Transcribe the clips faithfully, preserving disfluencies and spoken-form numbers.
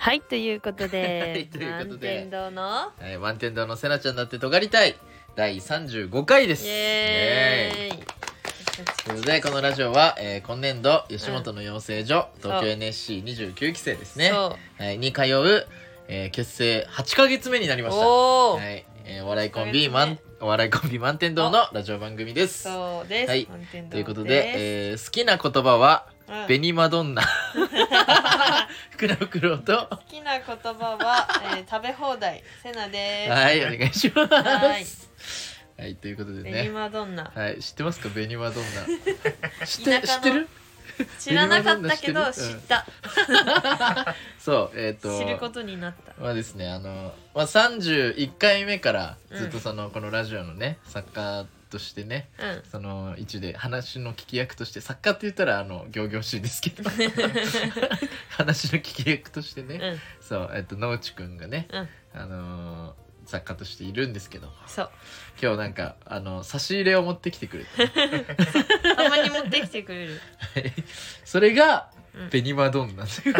はい、ということで、 はいということで満天堂のはい、満天堂のせなちゃんだって尖りたいだいさんじゅうごかいです。 イエーイ。 イエーイということでこのラジオは、えー、今年度吉本の養成所、うん、東京 エヌエスシーにじゅうきゅう 期生ですね、はい、に通う、えー、結成はちかげつめになりました。 お、 はい、えー、お笑いコンビマンお笑いコンビ満天堂のラジオ番組です。 そうです、 はい、 満天堂ということで、えー、好きな言葉は、うん、紅マドンナ福田袋と好きな言葉は、えー、食べ放題せなです。 はい、お願いします。はいはい、ということでね。 ベニマドンナ。 はい、知ってますか、ベニマドンナ。知って知ってる？ 知らなかったけど知った。 そう、えっと知ることになった。 まあですね、あのまあさんじゅういっかいめからずっとその、うん、このラジオのね作家としてね、うん、その一で話の聞き役として作家って言ったらあの仰々しいですけど話の聞き役としてね、うん、そうえっと野内くんがね、うん、あのー。作家としているんですけど、 そう今日なんかあの差し入れを持ってきてくれてたまに持ってきてくれるそれが、うん、ベニマドンナそう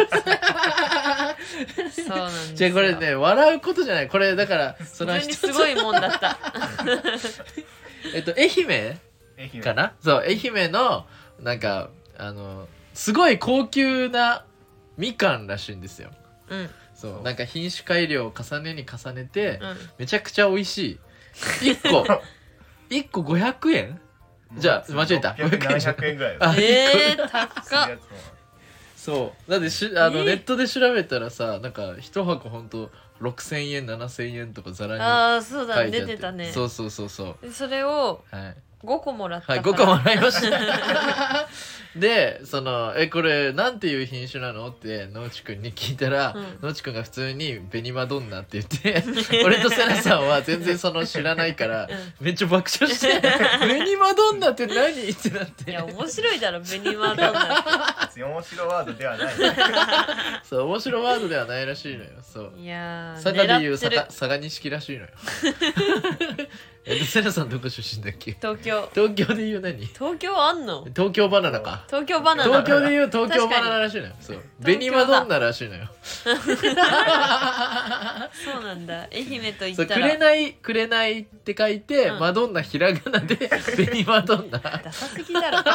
なんですよ。 じゃあこれね笑うことじゃないこれだからその人すごいもんだったえっと愛媛かなそう愛媛のなんかあのすごい高級なみかんらしいんですよ。うんそうなんか品種改良を重ねに重ねて、うん、めちゃくちゃ美味しいいっこいっこごひゃくえんじゃあ間違えたごひゃくえんぐらいえー高っそうだってしあの、えー、ネットで調べたらさなんか一箱ほんとろくせんえんななせんえんとかざらに書いてあってあそうだ出てたねそうそうそうそうそれを、はいごこもらったからはいごこもらいましたでそのえこれなんていう品種なのって野内くんに聞いたら、うん、野内くんが普通にベニマドンナって言って俺とセナさんは全然その知らないから、うん、めっちゃ爆笑してベニマドンナって何ってなっていや面白いだろベニマドンナって面白ワードではないそう面白ワードではないらしいのよ。そういや佐賀でいう佐賀佐賀錦らしいのよえセナさんどこ出身だっけ？ 東京。 東京で言う何？ 東京あんの？ 東京バナナか。 東京バナナ。 東京で言う東京バナナらしいのよ。そう。ベニマドンナらしいのよ。 そうなんだ。愛媛と言ったら。 そうくれないくれないって書いて、うん、マドンナひらがなでベニマドンナ。 ダサすぎだろ。ち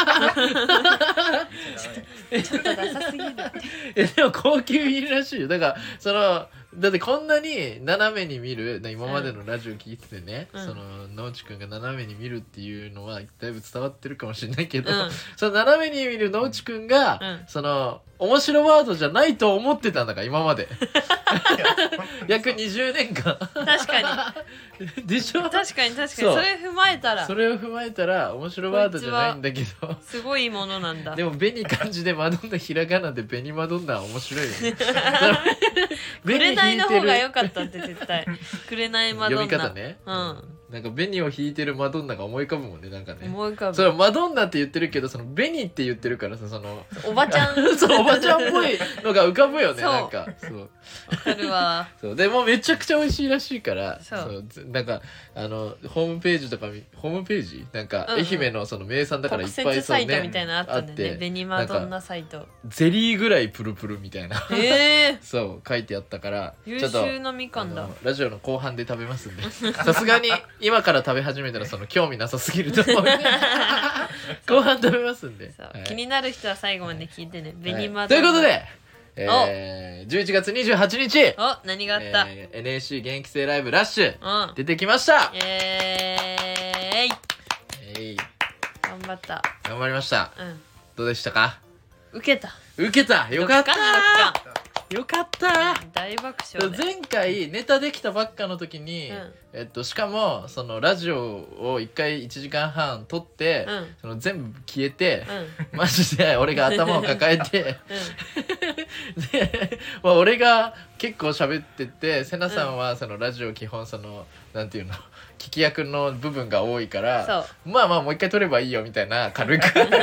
ょっとダサすぎる。 えでも高級品らしいよ。だからその。だってこんなに斜めに見る今までのラジオ聞いててね、うん、その野内くんが斜めに見るっていうのはだいぶ伝わってるかもしれないけど、うん、その斜めに見る野内くんが、うん、その面白ワードじゃないと思ってたんだから今まで約にじゅうねんかん確かにでしょ確かに確かに そ, それ踏まえたらそれを踏まえたら面白ワードじゃないんだけどすごいものなんだ。 でも紅漢字でマドンナひらがなで紅マドンナは面白いよね紅の方が良かったって絶対紅マドンナ読み方ね、 うん、 なんか紅を弾いてるマドンナが思い浮かぶもんねなんかね思い浮かぶそれマドンナって言ってるけどその紅って言ってるからさそのおばちゃんそうおばちゃんっぽいのが浮かぶよねなんかそうわかるわそうでもめちゃくちゃ美味しいらしいからそうそうなんかあのホームページとかホームページなんか、うんうん、愛媛のその名産だからいっぱいそうね特設サイトみたいなのあったんだよね紅マドンナサイトゼリーぐらいプルプルみたいなえー、 そう書いてあったから優秀なみかんだラジオの後半で食べますんでさすがに今から食べ始めたらその興味なさすぎると思う後半食べますんで、 はい、気になる人は最後まで聞いてね、はい、紅マドンナということでえー、じゅういちがつにじゅうはちにちお何があった、 えー、エヌエーシー 現役生ライブラッシュ、うん、出てきましたイエーイ、 えい頑張った頑張りました、うん、どうでしたか？ 受けた受けたよかったよかった大爆笑で前回ネタできたばっかの時に、うん、えっと、しかもそのラジオをいっかいいちじかんはん撮って、うん、その全部消えて、うん、マジで俺が頭を抱えて、うん、で、まあ、俺が結構喋っててセナさんはそのラジオ基本そのなんていうの聞き役の部分が多いからまあまあもう一回撮ればいいよみたいな軽く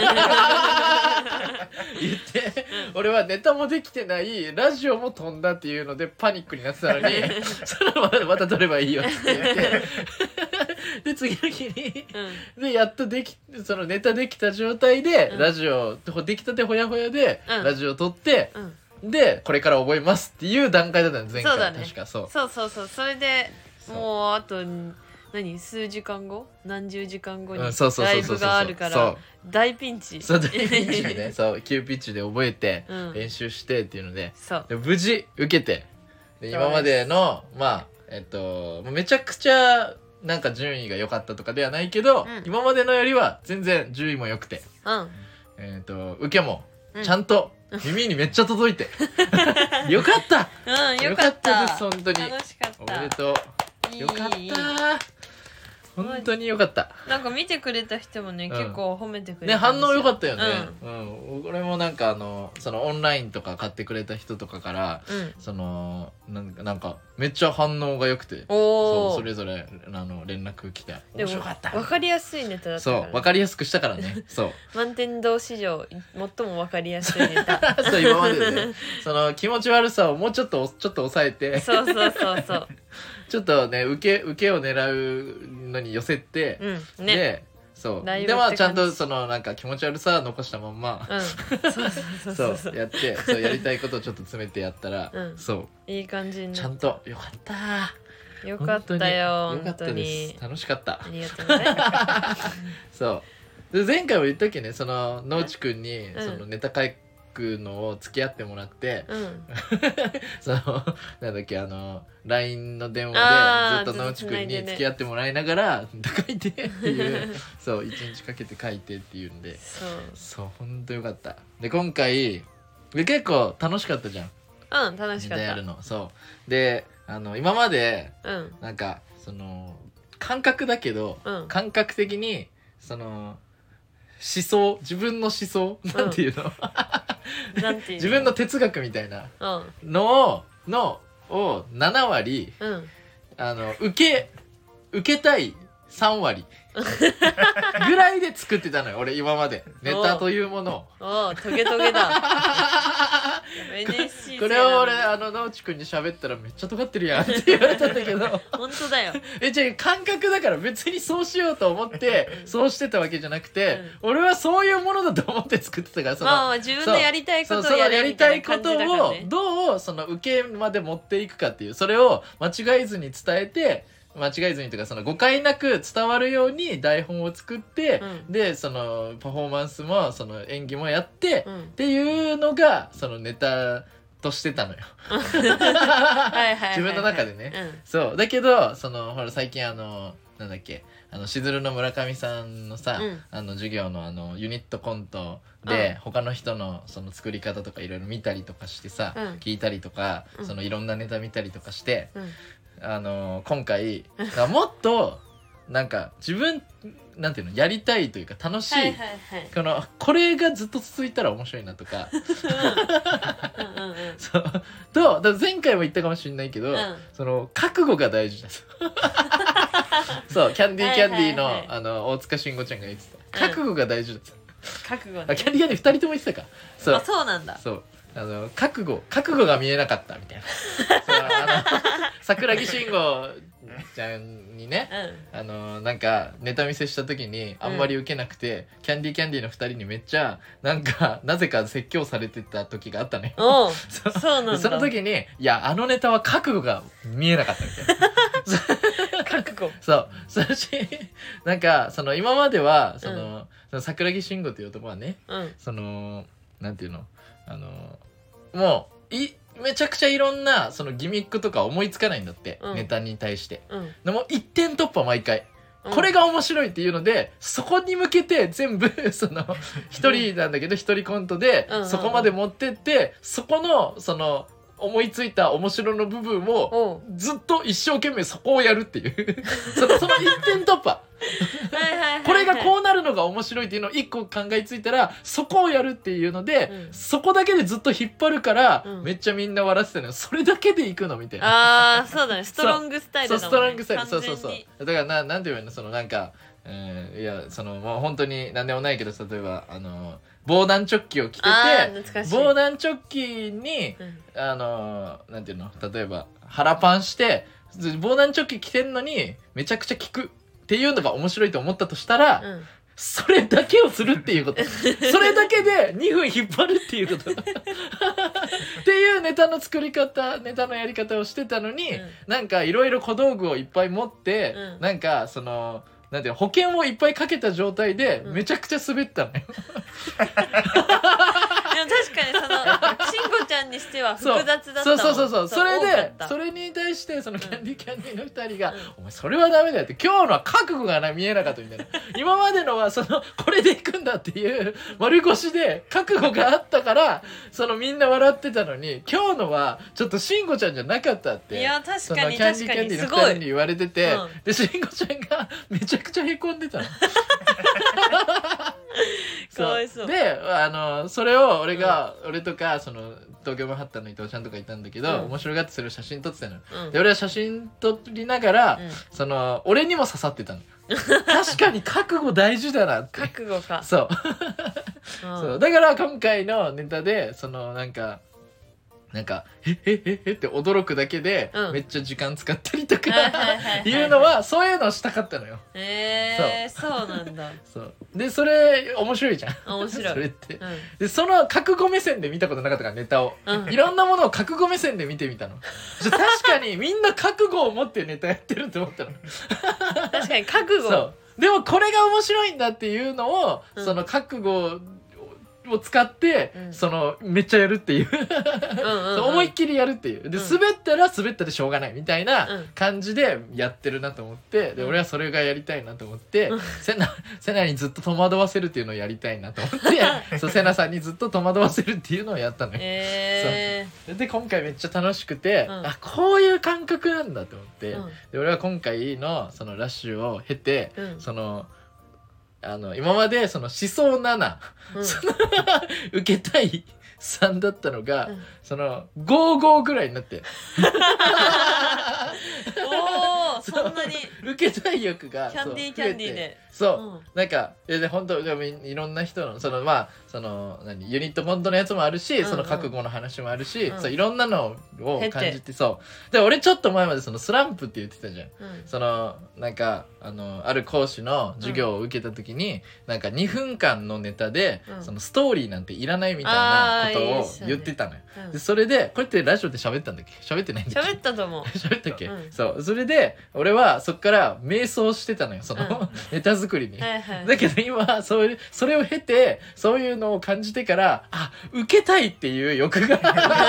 言って、うん、俺はネタもできてないラジオも飛んだっていうのでパニックになってたのにそれまたまた撮ればいいよって言ってで次の日に、うん、でやっとできそのネタできた状態で、うん、ラジオできたてほやほやで、うん、ラジオ撮って、うん、 でこれから覚えますっていう段階だったの前回。 そうだね、 確かそうそうそうそう。それでもうあと何数時間後何十時間後にライブがあるから大ピンチ。 そう大ピンチでねそう急ピッチで覚えて、うん、練習してっていうので、 そうで無事受けて、で今までのまあえっとめちゃくちゃなんか順位が良かったとかではないけど、うん、今までのよりは全然順位も良くて、 うん、 えっと受けもちゃんと耳にめっちゃ届いて、うん、よかった、 うん、よかったです本当に。 楽しかった。 おめでとう。よかった。本当によかった。 なんか見てくれた人もね、うん、結構褒めてくれたね、反応良かったよね。うん、うん、俺もなんかあのそのオンラインとか買ってくれた人とかから、うん、そのなんかなんかめっちゃ反応が良くて、そうそれぞれあの連絡来て面白かった。 分かりやすいネタだったから、ね、 そう分かりやすくしたからね。そう満天堂史上最も分かりやすいネタ。 そう今までね、その気持ち悪さをもうちょっとちょっと抑えて、 そうそうそうそう。 ちょっとね受け受けを狙うのに寄せて、 うんね、 でそうでまあちゃんとそのなんか気持ち悪さは残したまんま、 うん、そうそうそうそうやってそうやりたいことをちょっと詰めてやったら、うん、そういい感じにちゃんとよかったよかったよ。 よかったです。楽しかった。 ありがとうございます。 そうで前回も言ったっけね、その野内くんにそのネタ書くのを付き合ってもらって、うん、そのなんだっけあの ライン の電話でずっと野内くんに付き合ってもらいながら書いてっていうそう一日かけて書いてっていうんで、 そうそう本当よかった。で今回で結構楽しかったじゃん。 うん楽しかった。 やるのそうであの今まで、 うん、 なんかその感覚だけど、うん、感覚的にその思想自分の思想、うん、なんていうのなんていうの自分の哲学みたいなのを、うん、のをななわり、 うん、 あの受け受けたいさんわりぐらいで作ってたのよ俺今までネタというものを。おおトゲトゲだ。エヌエスシーこれを俺あの直樹くんに喋ったらめっちゃ尖ってるやんって言われたんだけど本当だよ。 えじゃあ感覚だから別にそうしようと思ってそうしてたわけじゃなくて、うん、俺はそういうものだと思って作ってたからその、 まあ、まあ自分のやりたいことをやるみたいな感じだからね。 やりたいことをどうその受けまで持っていくかっていうそれを間違えずに伝えて間違えずにというかその誤解なく伝わるように台本を作って、うん、でそのパフォーマンスもその演技もやって、うん、っていうのがそのネタとしてたのよ自分の中でね、うん、そうだけどそのほら最近あのなんだっけあのしずるの村上さんのさ、うん、あの授業のあのユニットコントで、うん、他の人のその作り方とかいろいろ見たりとかしてさ、うん、聞いたりとか、そのいろんなネタ見たりとかして、あの今回もっとなんか自分なんていうのやりたいというか楽しい、 はいはいはい、 このこれがずっと続いたら面白いなとかうんうん、うん、 そうとだ前回も言ったかもしれないけど、うん、その覚悟が大事だそうキャンディーキャンディーの、はいはいはい、あの大塚慎吾ちゃんが言ってた覚悟が大事だった、うん、 覚悟、ね、 あキャンディーキャンディーふたりとも言ってたかそうあそうなんだそうあの覚悟覚悟が見えなかったみたいなそうあの桜木慎吾ちゃんにね、うん、あのなんかネタ見せした時にあんまり受けなくて、うん、キャンディーキャンディーのふたりにめっちゃなんかなぜか説教されてた時があったねおそ, そうなんだその時にいやあのネタは覚悟が見えなかったみたいな覚悟そうそしなんかその今まではその、うん、その桜木慎吾という男はね、 うん、 そのなんていうのあのもういめちゃくちゃいろんなそのギミックとか思いつかないんだって、うん、ネタに対して、うん、でも一点突破毎回、うん、これが面白いっていうのでそこに向けて全部その一人なんだけど一人コントでそこまで持ってってそこのその思いついた面白の部分をずっと一生懸命そこをやるっていうそのその一点突破これがこうなるのが面白いっていうのを一個考えついたらそこをやるっていうので、うん、そこだけでずっと引っ張るから、うん、めっちゃみんな笑ってたのよそれだけでいくのみたいな。あーそうだねストロングスタイルだもんね。 そうストロングスタイルそうそうそうだからななんていうのそのなんか、えー、いやそのもう本当に何でもないけど例えばあの防弾チョッキを着てて防弾チョッキに、うん、あのなんていうの例えば腹パンして防弾チョッキ着てんのにめちゃくちゃ効くっていうのが面白いと思ったとしたら、うん、それだけをするっていうことそれだけでにふん引っ張るっていうことっていうネタの作り方ネタのやり方をしてたのに、うん、なんかいろいろ小道具をいっぱい持って、うん、なんかそのなんていうの保険をいっぱいかけた状態でめちゃくちゃ滑ったのよ、うんでも確かにそのしんごちゃんにしては複雑だったもん。 そうそうそうそうそれでそれに対してそのキャンディーキャンディーのふたりが、うん、お前それはダメだよって今日のは覚悟がな見えなかったみたいな今までのはそのこれでいくんだっていう丸腰で覚悟があったからそのみんな笑ってたのに今日のはちょっとしんごちゃんじゃなかったって。 いや確かに確かにキャンディーキャンディーのふたりに言われてて、うん、でしんごちゃんがめちゃくちゃへこんでたのかわいそうであのそれを俺が、うん、俺とかその東京マンハッタンの伊藤ちゃんとかいたんだけど、うん、面白がってそれを写真撮ってたの、うん、で俺は写真撮りながら、うん、その俺にも刺さってたの確かに覚悟大事だなって覚悟かそうそうだから今回のネタでそのなんかなんか「ええええって驚くだけで、うん、めっちゃ時間使ったりとかいうのはそういうのをしたかったのよ。 へえー、そうなんだ。 そうでそれ面白いじゃん。 面白いそれって、 うん、 でその覚悟目線で見たことなかったからネタを、うん、いろんなものを覚悟目線で見てみたの。確かにみんな覚悟を持ってネタやってると思ったの。 確かに覚悟。 そうでもこれが面白いんだっていうのを、うん、その覚悟を使って、うん、そのめっちゃやるっていう思いっきりやるっていうで、うん、滑ったら滑ったでしょうがないみたいな感じでやってるなと思って、うん、で俺はそれがやりたいなと思って、うん、セナセナにずっと戸惑わせるっていうのをやりたいなと思ってそうセナさんにずっと戸惑わせるっていうのをやったのよ、えー、そうで今回めっちゃ楽しくて、うん、あこういう感覚なんだと思って、うん、で俺は今回のそのラッシュを経て、うん、そのあの今までその思想なな、うん、その受けたいさんだったのが、うん、そのごじゅうごぐらいになっておーそんなに受けたい欲がキャンディーキャンディーでそう、うん、なんかいやで本当でもいろんな人のそのまあその何ユニットコントのやつもあるし、うんうん、その覚悟の話もあるし、うん、そういろんなのを感じてそうで俺ちょっと前までそのスランプって言ってたじゃん、うん、そのなんかあのある講師の授業を受けた時に、うん、なんかにふんかんのネタで、うん、そのストーリーなんていらないみたいなことを言ってたのよ、ねうん、でそれでこうやってラジオで喋ったんだっけ喋ってないんだっけ喋ったと思う喋ったっけ、うん、そうそれで俺はそっから瞑想してたのよその、うん、ネタ作りに、はいはい、だけど今そういうそれを経てそういうのを感じてからあ受けたいっていう欲が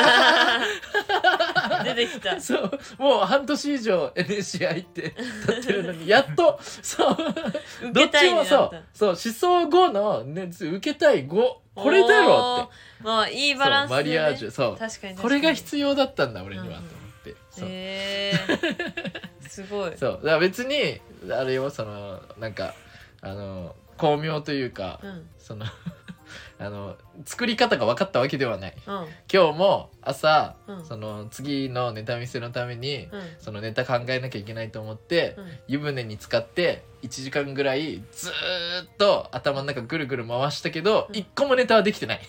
出てきたそうもう半年以上 エヌエスシー 入って経ってるのにやっとそうどっちもそうそう思想ごの、ね、受けたいごこれだろうってまあいいバランスで、ね、 マリアージュそう確かに確かにこれが必要だったんだ俺には、うん、と思ってそうへーすごいそうだから別にあれよそのなんかあの巧妙というか、うん、そのあの作り方が分かったわけではない、うん、今日も朝、うん、その次のネタ見せのために、うん、そのネタ考えなきゃいけないと思って、うん、湯船に浸かっていちじかんぐらいずーっと頭の中ぐるぐる回したけど、うん、いっこもネタはできてない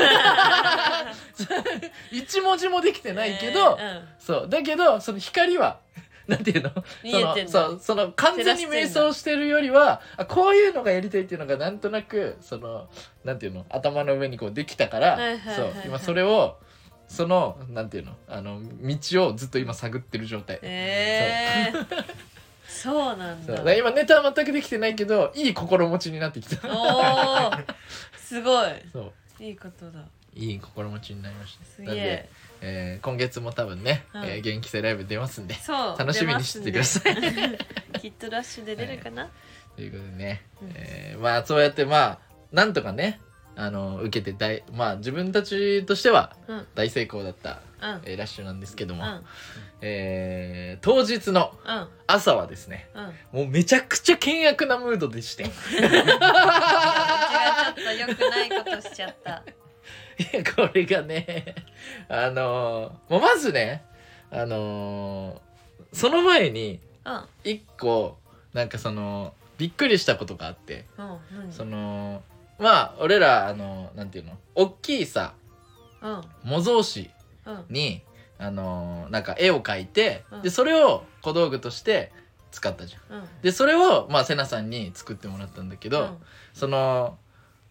一文字もできてないけど、えーうん、そうだけどその光はなんていうの見えてんだそのそうその完全に瞑想してるよりはあこういうのがやりたいっていうのがなんとなくそのなんていうの頭の上にこうできたから、はいはいはいはい、そう今それをそのなんていうのあの道をずっと今探ってる状態。 えー、そうそうなんだ。 そうだ今ネタは全くできてないけどいい心持ちになってきた。 おーすごい。 そういいことだ。 いい心持ちになりました。 すげえ。 えー、今月も多分ね、うんえー、元気性ライブ出ますんでそう楽しみにしててくださいきっとラッシュで出るかな、はい、 ということでね、うんえー、まあそうやってまあなんとかねあの受けて大まあ自分たちとしては大成功だった、うんえー、ラッシュなんですけども、うんえー、当日の朝はですね、うん、もうめちゃくちゃ険悪なムードでしてうちはちょっと良くないことしちゃったいやこれがねあのー、もうまずねあのー、その前に一個なんかそのびっくりしたことがあって、うん、そのまあ俺らあのなんていうの大きいさ、うん、模造紙に、うん、あのー、なんか絵を描いて、うん、でそれを小道具として使ったじゃん、うん、でそれをまあセナさんに作ってもらったんだけど、うん、その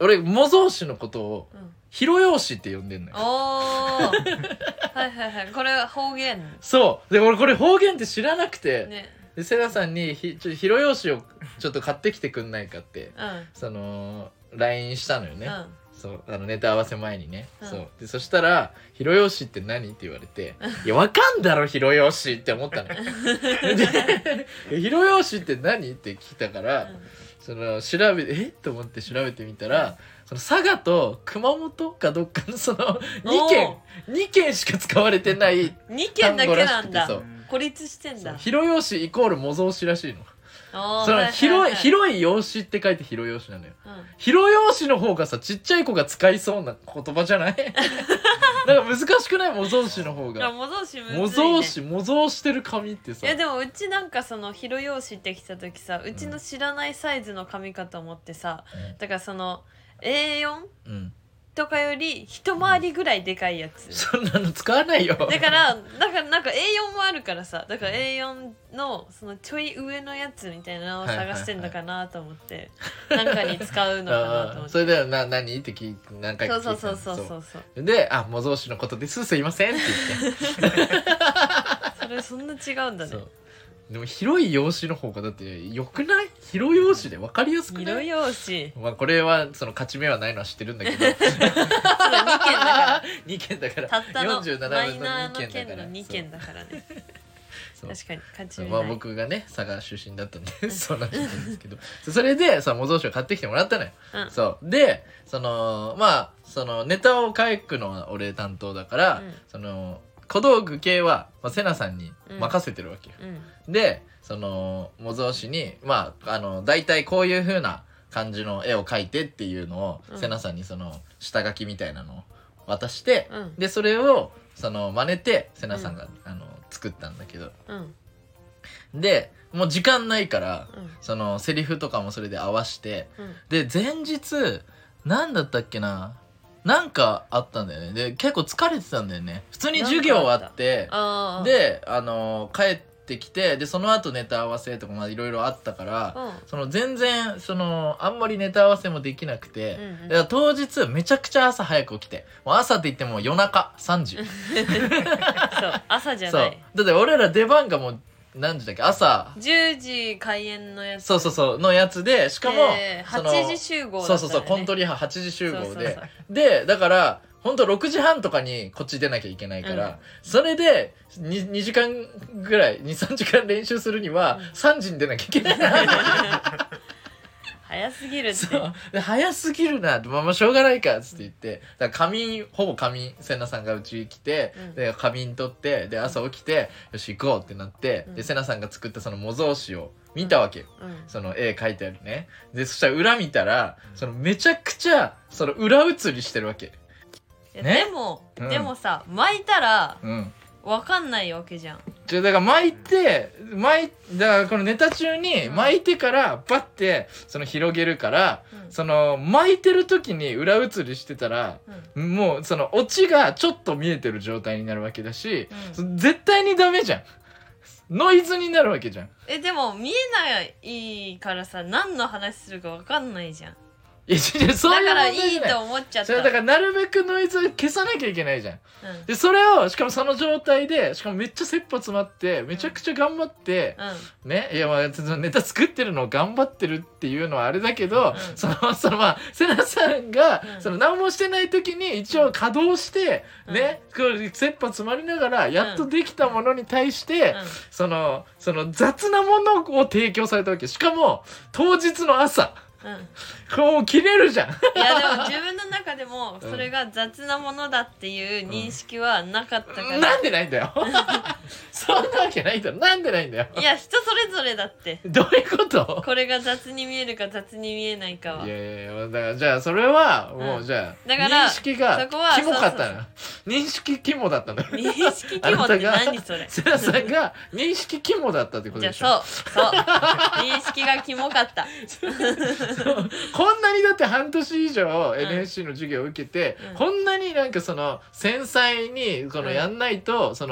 俺模造紙のことをうんヒロヨシって呼んでんのよ。 おーはいはいはい、これは方言そうで俺これ方言って知らなくて、 ね。 でセナさんにひちょヒロヨシをちょっと買ってきてくんないかってうんその ライン したのよね、 うんそうあのネタ合わせ前にね、 うんそうでそしたら「ヒロヨシって何?」って言われて「いやわかんだろヒロヨシ」って思ったのよで「ヒロヨシって何?」って聞いたから、その調べえっと思って調べてみたら、その佐賀と熊本かどっかのそのにけんにけんしか使われてないに県だけなんだ。 そう孤立してんだ。 ヒロヨシイコール模造紙らしいの。 そその広い広い用紙って書いて広用紙なのよ。 うん広用紙の方がさちっちゃい子が使いそうな言葉じゃないなんか難しくない模造紙の方が。 模造紙むずいね。 模造紙模造してる紙ってさ。 いやでもうちなんかその広用紙ってきた時さ、うちの知らないサイズの紙かと思ってさ、 うんだからその エーよんうんとかより一回りぐらいでかいやつ、 そんなの使わないよ。 だからだからなんか エーよん もあるからさ、だから エーよん のそのちょい上のやつみたいなのを探してんのかなと思って、なんかに使うのかなと思って。 あーそれでな何って聞い何回か聞いてたそうそうそうそうそうそう。 そうで「あ模造紙のことですすいません」って言ってそれそんな違うんだねそ。うでも広い用紙の方がだってよくない？広用紙で分かりやすくない？ 広用紙。 まあこれはその勝ち目はないのは知ってるんだけどそうだにけんだからにけんだからたったのよんじゅうななぶんのマイナーにけんだからの県のに県だからね。 そう確かに勝ち目まあない。 僕がね佐賀出身だったんでそうなっちゃったんですけどそれでさ模造紙を買ってきてもらったのよ、 うんそうでそのまあそのネタを書くのは俺担当だから、 うんその小道具系は、まあ、セナさんに任せてるわけよ、 うんでその模造紙にまああの大体こういう風な感じの絵を描いてっていうのを、 うんセナさんにその下書きみたいなのを渡して、 うんでそれをその真似てセナさんが、あの作ったんだけどうんでもう時間ないから、 うんそのセリフとかもそれで合わしてうんで前日なんだったっけななんかあったんだよねで結構疲れてたんだよね普通に授業あってあーであの帰ってきてでその後ネタ合わせとかまあいろいろあったから、 うんその全然そのあんまりネタ合わせもできなくて、 うんうんだから当日めちゃくちゃ朝早く起きてもう朝って言っても夜中さんじそう朝じゃそうないだって俺ら出番がもう何時だっけ朝じゅうじ開演のやつそうそうそうのやつでしかも、 でそのはちじ集合だったそうそうそうコンリトリハはちじ集合でそうそうそうでだからほんとろくじはんとかにこっち出なきゃいけないから、 うんそれで 2, にじかんぐらいにさんじかん練習するにはうんさんじに出なきゃいけない早すぎるってそうで早すぎるなってまあまあしょうがないかっつって言ってだから仮眠ほぼ仮眠セナさんがうち来て、 うんで仮眠取ってで朝起きてよし行こうってなって、 うんでセナさんが作ったその模造紙を見たわけよ、 うんその絵描いてあるねでそしたら裏見たらそのめちゃくちゃその裏写りしてるわけいやねでもうんでもさ巻いたらうんわかんないわけじゃんじゃだから巻いて巻いだからこのネタ中に巻いてからバッてその広げるから、 うんその巻いてる時に裏写りしてたらもうそのオチがちょっと見えてる状態になるわけだし、 うん絶対にダメじゃんノイズになるわけじゃんえでも見えないからさ何の話するかわかんないじゃんいや違うそういう問だから題じゃないいいと思っちゃったそれだからなるべくノイズを消さなきゃいけないじゃんうんでそれをしかもその状態でしかもめっちゃ切羽詰まってめちゃくちゃ頑張って、 うんねいやまあそのネタ作ってるのを頑張ってるっていうのはあれだけど、 うんそのそのまあセナさんが、 うんその何もしてない時に一応稼働して、ねこう切羽詰まりながらやっとできたものに対して、 うんそのその雑なものを提供されたわけしかも当日の朝うんこう切れるじゃんいやでも自分の中でもそれが雑なものだっていう認識はなかったから、 なんでないんだよそんなわけないだろなんでないんだよいや人それぞれだってどういうことこれが雑に見えるか雑に見えないかはいやいやいやだからじゃあそれはもう、 うんじゃあだから認識がそこはキモかったそうの認識キモだったんだよ認識規模って何それセナさんが認識キモだったってことじゃあでしょそうそう認識がキモかったこんなにだって半年以上 エヌエスシー の授業を受けて、 うんこんなになんかその繊細にこのやんないと、その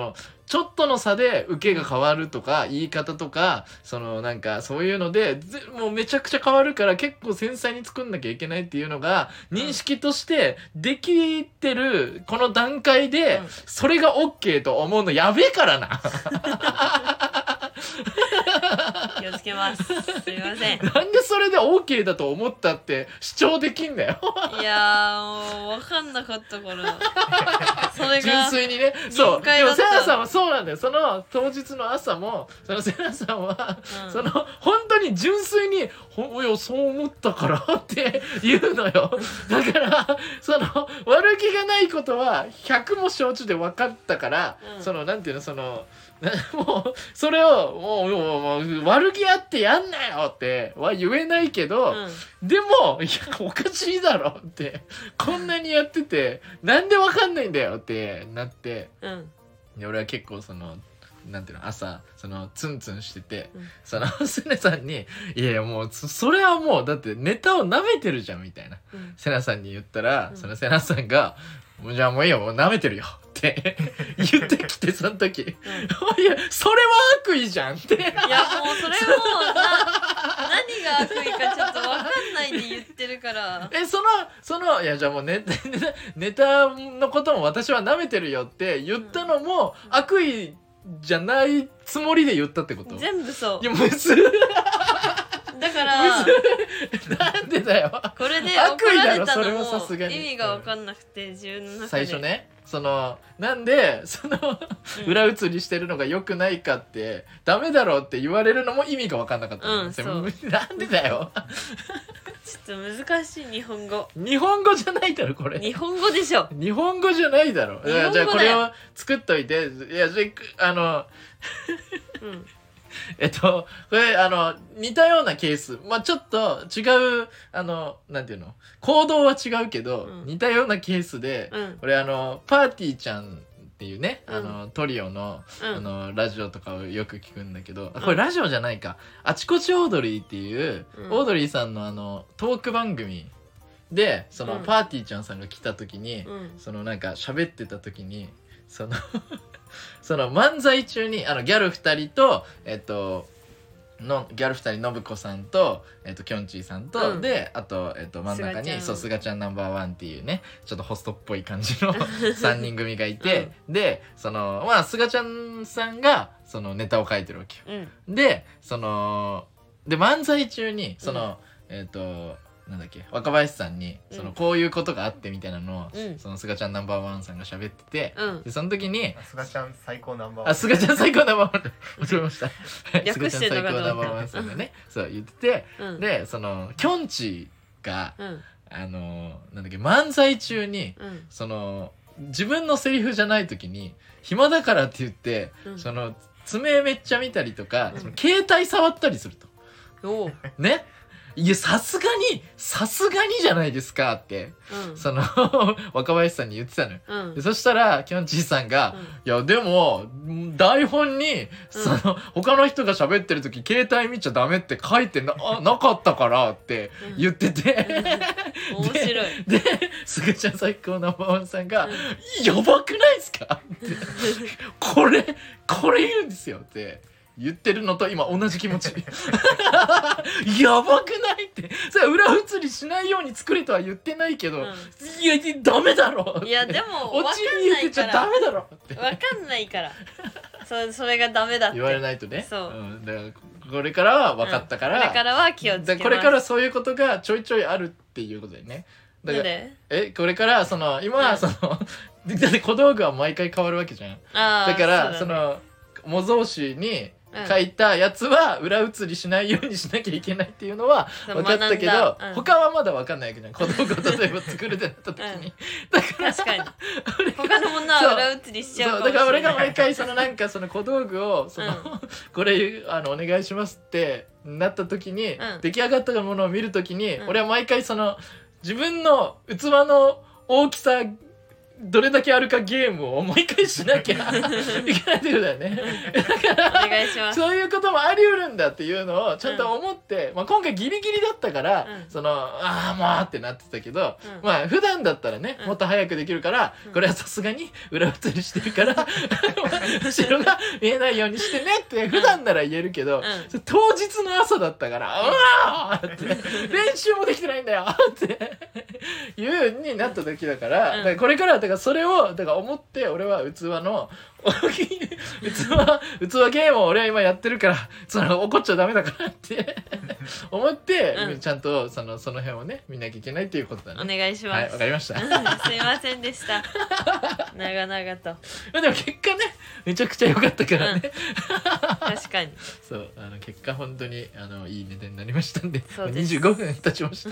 ちょっとの差で受けが変わるとか言い方とかそのなんかそういうのでぜもうめちゃくちゃ変わるから結構繊細に作んなきゃいけないっていうのが認識としてできてるこの段階で、うん、それが OK と思うのやべえからな気をつけます。すみません。 なんでそれで OK だと思ったって主張できんだよいやーもう分かんなかったからそれが純粋にねそうでもセナさんはそうなんだよ。その当日の朝もそのセナさんは、うん、その本当に純粋にほいやそう思ったからって言うのよ。だからその悪気がないことはひゃくも承知で分かったから、うん、そのなんていうのそのもうそれをもうもうもう悪気あってやんなよっては言えないけど、うん、でもいやおかしいだろってこんなにやっててなんでわかんないんだよってなって、うん、で俺は結構そのなんていうの朝そのツンツンしてて、うん、そのセナさんにいやいやもうそれはもうだってネタを舐めてるじゃんみたいな、うん、セナさんに言ったら、うん、そのセナさんがもうじゃあもういいよもう舐めてるよって言ってきてその時、うん、いやそれは悪意じゃんっていやもうそれもな何が悪意かちょっと分かんないで言ってるからえそのそのいやじゃあもうネネタのことも私は舐めてるよって言ったのも、うん、悪意じゃないつもりで言ったってこと？ 全部そういやむずだからなんでだよこれで怒られたのも意味が分かんなくて自分の中で最初ねそのなんでその裏写りしてるのが良くないかって、うん、ダメだろうって言われるのも意味が分かんなかったんですよ、うん、なんでだよちょっと難しい日本語日本語じゃないだろこれ日本語でしょ日本語じゃないだろじゃあこれを作っといていやじゃあのうんえっとこれあの似たようなケースまあちょっと違うあのなんていうの行動は違うけど、うん、似たようなケースで、うん、これあのパーティーちゃんっていうね、うん、あのトリオの、うん、あのラジオとかをよく聞くんだけど、うん、これラジオじゃないかあちこちオードリーっていう、うん、オードリーさんのあのトーク番組でその、うん、パーティーちゃんさんが来た時に、うん、そのなんか喋ってた時にそのその漫才中にあのギャルふたりとえっとのギャルふたり信子さんと、えっと、きょんちぃさんと、うん、であと、えっと、真ん中にそうすがちゃんナンバーワンっていうねちょっとホストっぽい感じのさんにん組がいて、うん、でそのまあすがちゃんさんがそのネタを書いてるわけよ、うん、でそので漫才中にその、うん、えっとなんだっけ若林さんにそのこういうことがあってみたいなのを、うん、そのすがちゃんナンバーワンさんが喋ってて、うん、でその時にすがちゃん最高ナンバーワンあすがちゃん最高ナンバーワン間違えましたすがちゃん最高ナンバーワンさんがねそう言ってて、うん、でそのきょんちぃが、うん、あのなんだっけ漫才中に、うん、その自分のセリフじゃない時に暇だからって言って、うん、その爪めっちゃ見たりとか、うん、その携帯触ったりするとおねいやさすがにさすがにじゃないですかって、うん、その若林さんに言ってたのよ、うん、でそしたらきょんちぃさんが、うん、いやでも台本に、その他の人が喋ってる時携帯見ちゃダメって書いて な, なかったからって言ってて、 うん、面白いですがちゃん最高ナンバーワンさんが、やばくないですかってこれこれ言うんですよって言ってるのと今同じ気持ちやばくないってそれ裏写りしないように作れとは言ってないけど、うん、いやダメだろいやでもオチに言ってちゃダメだろって分かんないからそ, それがダメだって言われないとねそう、 うん、だからこれからは分かったから、うん、 これからは気をつけますこれからそういうことがちょいちょいあるっていうことだよねだからえこれからその今はその、うん、だって小道具は毎回変わるわけじゃんあだからそ,、ね、その模造紙に書いたやつは裏写りしないようにしなきゃいけないっていうのは分かったけど、うん、他はまだ分かんないわけじゃん小道具を例えば作るってなった時に、うん、 だから確かに他のものは裏写りしちゃうかもしれないだから俺が毎回そのなんかその小道具をその、うん、これあのお願いしますってなった時に、うん、出来上がったものを見る時に、うん、俺は毎回その自分の器の大きさどれだけあるかゲームをもう一回しなきゃいけないってことだよね。だからお願いします。 そういうこともあり得るんだっていうのをちゃんと思って、うんまあ、今回ギリギリだったから、うん、そのああもうってなってたけど、うん、まあ普段だったらね、うん、もっと早くできるから、うん、これはさすがに裏映りしてるから後ろが見えないようにしてねって普段なら言えるけど、うん、当日の朝だったからうわーって練習もできてないんだよっていう風になった時だから、うん、だからこれからはだからそれをだから思って俺は器の器器ゲームを俺は今やってるからその怒っちゃダメだからって思って、うん、ちゃんとそのその辺をね見なきゃいけないっていうことだね。 お願いします。 はい、わかりました。 すいませんでした。長々と。 でも結果ねめちゃくちゃ良かったからね。 うん、確かに。 そうあの結果本当にあのいいネタになりましたんで、にじゅうごふん経ちました。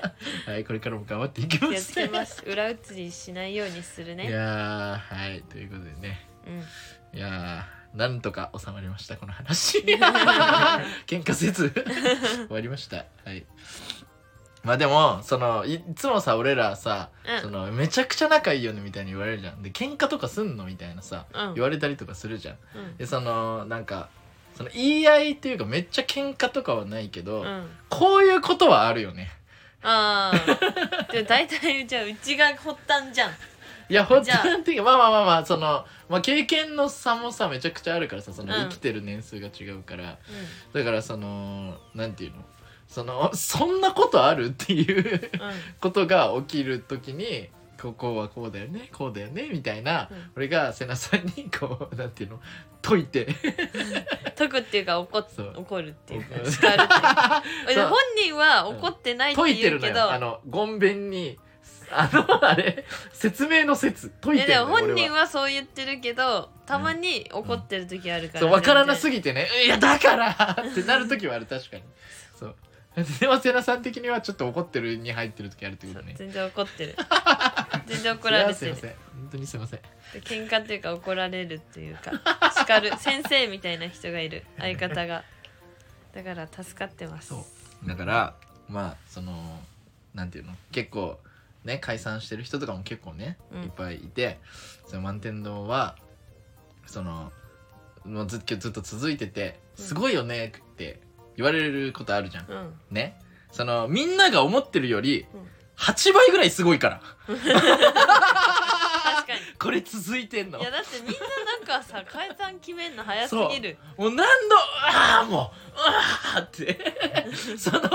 はい、これからも頑張っていきます。 気をつけます。裏映りしないようにするね。 いやはいということでね。うん、いやなんとか収まりましたこの話。喧嘩せず終わりました。はい。まあでもその い, いつもさ俺らさ、うん、そのめちゃくちゃ仲いいよねみたいに言われるじゃん。で喧嘩とかすんのみたいなさ、うん、言われたりとかするじゃん。うん、でそのなんかその言い合いっていうかめっちゃ喧嘩とかはないけど、うん、こういうことはあるよね。ああ。でも大体じゃあうちが発端じゃん。 いや発端っていうかまあまあまあまあその、まあ、経験の差もさめちゃくちゃあるからさその生きてる年数が違うから、うん、だからそのなんていうのそのそんなことあるっていう、うん、ことが起きる時にここはこうだよねこうだよねみたいな、うん、俺が瀬名さんにこうなんていうの解いて解くっていうか怒怒るっていうか叱るっていう本人は怒ってないって言うけど、うん、解いてるのよあのごんべんにあのあれ説明の説解いてるのよ。 でも本人はそう言ってるけどたまに怒ってる時あるから、 うんうん、そう分からなすぎてねいやだからってなる時はある確かにそうでも瀬名さん的にはちょっと怒ってるに入ってる時あるってことね。 全然怒ってる全然怒られてる。 すいません本当にすいません。 喧嘩っていうか怒られるっていうか叱る先生みたいな人がいる相方がだから助かってます。 そうだからまあそのなんていうの結構ね解散してる人とかも結構ね、うん、いっぱいいてその満天堂はそのもうずっとずっと続いててすごいよねって言われることあるじゃん、うん、ねそのみんなが思ってるよりはちばいぐらいすごいから確かにこれ続いてんの。 いやだってみんななんかさ解散決めんの早すぎる。 もう何度ああもうああってその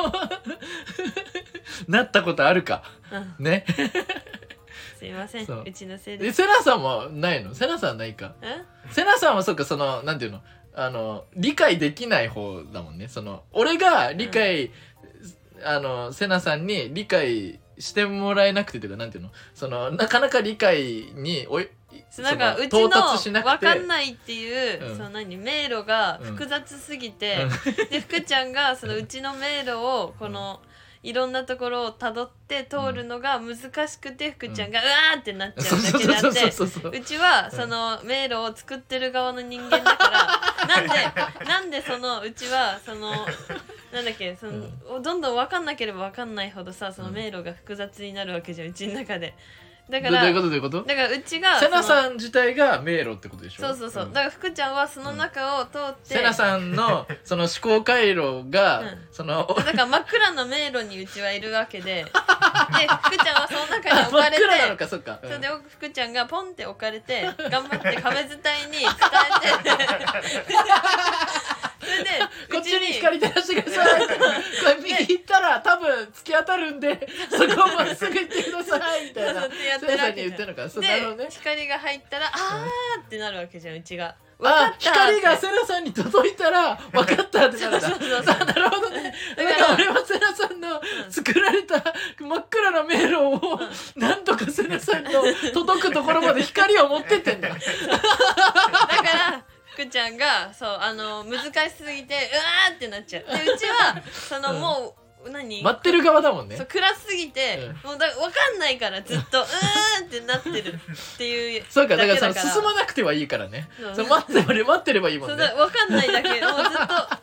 なったことあるか、うん、ねすいません う, うちのせいです。 セナさんもないの？セナさんないか。セナさんはそうかそのなんていうのあの理解できない方だもんね。その俺が理解、うん、あのセナさんに理解してもらえなくてというかなんていうのそのなかなか理解においなんかうちの分かんないっていう、うん、その何迷路が複雑すぎて、うん、で福ちゃんがそのうちの迷路をこのいろんなところをたどって通るのが難しくて福ちゃんがうわーってなっちゃうだけであってうちはその迷路を作ってる側の人間だからなんでなんでそのうちはそのなんだっけその、うん、どんどん分かんなければ分かんないほどさその迷路が複雑になるわけじゃんうちの中で。だからどういうことどういうこと？ だからうちがセナさん自体が迷路ってことでしょ。 そうそうそう、うん、だから福ちゃんはその中を通って、 セナさんのその思考回路が、うん、そのだから真っ暗な迷路にうちはいるわけでで福ちゃんはその中に置かれて真っ暗なのかそっか、うん、 それで福ちゃんがポンって置かれて頑張って壁伝いに伝えてそれでこっちに光照らしてくださいこれ右行ったら多分突き当たるんでそこをまっすぐ行ってくださいみたいなセナさんに言ってるのか。そうなるほどね。 光が入ったらあーってなるわけじゃんうちが。 あ光がセナさんに届いたら分かったってなるんだ。そうそうそうそうなるほどね。だから俺はセナさんの作られた真っ暗な迷路をなんとかセナさんの届くところまで光を持ってってんだ。だから福ちゃんがそうあの難しすぎてうわーってなっちゃう。でうちはそのもう、うん、何待ってる側だもんね。 そう暗すぎて、うん、もうだ分かんないからずっとうーんってなってるっていうそうかだからその進まなくてはいいからね。そうそう待ってれば待ってればいいもんね。 そうだ分かんないだけもうずっと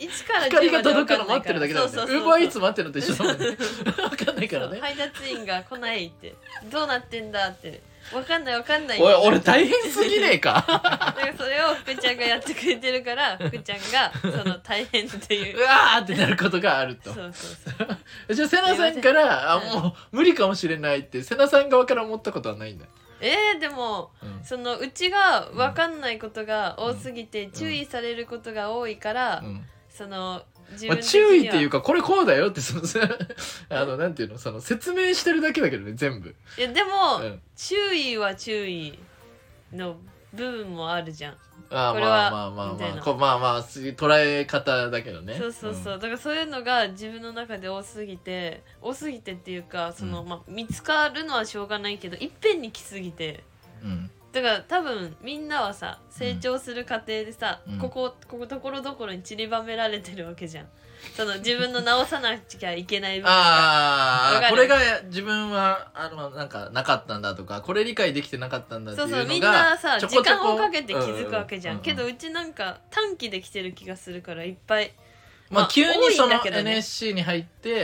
いつから光が届くの待ってるだけだもんね。ウーバーイーツ待ってるのと一緒だもんね。分かんないからね。 配達員が来ないってどうなってんだって分かんない分かんない。 おい俺大変すぎねえか。 だからそれを福ちゃんがやってくれてるから福ちゃんがその大変っていううわーってなることがあると。 そうそうそう。 じゃあセナさんからあもう無理かもしれないってセナさん側から思ったことはないんだ。 えー、でも、うん、そのうちが分かんないことが多すぎて、うん、注意されることが多いから、うん、その自分まあ、注意っていうかこれこうだよってそのあのなんていうのその説明してるだけだけどね全部。 いやでも、うん、注意は注意の部分もあるじゃん。 ああこれはまあまあまあまあまあまあ捉え方だけどね。 そうそうそう、うん、だからそういうのが自分の中で多すぎて多すぎてっていうかその、うん、まあ、見つかるのはしょうがないけどいっぺんに来すぎて、うん、だから多分みんなはさ成長する過程でさ、うん、ここここところどころに散りばめられてるわけじゃん。その自分の直さなきゃいけない部分がああこれが自分はあのなんかなかったんだとかこれ理解できてなかったんだっていうのがそうそうみんなさちょこちょこ時間をかけて気づくわけじゃん、うんうん、けどうちなんか短期で来てる気がするからいっぱいまあ、まあ、急にその エヌエスシー に入って、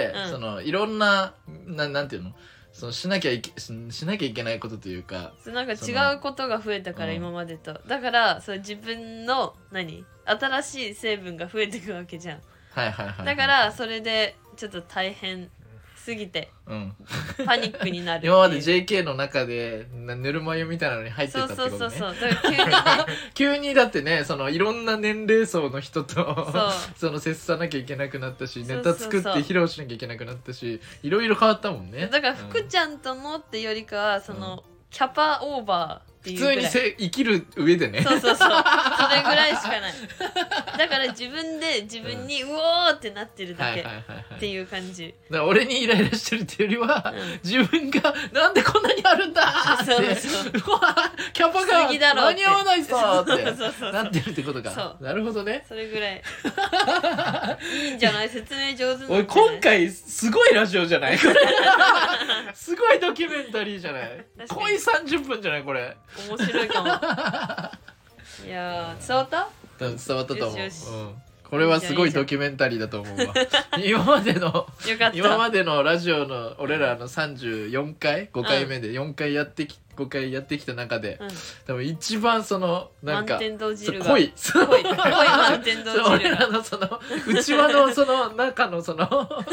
うん、そのいろんな な, なんていうのそのしなきゃいけ し, しなきゃいけないことというかなんか違うことが増えたから今までと、うん、だからそ自分の何新しい成分が増えていくわけじゃん。 はいはいはいはい、 だからそれでちょっと大変すぎて、うん、パニックになる今まで ジェーケー の中でぬるま湯みたいなのに入ってたってことね。そうそうそうそうだから急に、ね、急にだってねそのいろんな年齢層の人とそ, その接さなきゃいけなくなったしネタ作って披露しなきゃいけなくなったしいろいろ変わったもんね。 だから福ちゃんとのってよりかはその、うん、キャパオーバー普通にせ生きる上でねそうそうそうそれぐらいしかないだから自分で自分に、うん、うおーってなってるだけっていう感じだから俺にイライラしてるっていうよりは、うん、自分がなんでこんなにあるんだってそうそうキャパが間に合わないぞってなってるってことか。なるほどね。 それぐらいいいんじゃない説明上手なんじゃない。 おい今回すごいラジオじゃないこれすごいドキュメンタリーじゃない濃いさんじゅっぷんじゃないこれ。 面白いかもいや伝わった？ 伝わったと思う。よしよし、うん、これはすごいドキュメンタリーだと思うわ今までの今までのラジオの俺らのさんじゅうよんかいごかいめでよんかいやってきごかいやってきた中で、うん、多分一番そのなんか満天堂汁が濃い濃い濃い満天堂汁が俺らのその内輪のその中のその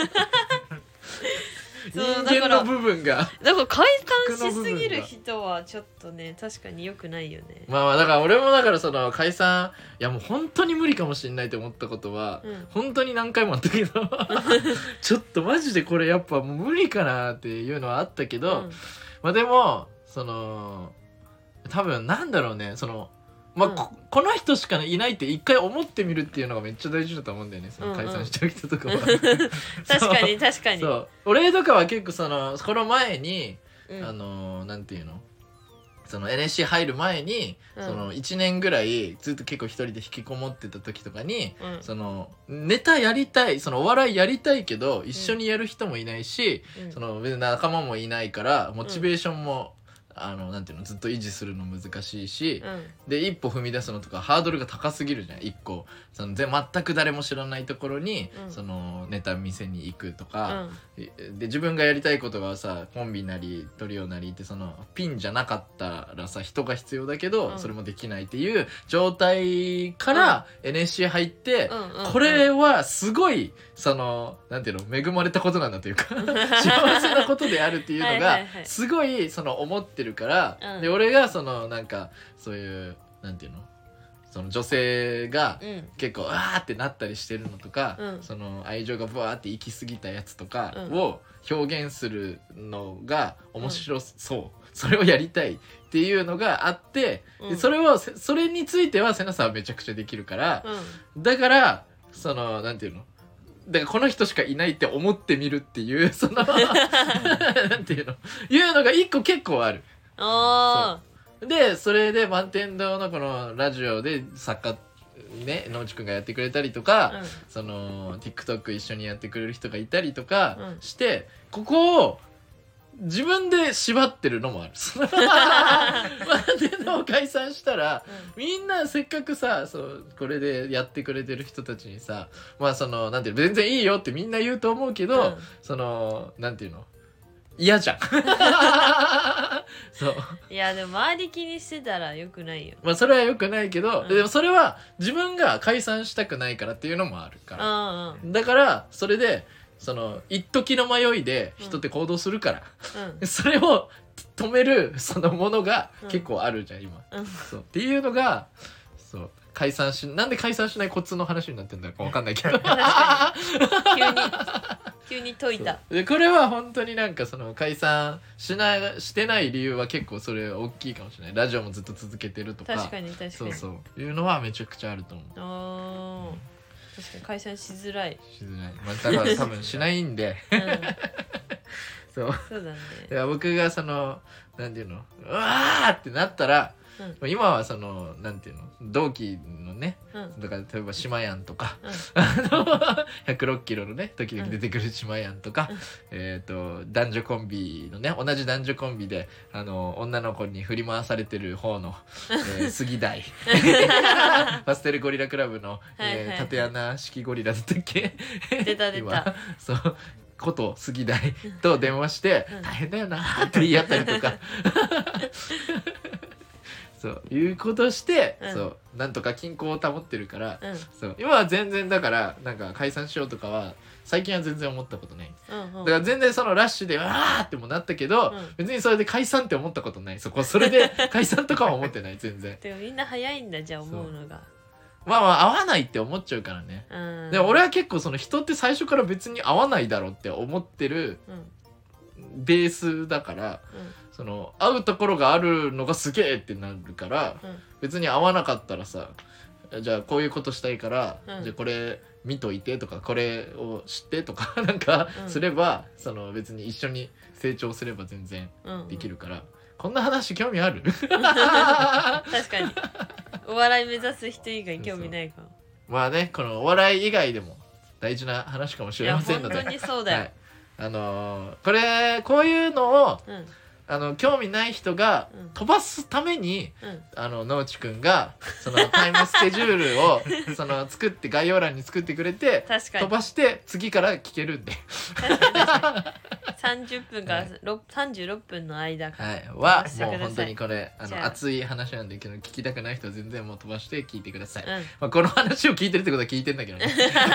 人間の部分がだから解散しすぎる人はちょっとね確かに良くないよね。 まあまあだから俺もだからその解散いやもう本当に無理かもしれないと思ったことは、うん、本当に何回もあったけどちょっとマジでこれやっぱもう無理かなっていうのはあったけど、うん、まあでもその多分なんだろうねそのまあ、うん、こ, この人しかいないって一回思ってみるっていうのがめっちゃ大事だと思うんだよねその解散しちゃう人とかは、うんうん、 確かに確かにそう俺とかは結構そのこの前に、うん、あのなんていうのその エヌエスシー 入る前に、うん、そのいちねんぐらいずっと結構一人で引きこもってた時とかに、うん、そのネタやりたいそのお笑いやりたいけど一緒にやる人もいないし、うん、その別に仲間もいないからモチベーションも、うんあのなんていうのずっと維持するの難しいし、うん、で一歩踏み出すのとかハードルが高すぎるじゃん一個その全く誰も知らないところに、うん、そのネタ見せに行くとか、うん、で自分がやりたいことがさコンビなりトリオなりってそのピンじゃなかったらさ人が必要だけど、うん、それもできないっていう状態から エヌエスシー 入って、うん、これはすごいそのなんていうの恵まれたことなんだというか幸せなことであるっていうのがすごいその思ってるから、うん、で俺がそのなんかそういうなんていうのその女性が結構、うん、わーってなったりしてるのとか、うん、その愛情がブワーって行き過ぎたやつとかを表現するのが面白そう、うん、それをやりたいっていうのがあって、うん、でそれをそれについてはセナさんはめちゃくちゃできるから、うん、だからそのなんていうのだからこの人しかいないって思ってみるっていうそのなんていうのいうのが一個結構ある。 あでそれで満天堂のこのラジオで作家ね野内くんがやってくれたりとか、うん、その TikTok 一緒にやってくれる人がいたりとかして、うん、ここを自分で縛ってるのもあるまあでも解散したら、うん、みんなせっかくさそうこれでやってくれてる人たちにさまあそのなんていうの全然いいよってみんな言うと思うけど、うん、そのなんていうの嫌じゃんそういやでも周り気にしてたらよくないよ。 まあそれはよくないけど、うん、でもそれは自分が解散したくないからっていうのもあるから、うんうん、だからそれでその一時の迷いで人って行動するから、うん、それを止めるそのものが結構あるじゃん今、うん、そうっていうのがそう解散しなんで解散しないコツの話になってんだか分かんないけど急に急に解いた。 でこれは本当になんかその解散しないしてない理由は結構それ大きいかもしれない。ラジオもずっと続けてるとか確かに確かにそうそういうのはめちゃくちゃあると思う。 あ、うん、確かに解散しづらいしづらい、まあ、だから多分しないんで、うん、そうそうだね。 いや僕がそのなんていうのうわーってなったらうん、今はそのなんていうの同期のね、うん、だから例えば島やんとか、うん、ひゃくろっキロのね時々出てくる島やんとか、うん、えっ、ー、と男女コンビのね同じ男女コンビであの女の子に振り回されてる方の、えー、杉大パステルゴリラクラブの、はいはい、えー、縦穴式ゴリラだったっけ出た出たそうこと杉大と電話して大変だよなって言い合ったりとかそういうことして、うん、そうなんとか均衡を保ってるから、うん、そう今は全然だからなんか解散しようとかは最近は全然思ったことない、うんうん、だから全然そのラッシュでわーってもなったけど、うん、別にそれで解散って思ったことないそこそれで解散とかは思ってない全然でもみんな早いんだじゃあ思うのがまあまあ合わないって思っちゃうからね、うん、でも俺は結構その人って最初から別に合わないだろうって思ってるベースだから、うんその会うところがあるのがすげえってなるから、うん、別に会わなかったらさじゃあこういうことしたいから、うん、じゃあこれ見といてとかこれを知ってとかなんかすれば、うん、その別に一緒に成長すれば全然できるから、うんうん、こんな話興味ある確かにお笑い目指す人以外興味ないかも。 まあねこのお笑い以外でも大事な話かもしれませんのでいや本当にそうだよ、はい、 あのー、これこういうのを、うんあの興味ない人が飛ばすために、うん、あの野内くんがそのタイムスケジュールをその作って概要欄に作ってくれて飛ばして次から聞けるんでさんじゅっぷんからさんじゅうろっぷんの間から、はい、はもう本当にこれあの熱い話なんだけど聞きたくない人は全然もう飛ばして聞いてください、うんまあ、この話を聞いてるってことは聞いてんだけどね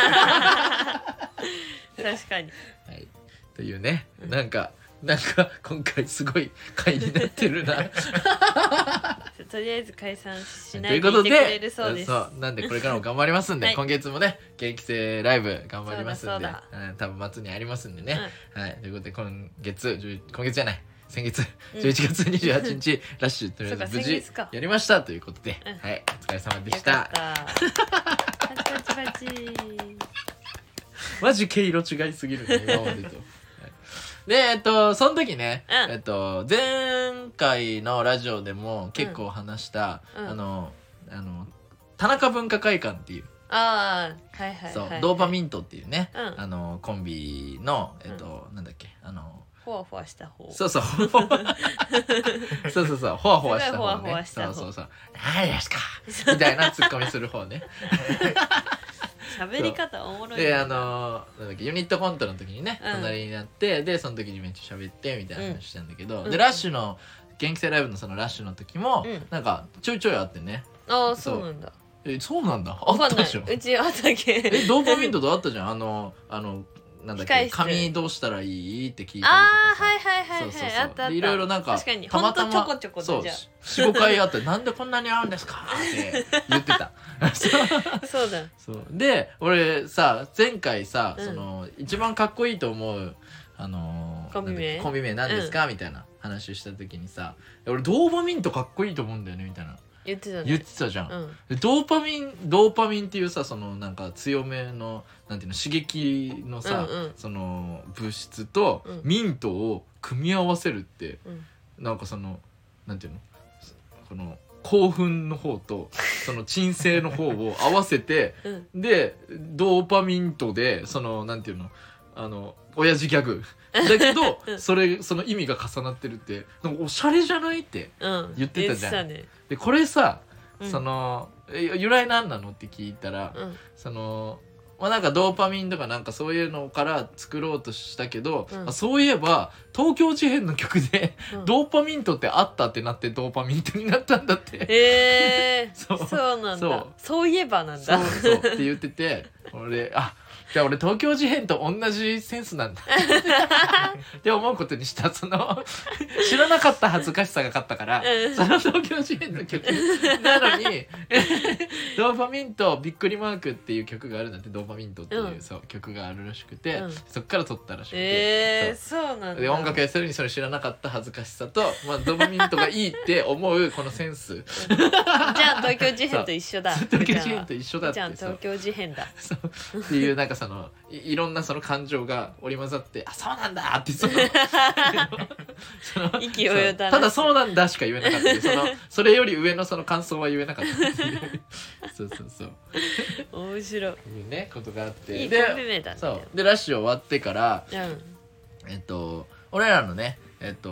確かに、 はい、というねなんかなんか今回すごい回になってるなとりあえず解散しないでいてくれるそうです。 ということでそうなんでこれからも頑張りますんで、はい、今月もね元気性ライブ頑張りますんでうん、多分末にありますんでね、うん、はいということで今月今月じゃない先月じゅういちがつにじゅうはちにち、うん、ラッシュとりあえず無事やりましたということで、うん、はいお疲れ様でした。よかったパチパチパチマジ毛色違いすぎるね今までとで、えっと、その時ね、うん、えっと、前回のラジオでも結構話した、うん、あの、あの、田中文化会館っていう、 ああ、はいはいはい、 そう、はい、ドーパミントっていうね、うん、あの、コンビの、えっと、うん、なんだっけ、あの、 ほわほわした方。 そうそう。そうそうそう、ほわほわした方ね。 ほわほわした方。 そうそうそう。何ですかみたいなツッコミする方ね。 喋り方おもろいであのー、なんだっけユニットコントの時にね、うん、隣になってでその時にめっちゃ喋ってみたいな話したんだけど、うん、でラッシュの元気性ライブのそのラッシュの時も、うん、なんかちょいちょいあってね。 ああそうなんだ。 えそうなんだあったでしょ。 うちあったっけ。 えドーパミントとあったじゃんあのあのなんだっけ髪どうしたらいいって聞いたりとかさ。 あーはいはいはいはいそうそうそうあったあった。 いろいろなんか確かにたまたまちょこちょこそうよん、ごかいあってなんでこんなに合うんですかって言ってたそうだそうで俺さ前回さ、うん、その一番かっこいいと思うあのー、 コンビ名コンビ名何ですか、うん、みたいな話をした時にさ俺ドーパミントかっこいいと思うんだよねみたいな言ってたね言ってたじゃん、うん、ドーパミンドーパミンっていうさそのなんか強めのなんていうの刺激のさ、うんうん、その物質とミントを組み合わせるって、うん、なんかそのなんていうのこの興奮の方とその鎮静の方を合わせて、うん、でドーパミントでそのなんていうのあの親父ギャグだけどそれその意味が重なってるってなんかおしゃれじゃないって言ってたじゃん、うんね、でこれさ、うん、その由来何なのって聞いたら、うん、そのまあなんかドーパミンとかなんかそういうのから作ろうとしたけど、うんまあ、そういえば東京事変の曲で、うん、ドーパミントってあったってなってドーパミントになったんだって。 へえー、そうそうなんだ。そう、そういえばなんだ。 そうそうって言ってて俺あじゃあ俺東京事変と同じセンスなんだって思うことにした。その知らなかった恥ずかしさが勝ったから、うん、その東京事変の曲なのにドーパミントびっくりマークっていう曲があるんだって。ドーパミントっていう、うん、そう曲があるらしくて、うん、そっから撮ったらしくて、 えー、そうそうなんだ。 で音楽やってるのにそれ知らなかった恥ずかしさと、まあ、ドーパミントがいいって思うこのセンス、うん、 じゃあ東京事変と一緒だ。 東京事変と一緒だって。 じゃあ東京事変だそうっていうなんかその い, いろんなその感情が織り交ざってあそうなんだってそのその意気をよたただそうなんだしか言えなかったそのそれより上のその感想は言えなかったっていうそうそうそう面白いいうねことがあっていいコンビ名だね。 そうでラッシュ終わってから、 うん、 えっと俺らのねえっと、うん、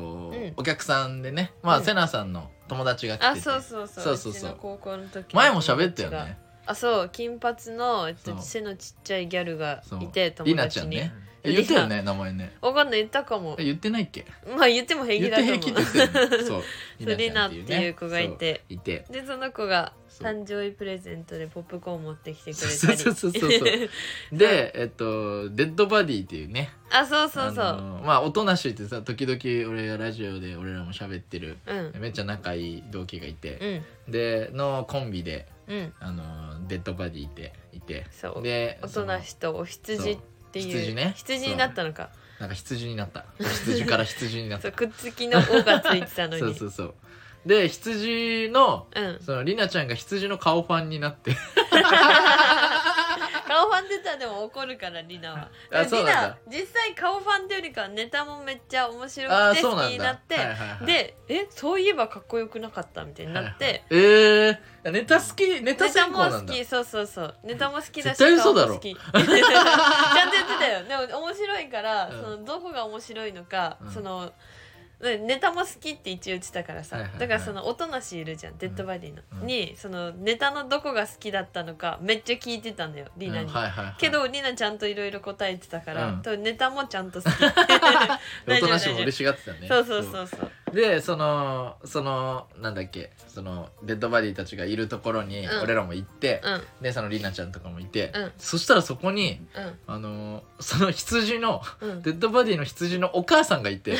お客さんでねまあ、うん、セナさんの友達が来てて、 あそうそうそうそうそうそう高校の時前も喋ったよね。 あそう金髪の、えっと、背のちっちゃいギャルがいて友達にリナちゃんね言ったよね名前ね。 わかんない言ったかも。 言ってないっけ。 まあ言っても平気だと思う。 言って平気って言ってる、ね、そうそうリナっていう子がいていてでその子が誕生日プレゼントでポップコーン持ってきてくれたりそうそうそうそうでえっとデッドバディっていうねあそうそうそう、 あのー、まあ音無しってさ時々俺がラジオで俺らも喋ってる、うん、めっちゃ仲いい同期がいて、うん、でのコンビで、うん、あのー、デッドバディっていてそうで音無しとお羊っていう羊ね羊になったのかなんか羊になった羊から羊になったそうくっつきの「お」がついてたのにそうそうそうで羊の、うん、そのりなちゃんが羊の顔ファンになって顔ファンって言ったらでも怒るからリナはあそうなんだ。 実際顔ファンってよりかはネタもめっちゃ面白くて好きになって、はいはいはい、でえそういえばかっこよくなかったみたいになって、はいはい、 えー、ネタ好きネタ先行なんだ。 ネタも好きそうそうそうネタも好きだし絶対嘘だろちゃんと言ってたよ。でも面白いから、うん、そのどこが面白いのか、うん、そのネタも好きって一応言ってたからさ、はいはいはい、だからその音無しいるじゃんデッドバディの、うん、にそのネタのどこが好きだったのかめっちゃ聞いてたんだよリナに、うんはいはいはい、けどリナちゃんといろいろ答えてたから、うん、多分ネタもちゃんと好き音無しも嬉しがってたね。 そうそうそうそうでそのそのなんだっけそのデッドバディたちがいるところに俺らも行って、うん、でそのリナちゃんとかもいて、うん、そしたらそこに、うん、あのその羊の、うん、デッドバディの羊のお母さんがいて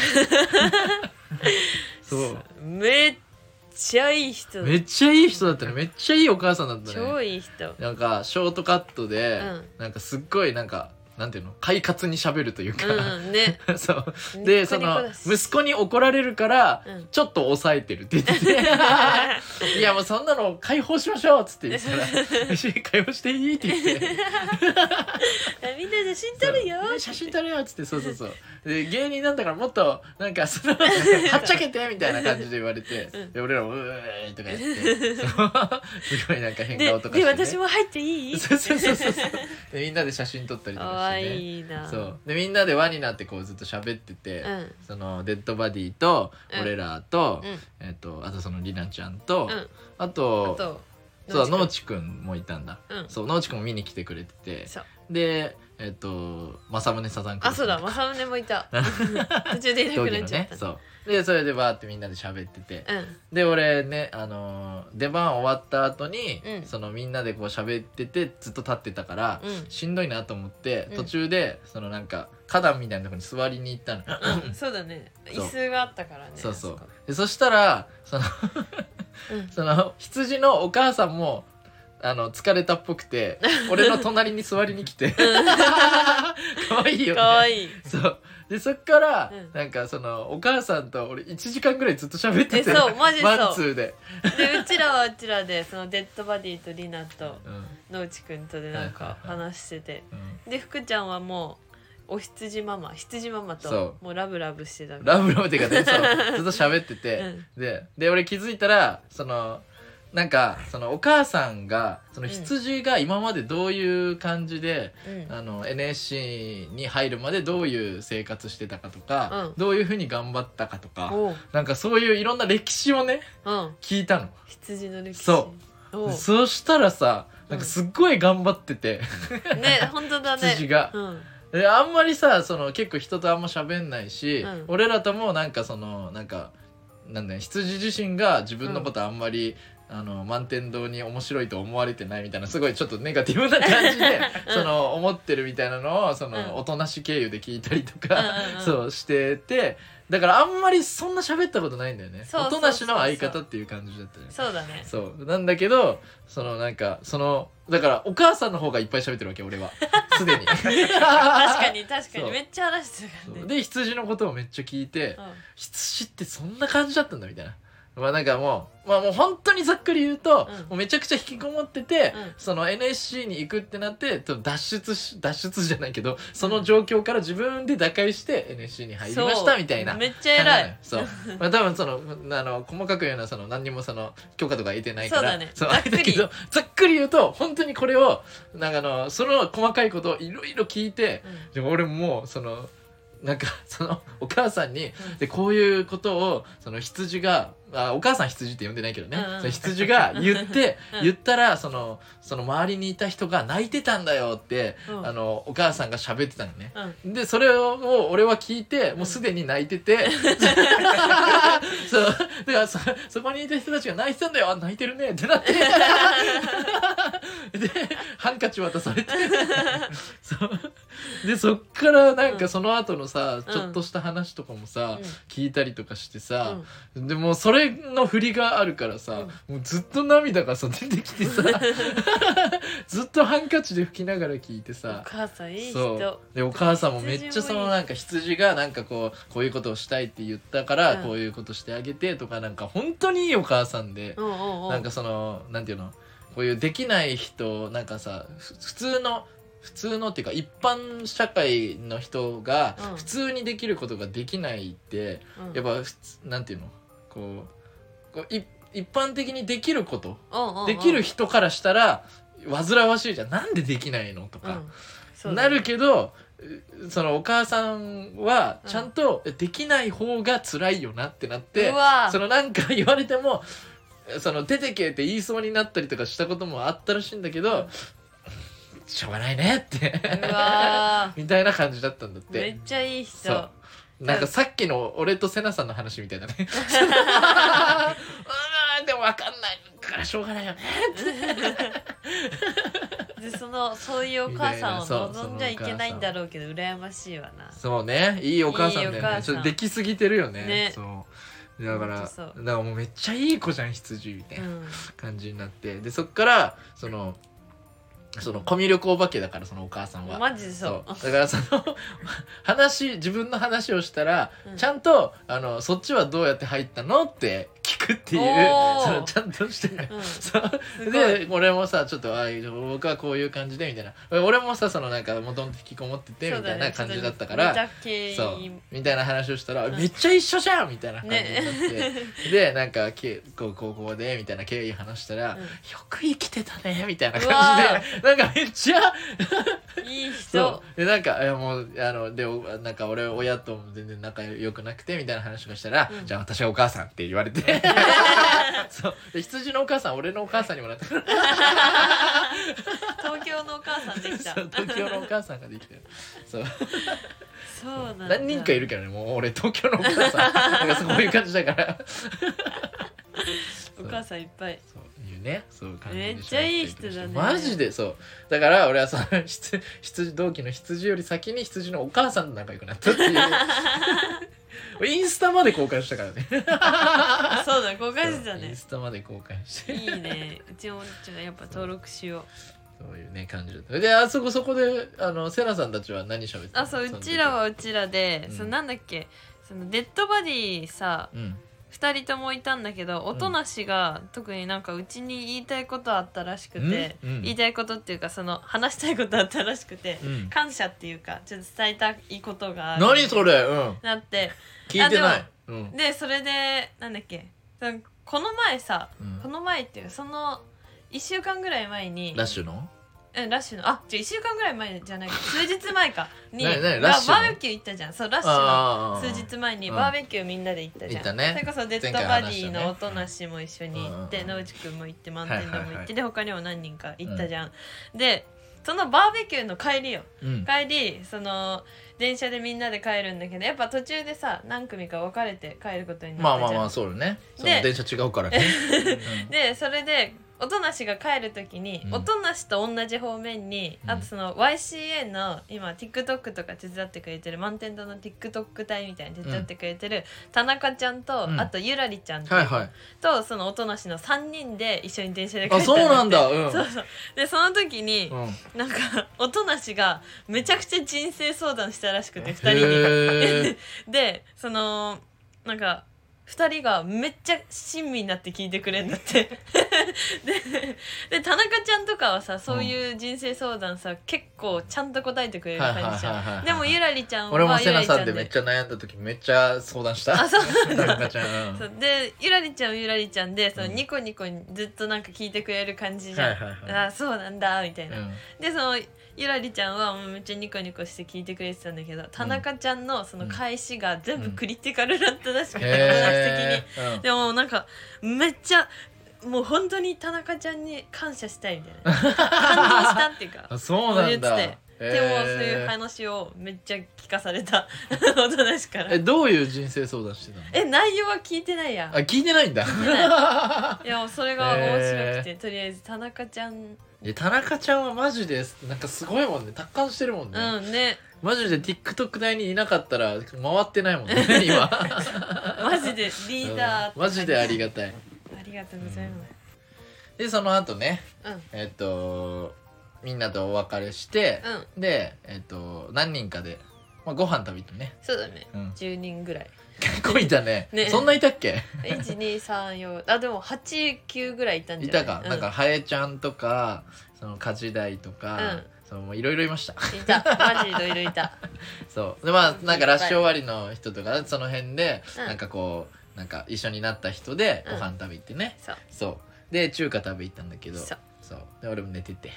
そうめっちゃいい人めっちゃいい人だったね。めっちゃいいお母さんだったね。 超いい人なんかショートカットで、うん、なんかすっごいなんかなんていうの快活に喋るというか、 うんね、 そうでその息子に怒られるから、うん、ちょっと抑えてるって言ってていやもうそんなの解放しましょうっつって言ったら解放していいって言ってみんな写真撮るよ写真撮るよっつってそうそうそうで芸人なんだからもっとなんかそのはっちゃけてみたいな感じで言われて、うん、で俺らもうーとかやってすごいなんか変顔とかして、ね、 で, で私も入っていいそうそうそうそうでみんなで写真撮ったりとかして、ね、 いいなそうでみんなで輪になってこうずっと喋ってて、うん、そのデッドバディと俺らと、うんえー、とあとそのりなちゃんと、うん、あとあとそう農地くんもいたんだ、うん、そう農地くんも見に来てくれててでえっ、ー、と政宗サザンクあそうだ政宗もいた途中でいなくなっちゃった、ね、 そうでそれでバーってみんなで喋ってて、うん、で俺ね、あのー、出番終わった後に、うん、そのみんなでこう喋っててずっと立ってたから、うん、しんどいなと思って、うん、途中でそのなんか花壇みたいなところに座りに行ったの、 うん、そうだね椅子があったからねそうそうでそしたらそのその羊のお母さんもあの疲れたっぽくて俺の隣に座りに来て可愛いよね可愛いそうでそっから、うん、なんかそのお母さんと俺いちじかんぐらいずっと喋っててそうマジそうマンツーででうちらはうちらでそのデッドバディとリナと野内くんとでなんか話してて、うん、で福ちゃんはもうお羊ママ羊ママともうラブラブしてたラブラブっていうかねそうずっと喋ってて、うん、でで俺気づいたらそのなんかそのお母さんがその羊が今までどういう感じで、うん、あの エヌエスシー に入るまでどういう生活してたかとか、うん、どういうふうに頑張ったかとか、なんかそういういろんな歴史をね、うん、聞いたの。 羊の歴史。 そうそしたらさ、なんかすっごい頑張ってて、 うん、ね本当だね羊が、うん、あんまりさその結構人とあんま喋んないし、うん、俺らともなんかそのなんかなんだよ羊自身が自分のことあんまり、うん、あの満天堂に面白いと思われてないみたいなすごいちょっとネガティブな感じで、うん、その思ってるみたいなのをその、うん、おとなし経由で聞いたりとか、うん、そうしてて、だからあんまりそんな喋ったことないんだよね。おとなしの相方っていう感じだったね。 そうだね。 そうなんだけど、そのなんかそのだからお母さんの方がいっぱい喋ってるわけ俺はすでに確かに確かにめっちゃ話してるからね。 で羊のことをめっちゃ聞いて、うん、羊ってそんな感じだったんだみたいな。まあなんかもう、まあもう本当にざっくり言うと、うん、もうめちゃくちゃ引きこもってて、うん、その エヌエスシー に行くってなって、脱出し、脱出じゃないけど、その状況から自分で打開して エヌエスシー に入りましたみたいな。 めっちゃ偉い。 そう。まあ多分その、あの、細かく言うのはその何にもその許可とか得てないから、 そうだね。 そうざっくり。ざっくり言うと、本当にこれを、なんかあの、その細かいことをいろいろ聞いて、うん、でも俺もその、なんかそのお母さんに、うん、でこういうことをその羊があお母さん羊って呼んでないけどね、うんうん、その羊が言って、うん、言ったらそのその周りにいた人が泣いてたんだよって、うん、あのお母さんが喋ってたのね、うん、でそれを俺は聞いてもうすでに泣いてて、うん、そうだからそそこにいた人たちが泣いてたんだよ、あ泣いてるねってなってでハンカチ渡されてそうでそっからなんかその後のさ、うん、ちょっとした話とかもさ、うん、聞いたりとかしてさ、うん、でもそれの振りがあるからさ、うん、もうずっと涙がさ出てきてさずっとハンカチで拭きながら聞いてさ、 お母さんいい人でお母さんもめっちゃそのなんか羊がなんかこうこういうことをしたいって言ったから、うん、こういうことしてあげてとかなんか本当にいいお母さんで、うんうんうん、なんかそのなんていうのこういうできない人なんかさ普通の普通のっていうか一般社会の人が普通にできることができないって、うん、やっぱなんていうのこう、こうい一般的にできること、うんうんうん、できる人からしたら煩わしいじゃん、なんでできないのとか、うん、なるけどそのお母さんはちゃんとできない方が辛いよなってなって、うん、そのなんか言われてもその出てけって言いそうになったりとかしたこともあったらしいんだけど、うんしょうがないねってうわみたいな感じだったんだって。 めっちゃいい人。 そうなんかさっきの俺とセナさんの話みたいだねうんでも分かんないからしょうがないよねってでそのそういうお母さんを望んじゃいけないんだろうけど羨ましいわな。 そうねいいお母さんだよね。ちょっとできすぎてるよね。ねそうだからだからもうめっちゃいい子じゃん羊みたいな感じになって、うん、でそっからそのそのコミュ力お化けだからそのお母さんはマジでそう。 そうだからその話自分の話をしたら、うん、ちゃんとあのそっちはどうやって入ったのって聞くっていうそのちゃんとして、うん、そうで俺もさちょっとあ僕はこういう感じでみたいな俺もさそのなんかもともと引きこもっててみたいな感じだったから そ,、ね、そうみたいな話をしたら、うん、めっちゃ一緒じゃんみたいな感じになって、ね、でなんかこうこうこうでみたいな経緯話したら、うん、よく生きてたねみたいな感じでなんかめっちゃいい人でなんかいやもうあのでなんか俺親とも全然仲良くなくてみたいな話をしたら、うん、じゃあ私はお母さんって言われてそうで羊のお母さん俺のお母さんにもなった東京のお母さんできたそう東京のお母さんができたそうそうなんだ。 何人かいるけどねもう俺東京のお母さんなんかそういう感じだからお母さんいっぱいそういうねそういう感じでめっちゃいい人だねマジでそうだから俺はその羊同期の羊より先に羊のお母さんと仲良くなったっていうインスタまで公開したからねそうだ公開してたね。 インスタまで公開していいねうちもちょっとやっぱ登録しよう。 そういうね感じだったであそこそこであのセナさんたちは何喋ってたの？ あそううちらはうちらで、うん、そのなんだっけそのデッドバディさ、うん、ふたりともいたんだけど音無しが、うん、特になんかうちに言いたいことあったらしくて、うん、言いたいことっていうかその話したいことあったらしくて、うん、感謝っていうかちょっと伝えたいことがある何それ、うん、 なって聞いてない、 うん、でそれでなんだっけこの前さ、 うん、 この前っていうそのいっしゅうかんぐらい前にラッシュのうん、ラッシュのあじゃいっしゅうかんぐらい前じゃない数日前かにラッバシュのーベキュー行ったじゃん。そうラッシュの数日前にバーベキューみんなで行ったじゃん、 うんね、 それこそデッドバディの音無しも一緒に行って、野内くんも行って満点でも行って、はいはいはい、で他にも何人か行ったじゃん、うん、でそのバーベキューの帰りよ、うん、帰りその電車でみんなで帰るんだけどやっぱ途中でさ何組か分かれて帰ることになったじゃん。 まあまあまあそうだね、その電車違うからねでそれで音無しが帰るときに、うん、音無しと同じ方面に、うん、あとその ワイシーエー の今 TikTok とか手伝ってくれてる満天堂の TikTok 隊みたいに手伝ってくれてる、うん、田中ちゃんと、うん、あとゆらりちゃんと、はいはい、とその音無しのさんにんで一緒に電車で帰ったんだって。 あ、そうなんだ、うん、 そうそうでその時に、うん、なんか音無しがめちゃくちゃ人生相談したらしくてふたりにでそのなんかふたりがめっちゃ親身になって聞いてくれんだってで, で田中ちゃんとかはさそういう人生相談さ、うん、結構ちゃんと答えてくれる感じじゃん。でもゆらりちゃんは俺もセナさんでめっちゃ悩んだ時めっちゃ相談した。あ、そう田中ちゃん、うん、 そうでゆらりちゃんはゆらりちゃんでそのニコニコにずっとなんか聞いてくれる感じじゃん、はいはいはい、あそうなんだみたいな、うん、でそのゆらりちゃんはもうめっちゃニコニコして聞いてくれてたんだけど、田中ちゃんのその返しが全部クリティカルだったらしくて、うん、話的に、うん、でもなんかめっちゃもう本当に田中ちゃんに感謝したいみたいな感動したっていうかそうなんだ。 言ってて、でもそういう話をめっちゃ聞かされた大人しから。 えどういう人生相談してたの？ え内容は聞いてないや。 あ聞いてないんだ。 いやそれが面白くて、とりあえず田中ちゃんいや田中ちゃんはマジでなんかすごいもんね、達観してるもんね。 うんね。 マジで TikTok 内にいなかったら回ってないもんね今マジでリーダー、 うん、マジでありがたい。 ありがとうございます、 うん、でその後ね、 うん、 えっとみんなとお別れして、うん、でえっと何人かで、まあ、ご飯食べてね。 そうだね、うん、じゅうにんぐらい結構いたね。ねそんないたっけ？ いちにさんよんあでもはちきゅうぐらいいたんじゃない？ いたか、うん、なんかハエちゃんとかその家事代とか、うんそのもういろいろいました。 いたマジいろいろいたそうでまあなんかラッシュ終わりの人とかその辺で、うん、なんかこうなんか一緒になった人でご飯食べ行ってね、うん、そうそうで中華食べ行ったんだけどそうそうで俺も寝てて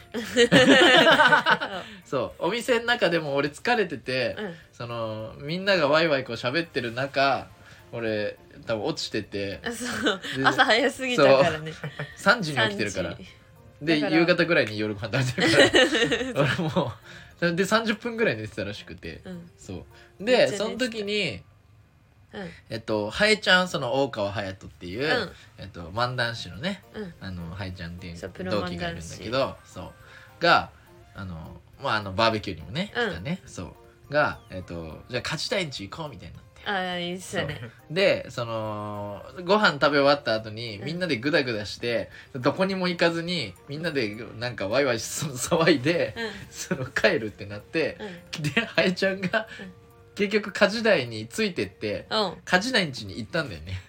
そうお店の中でも俺疲れてて、うん、そのみんながワイワイこう喋ってる中俺多分落ちててそう朝早すぎたからねさんじに起きてるからで夕方ぐらいに夜ご飯食べてるから俺もうでさんじゅっぷんぐらい寝てたらしくて、うん、そうでその時に、うん、えっとハエちゃんその大川隼人っていう、うん、えっと漫談師のね、うん、あのハエちゃんっていう同期がいるんだけどそうがあのまああのバーベキューにもね来たね、そうがえっとじゃあ勝ちたいんち行こうみたいになって。 ああいいっすよね。 でそのご飯食べ終わった後にみんなでグダグダして、うん、どこにも行かずにみんなでなんかワイワイ騒いで、うん、その帰るってなって、うん、でハエちゃんが、うん、結局家事台についてって、うん、家事台ん家に行ったんだよね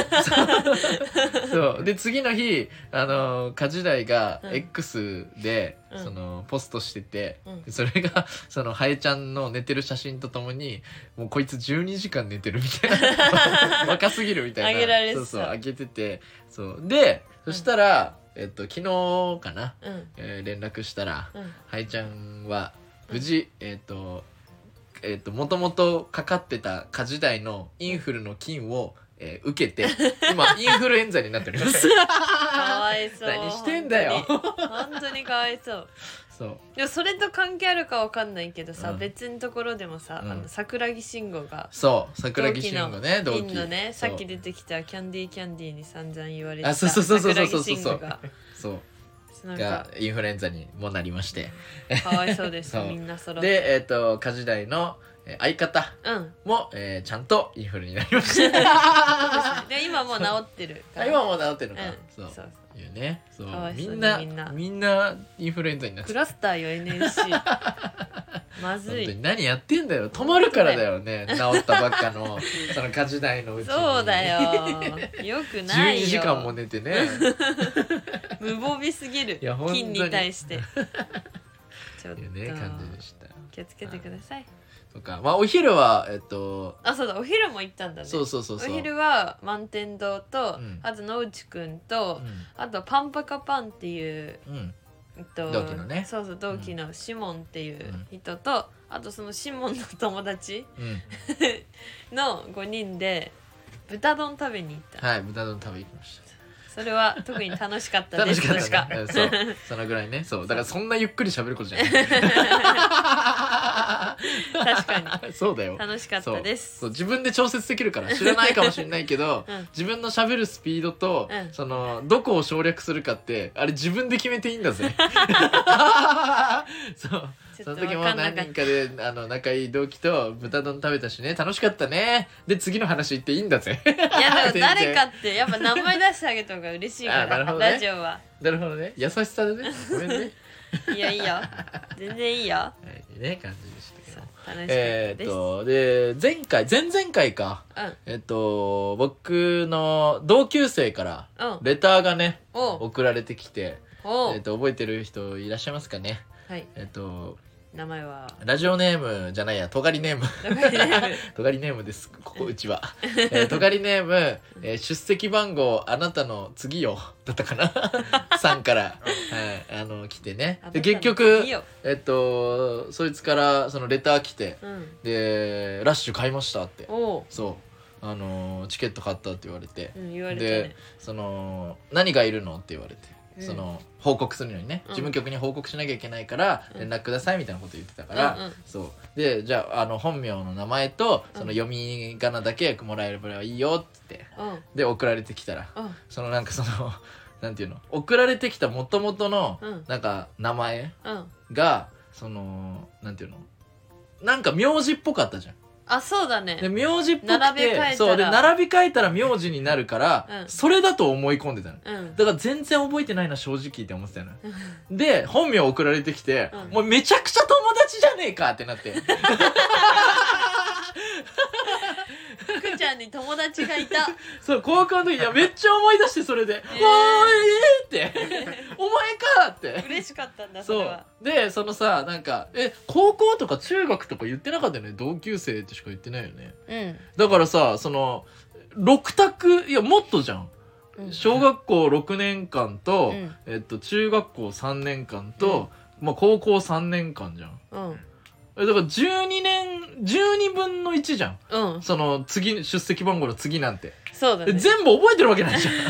そうそうで次の日あの家事台が X で、うん、そのポストしてて、うん、それがそのハエちゃんの寝てる写真とともにもうこいつじゅうにじかん寝てるみたいな若すぎるみたいなあげられてたそうそうあげててそうでそしたら、えっと、昨日かな、うんえー、連絡したら、うん、ハエちゃんは無事、うん、えっとえっともともとかかってた家事代のインフルの菌を、えー、受けて今インフルエンザになっておりますかわいそう何してんだよ本当にかわいそうそうでもそれと関係あるかわかんないけどさ、うん、別のところでもさ、うん、あの桜木慎吾がそう桜木慎吾ね同期のねさっき出てきたキャンディーキャンディーに散々言われてた桜木慎吾がそうがインフルエンザにもなりましてかわいそうですみんな揃ってで、えーと、家事代の相方も、うんえー、ちゃんとインフルになりましたで今もう治ってるから今もう治ってるのか、うん、そうそうそういうねそうみんなみんなみんなインフルエンザになってクラスターよ エヌエヌシー まずい何やってんだよ止まるからだよね治ったばっかのその家事代のうちにそうだよよくないよじゅうにじかんも寝てね無防備すぎる菌に対してちょっというね感じでした気をつけてください。 とか、まあお昼はえっとあそうだお昼も行ったんだね。 そうそうそうそう。 お昼は満天堂と、 うん、 あと野内くんと、 うん、 あとパンパカパンっていう、 うんえっと、 同期のねそうそう同期のシモンっていう人と、うん、あとそのシモンの友達、うん、のごにんで豚丼食べに行った。 はい豚丼食べに行きました。 それは特に楽しかったです。 楽しかったね。そうそのぐらいね。そうだからそんなゆっくり喋ることじゃない。 確かにそうだよ。 楽しかったです。 そうそう自分で調節できるから知らないかもしれないけど、うん、自分の喋るスピードと、うん、そのどこを省略するかってあれ自分で決めていいんだぜ。そうその時も何人かであの仲いい同期と豚丼食べたしね楽しかったねで次の話言っていいんだぜ。 いやでも誰かってやっぱ名前出してあげた方が嬉しいから、ね、ラジオは。 なるほどね優しさでねごめんね。 いやいいよ全然いいよ。 はいね感じでしたけど。 楽しかったです。 えー、っとで前回前々回か、うん、えっと僕の同級生からレターがね、うん、送られてきて、えー、っと覚えてる人いらっしゃいますかね。はい、えっと名前はラジオネームじゃないやとがりネームとがりネームですここうちはえー、とがりネーム、えー、出席番号あなたの次よだったかなさんから、はい、あの来てねで結局えっとそいつからそのレター来て、うん、でラッシュ買いましたってそうあのチケット買ったって言われて、うん、言われてね、でその何がいるのって言われてその報告するのにね、うん、事務局に報告しなきゃいけないから連絡くださいみたいなこと言ってたから、うんうん、そうでじゃあ、あの本名の名前とその読み仮名だけもらえればいいよって、うん、で送られてきたら、うん、そのなんかそのなんていうの送られてきた元々のなんか名前が、うん、そのなんていうのなんか名字っぽかったじゃん。 あそうだね。 で名字っぽくて並び替えたらそうで並び替えたら名字になるから、うん、それだと思い込んでたの、うん、だから全然覚えてないな正直って思ってたの、うん、で本名送られてきて、うん、もうめちゃくちゃ友達じゃねえかってなって福ちゃんに友達がいたそう高校の時いやめっちゃ思い出してそれで「えー、わーえー!」って「お前か!」って嬉しかったんだそれは。 そうでそのさなんかえ高校とか中学とか言ってなかったよね同級生ってしか言ってないよね、うん、だからさそのろく択いやもっとじゃん、うん、小学校ろくねんかんと、うん、えっと、中学校さんねんかんと、うんまあ、高校さんねんかんじゃん、うんだからじゅうにねんじゅうにぶんのいちじゃん、うん、その次出席番号の次なんてそうだね全部覚えてるわけないじゃん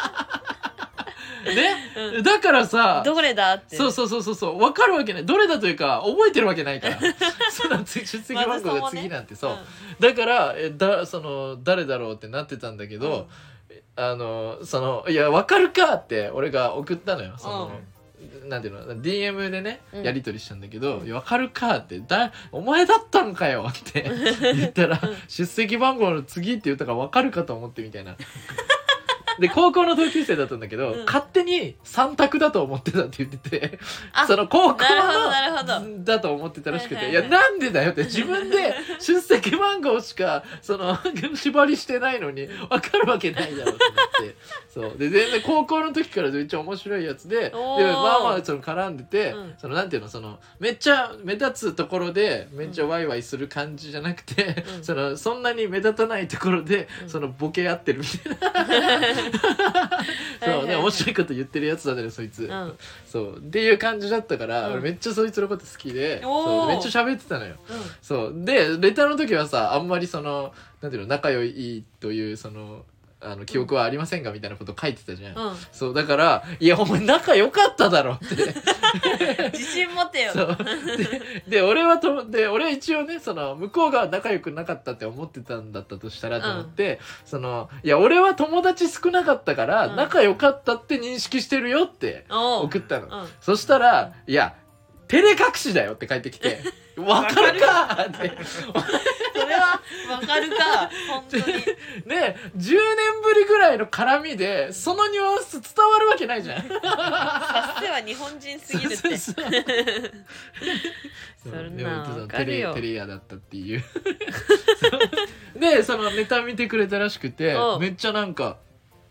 ね、うん、だからさどれだってそうそうそうそうそう分かるわけないどれだというか覚えてるわけないからその出席番号が次なんてそう、まねうん、だからえだその誰だろうってなってたんだけど、うん、あのそのいや分かるかって俺が送ったのよその、うんなんていうの ディーエム でね、うん、やり取りしたんだけど「いや分かるか」ってだ「お前だったんかよ」って言ったら「出席番号の次」って言ったから分かるかと思ってみたいなで高校の同級生だったんだけど、うん、勝手にさん択だと思ってたって言っててその高校のだと思ってたらしくて、はいはいはい、いやなんでだよって自分で出席番号しかその縛りしてないのに分かるわけないだろうってなってそうで全然高校の時からめっちゃ面白いやつででまあまあその絡んでて、うん、そのなんていうのそのめっちゃ目立つところでめっちゃワイワイする感じじゃなくて、うん、そのそんなに目立たないところで、うん、そのボケ合ってるみたいなそうね面白いこと言ってるやつだねそいつ、うん、そうっていう感じだったから、うん、俺めっちゃそいつのこと好きでそうめっちゃ喋ってたのよ、うん、そうでレターの時はさあんまりそのなんていうの仲良いというそのあの記憶はありませんがみたいなこと書いてたじゃん、うん、そうだからいやお前仲良かっただろって自信持てよそう で, で俺はとで俺は一応ねその向こうが仲良くなかったって思ってたんだったとしたらと思って、うん、そのいや俺は友達少なかったから仲良かったって認識してるよって送ったの、うん、そしたらいや照れ隠しだよって返ってきてわかるかってそれはわかるか本当にねじゅうねんぶりぐらいの絡みでそのニュアンス伝わるわけないじゃんさすは日本人すぎるってそんなわかるよテレ屋だったっていうでそのネタ見てくれたらしくてめっちゃなんか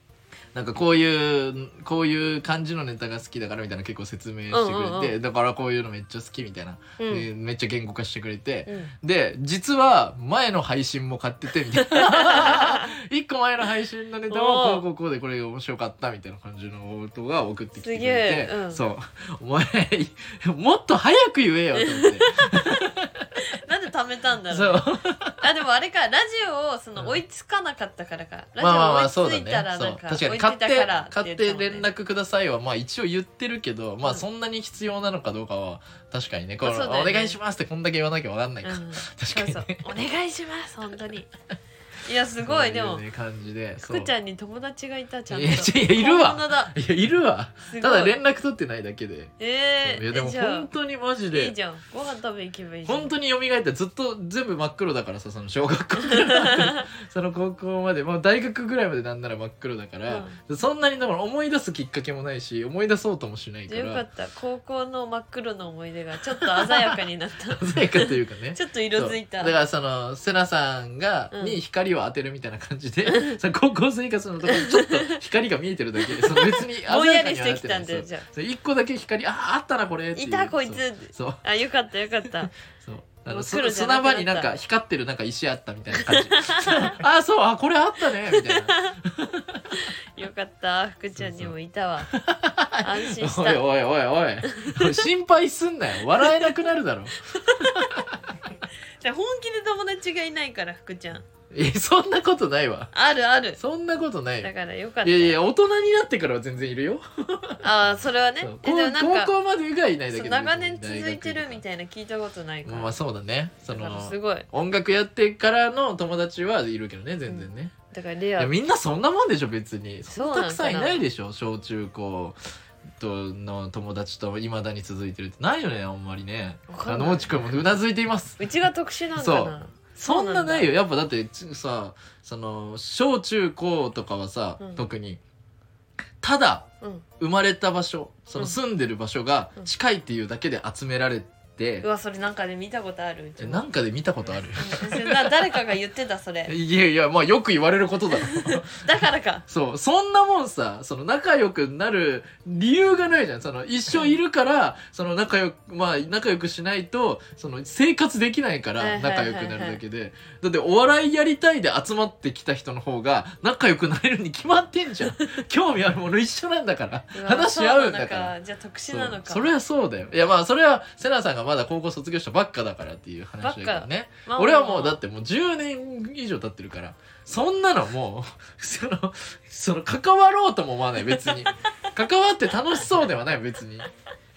なんかこういうこういう感じのネタが好きだからみたいな結構説明してくれて、うんうんうん、だからこういうのめっちゃ好きみたいな、うん、でめっちゃ言語化してくれて、うん、で実は前の配信も買っててみたいないっこまえの配信のネタもこうこうこうでこれ面白かったみたいな感じの音が送ってきてくれて、うん、そうお前もっと早く言えよと思ってなんで貯めたんだろう、ね、そうあでもあれかラジオをその追いつかなかったからか、うん、ラジオ追いついたらなんか追いついたからって買って連絡くださいはまあ一応言ってるけど、まあそんなに必要なのかどうかは確かにね、この、ね、お願いしますってこんだけ言わなきゃ分かんないか、うん、確かにねそうそうお願いします本当にいやすごいでも感じで福ちゃんに友達がいたちゃんといやいるわいやいるわただ連絡取ってないだけでえー、 いやでも本当にマジでいいじゃんご飯食べ行けばいいじゃん本当に蘇ってずっと全部真っ黒だからさその小学校その高校まで、まあ、大学ぐらいまでなんなら真っ黒だから、うん、そんなにだから思い出すきっかけもないし思い出そうともしないからよかった高校の真っ黒の思い出がちょっと鮮やかになった鮮やかというかねちょっと色づいただからそのセナさんが、うん、に光を当てるみたいな感じでその高校生活のところにちょっと光が見えてるだけでその別に鮮やかにはなってないぼんやりしてきたんでじゃあいっこだけ光ああったなこれっていういたこいつそうあよかったよかったそうあの砂場になんか光ってるなんか石あったみたいな感じあそうあこれあったねみたいなよかった福ちゃんにもいたわ安心したおいおいおいおい心配すんなよ笑えなくなるだろじゃ本気で友達がいないから福ちゃんえそんなことないわあるあるそんなことないだからよかったいやいや大人になってからは全然いるよああそれはねえでもなんか高校までがいないだけで長年続いてるみたいな聞いたことないからまあそうだねそのすごい音楽やってからの友達はいるけどね全然ね、 うん、だからレアみんなそんなもんでしょ別にそんなたくさんいないでしょ小中高との友達といまだに続いてるってないよねあんまりねあのもちくんもうなずいていますうちが特殊なんかなそんなないよやっぱだってさその小中高とかはさ、うん、特にただ、うん、生まれた場所その住んでる場所が近いっていうだけで集められて、うん、 うわそれなんかで見たことあるうちもなんかで見たことある誰かが言ってたそれいやいやまあよく言われることだろだからかそうそんなもんさその仲良くなる理由がないじゃんその一生いるから、うん、その仲良くまあ仲良くしないとその生活できないから仲良くなるだけで、はいはいはいはい、だってお笑いやりたいで集まってきた人の方が仲良くなれるに決まってんじゃん興味あるもの一緒なんだから話し合うんだからじゃあ特殊なのかそ, それはそうだよいやまあそれはセナさんがまだ高校卒業したばっかだからっていう話だけどね、まあ、俺はもうだってもうじゅうねん以上経ってるからそんなのもうそのその関わろうとも思わない別に関わって楽しそうではない別に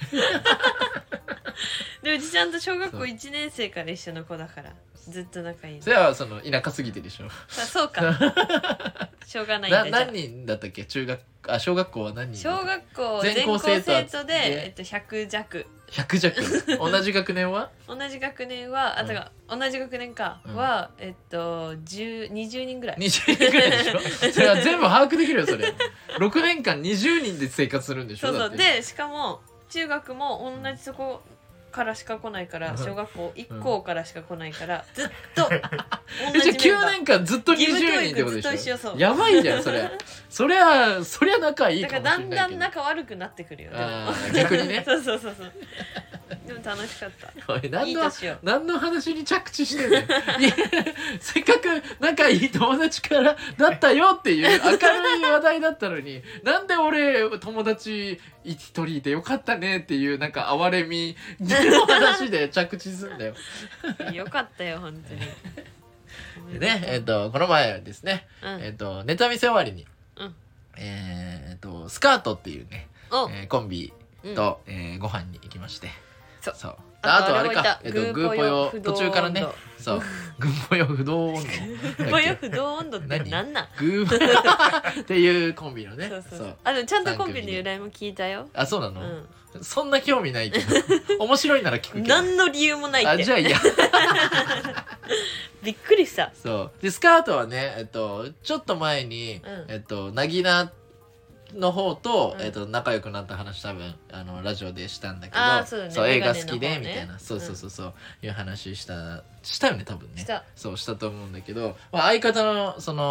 でうちちゃんと小学校いちねん生から一緒の子だからずっと仲いいそれはその田舎すぎてでしょそうかしょうがないんだな何人だったっけ中学あ小学校は何人小学校全校生徒で、えっと、ひゃく弱ひゃく弱同じ学年は同じ学年はあ、うん、だから同じ学年か、うん、はえっとじゅう、にじゅうにんぐらいにじゅうにんぐらいでしょそれは全部把握できるよそれろくねんかんにじゅうにんで生活するんでしょそうそうでしかも中学も同じとこからしか来ないから小学校いっ校からしか来ないから、うん、ずっと同じメンバーじゃあきゅうねんかんずっとにじゅうにんってことでしょやばいじゃんそれそりゃそりゃ仲いいかもしれないけどだからだんだん仲悪くなってくるよあ逆にねそうそうそうそうでも楽しかったおい何の何の話に着地してんのせっかく仲いい友達からだったよっていう明るい話題だったのになんで俺友達一人いてよかったねっていうなんか哀れみの話で着地するんだよよかったよ本当にでねえっ、ー、とこの前ですね、うん、えっ、ー、とネタ見せ終わりに、うん、えっ、ー、とスカートっていうね、えー、コンビと、うんえー、ご飯に行きましてそうそうあ, あとあれかえっとグーポヨ途中からねそうグーポヨ不動温度グーポヨ不動温度って何なんグーっていうコンビのねそうそうそうあのちゃんとコンビの由来も聞いたよあそうなの、うん、そんな興味ないけど面白いなら聞くけど何の理由もないってあじゃあいいやびっくりしたそうでスカートはねえっとちょっと前に、うん、えっとなぎなの方と、うんえー、と仲良くなった話多分あのラジオでしたんだけどそう、ね、 そう映画好きで、ね、みたいなそうそうそうそう、うん、いう話したしたよね多分ねしたそうしたと思うんだけど、まあ、相方のその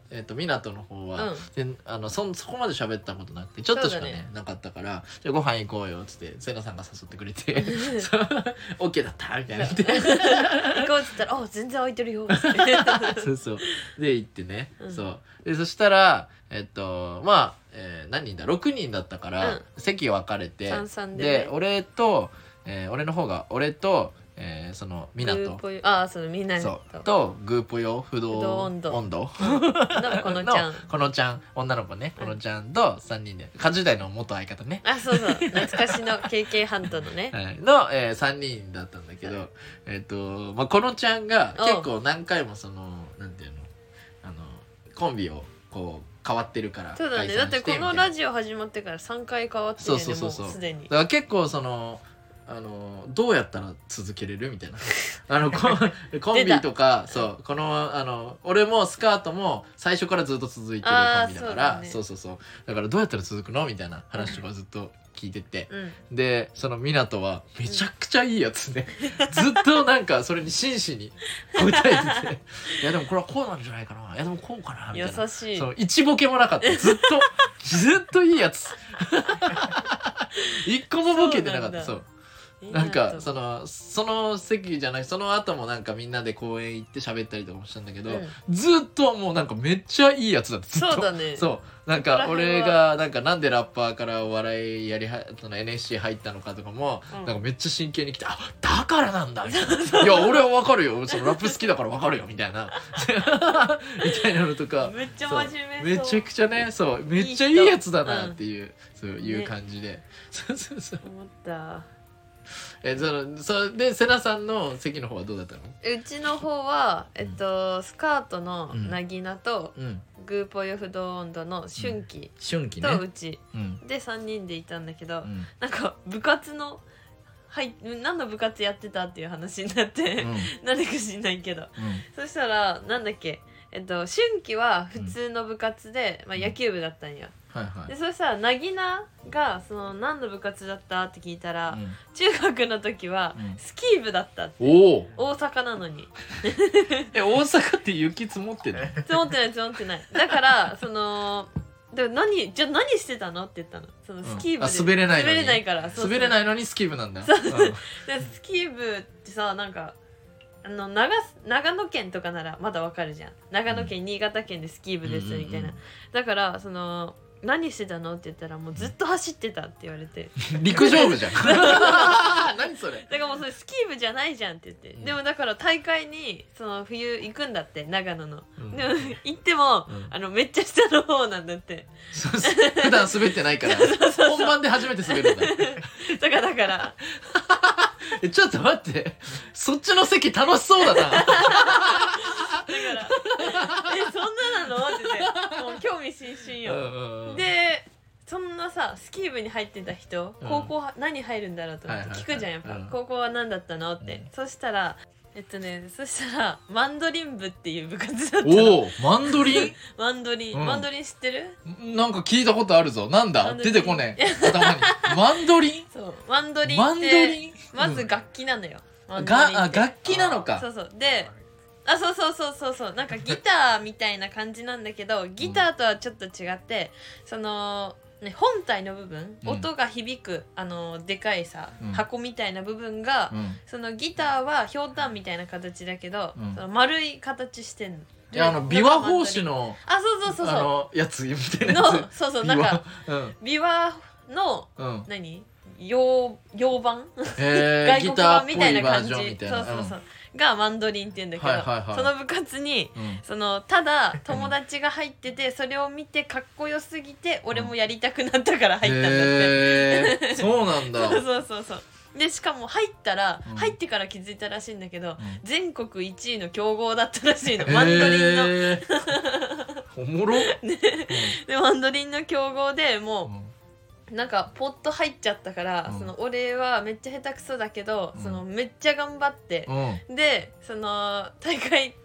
えー、と港の方は、うん、であの そ, そこまで喋ったことなくてちょっとしか ね, ねなかったからじゃあご飯行こうよっつってセナさんが誘ってくれてオッケーだったみたいな行こうっつったら「あ全然空いてるよ」っつってそうそうで行ってね、うん、そうでそしたらえっとまあ、えー、何人だろくにんだったから、うん、席分かれてさんさんで、 ね、で俺と、えー、俺の方が俺とえー、そのみなとあそのみんなととグーぽよ不動温度温度のこのちゃんこのちゃん女の子ねこのちゃんとさんにんで果樹大の元相方ねあそうそう懐かしの ケーケー ハントのね、 はい、の、えー、さんにんだったんだけど、えっ、ー、と、まあ、このちゃんが結構何回もそのなんていうのあのコンビをこう変わってるからそうだねだってこのラジオ始まってからさんかい変わってるよねそうそうそうそうもうすでにだから結構そのあのどうやったら続けれるみたいなあのココンビとかそうこのあの俺もスカートも最初からずっと続いてるコンビだからそう、ね、そうそうそうだからどうやったら続くのみたいな話とかずっと聞いてて、うん、でその湊はめちゃくちゃいいやつで、うん、ずっとなんかそれに真摯に答えてていやでもこれはこうなんじゃないかないやでもこうかなみたいな優しいそう一ボケもなかったずっとずっといいやつ一個もボケてなかったそうなんかそのその席じゃないその後もなんかみんなで公園行って喋ったりとかもしたんだけど、うん、ずっともうなんかめっちゃいいやつだったずっとそうだねそうなんか俺がなんかなんでラッパーからお笑いやりはその エヌエスシー 入ったのかとかも、うん、なんかめっちゃ真剣に来てあだからなんだみたいないや俺は分かるよそのラップ好きだから分かるよみたいなみたいなのとかめっちゃ真面目めちゃくちゃねそうめっちゃいいやつだなっていう、うん、そういう感じで、ね、そうそうそう思ったえそのそれでセナさんの席の方はどうだったの？ うちの方は、えっと、スカートのなぎなと、うん、グーぽよ不動温度の春季とうち、うん、でさんにんでいたんだけど、うん、なんか部活のはい何の部活やってたっていう話になって、うん、なんでか知んないけど、うん、そしたらなんだっけえっと春季は普通の部活で、まあ、野球部だったんよ、はいはい、でそしたらなぎながその何の部活だったって聞いたら、うん、中学の時はスキー部だったって、うん、大阪なのにえ大阪って雪積もってない積もってない積もってないだからそので何じゃあ何してたのって言ったのそのスキー部で、 うん、滑れないのに滑れないからそうそう滑れないのにスキー部なんだそうそう、うん、でスキー部ってさなんかあの 長, 長野県とかならまだわかるじゃん長野県、うん、新潟県でスキー部ですみたいな、うんうんうん、だからその何してたのって言ったらもうずっと走ってたって言われて陸上部じゃん何それだからもうそれスキー部じゃないじゃんって言って、うん、でもだから大会にその冬行くんだって長野の、うん、でも行っても、うん、あのめっちゃ下の方なんだって普段滑ってないからそうそうそう本番で初めて滑るんだだからだからえちょっと待ってそっちの席楽しそうだなだからえそんななのって言ってもう興味津々よ、うんうんうん、でそんなさスキー部に入ってた人、うん、高校は何入るんだろうと思って聞くじゃんやっぱ、はいはいはい、高校は何だったのって、うん、そしたらえっとねそしたらマンドリン部っていう部活だったの。 おマンドリンマンドリン、うん、マンドリン知ってる？ なんか聞いたことあるぞ。なんだ出てこねえ頭にマンドリンそうマンドリンってマンドリンまず楽器なのよ、 うん、があ楽器なのかそうそうであそうそうそうそうそうなんかギターみたいな感じなんだけどギターとはちょっと違って、うん、そのね、本体の部分、うん、音が響くあのでかいさ、うん、箱みたいな部分が、うん、そのギターはひょうたんみたいな形だけど、うん、その丸い形してんの。 いやあの琵琶法師のあそうそうそうそうあのやつみたいなやつのそうそうなんか琵琶の、うん、何洋洋版外国版みたいな感じそうそうそう、うん、がマンドリンって言うんだけど、はいはいはい、その部活に、うん、そのただ友達が入っててそれを見てかっこよすぎて俺もやりたくなったから入ったんだって、 へーそうなんだそうそうそうそうでしかも入ったら、うん、入ってから気づいたらしいんだけど、うん、全国いちいの強豪だったらしいのマンドリンのおもろ、ねうん、でマンドリンの強豪でもう、うんなんかポッと入っちゃったから、うん、その俺はめっちゃ下手くそだけど、うん、そのめっちゃ頑張って、うん、でその大会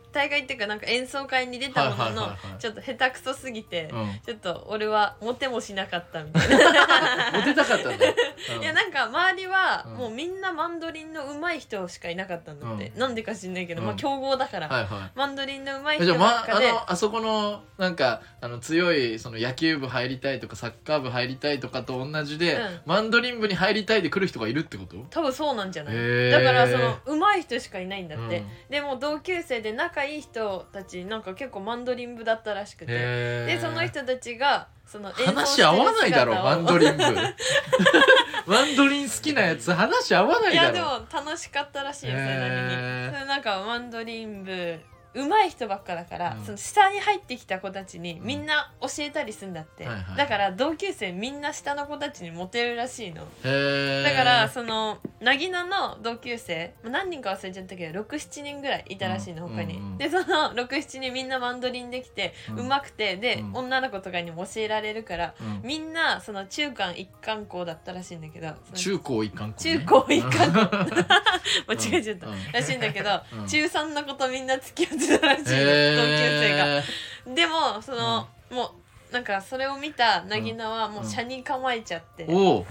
大会っていうかなんか演奏会に出たもののちょっと下手くそすぎて、うん、ちょっと俺はモテもしなかったみたいなモテたかったんだ、 うん、いやなんか周りはもうみんなマンドリンの上手い人しかいなかったんだって、うん、なんでか知んないけど、うん、まあ強豪だから、はいはい、マンドリンの上手い人ばっかで、 じゃあ、ま、あのあそこのなんかあの強いその野球部入りたいとかサッカー部入りたいとかと同じで、うん、マンドリン部に入りたいで来る人がいるってこと？ 多分そうなんじゃない？だからその上手い人しかいないんだって、うん、でも同級生で仲いい人たちなんか結構マンドリン部だったらしくて、でその人たちがその演奏してる姿を話合わないだろマンドリン部マンドリン好きなやつ話合わないだろ。 いやでも楽しかったらしいよそれなりに。それなんかマンドリン部上手い人ばっかだから、うん、その下に入ってきた子たちにみんな教えたりするんだって、うんはいはい、だから同級生みんな下の子たちにモテるらしいの。へだからそのなぎなの同級生何人か忘れちゃったけどろく、しちにんぐらいいたらしいの、うん、他に、うんうん、でそのろく、しちにんみんなマンドリンできて、うん、上手くてで、うん、女の子とかにも教えられるから、うん、みんなその中間一貫校だったらしいんだけど中高一貫校、 ね、中高一貫校間違えちゃった、うん、らしいんだけど、うん、中さんの子とみんな付き合ってたらしいの、同級生が。でもその、うん、もうなんかそれを見たなぎなはもう車に構えちゃって、うん、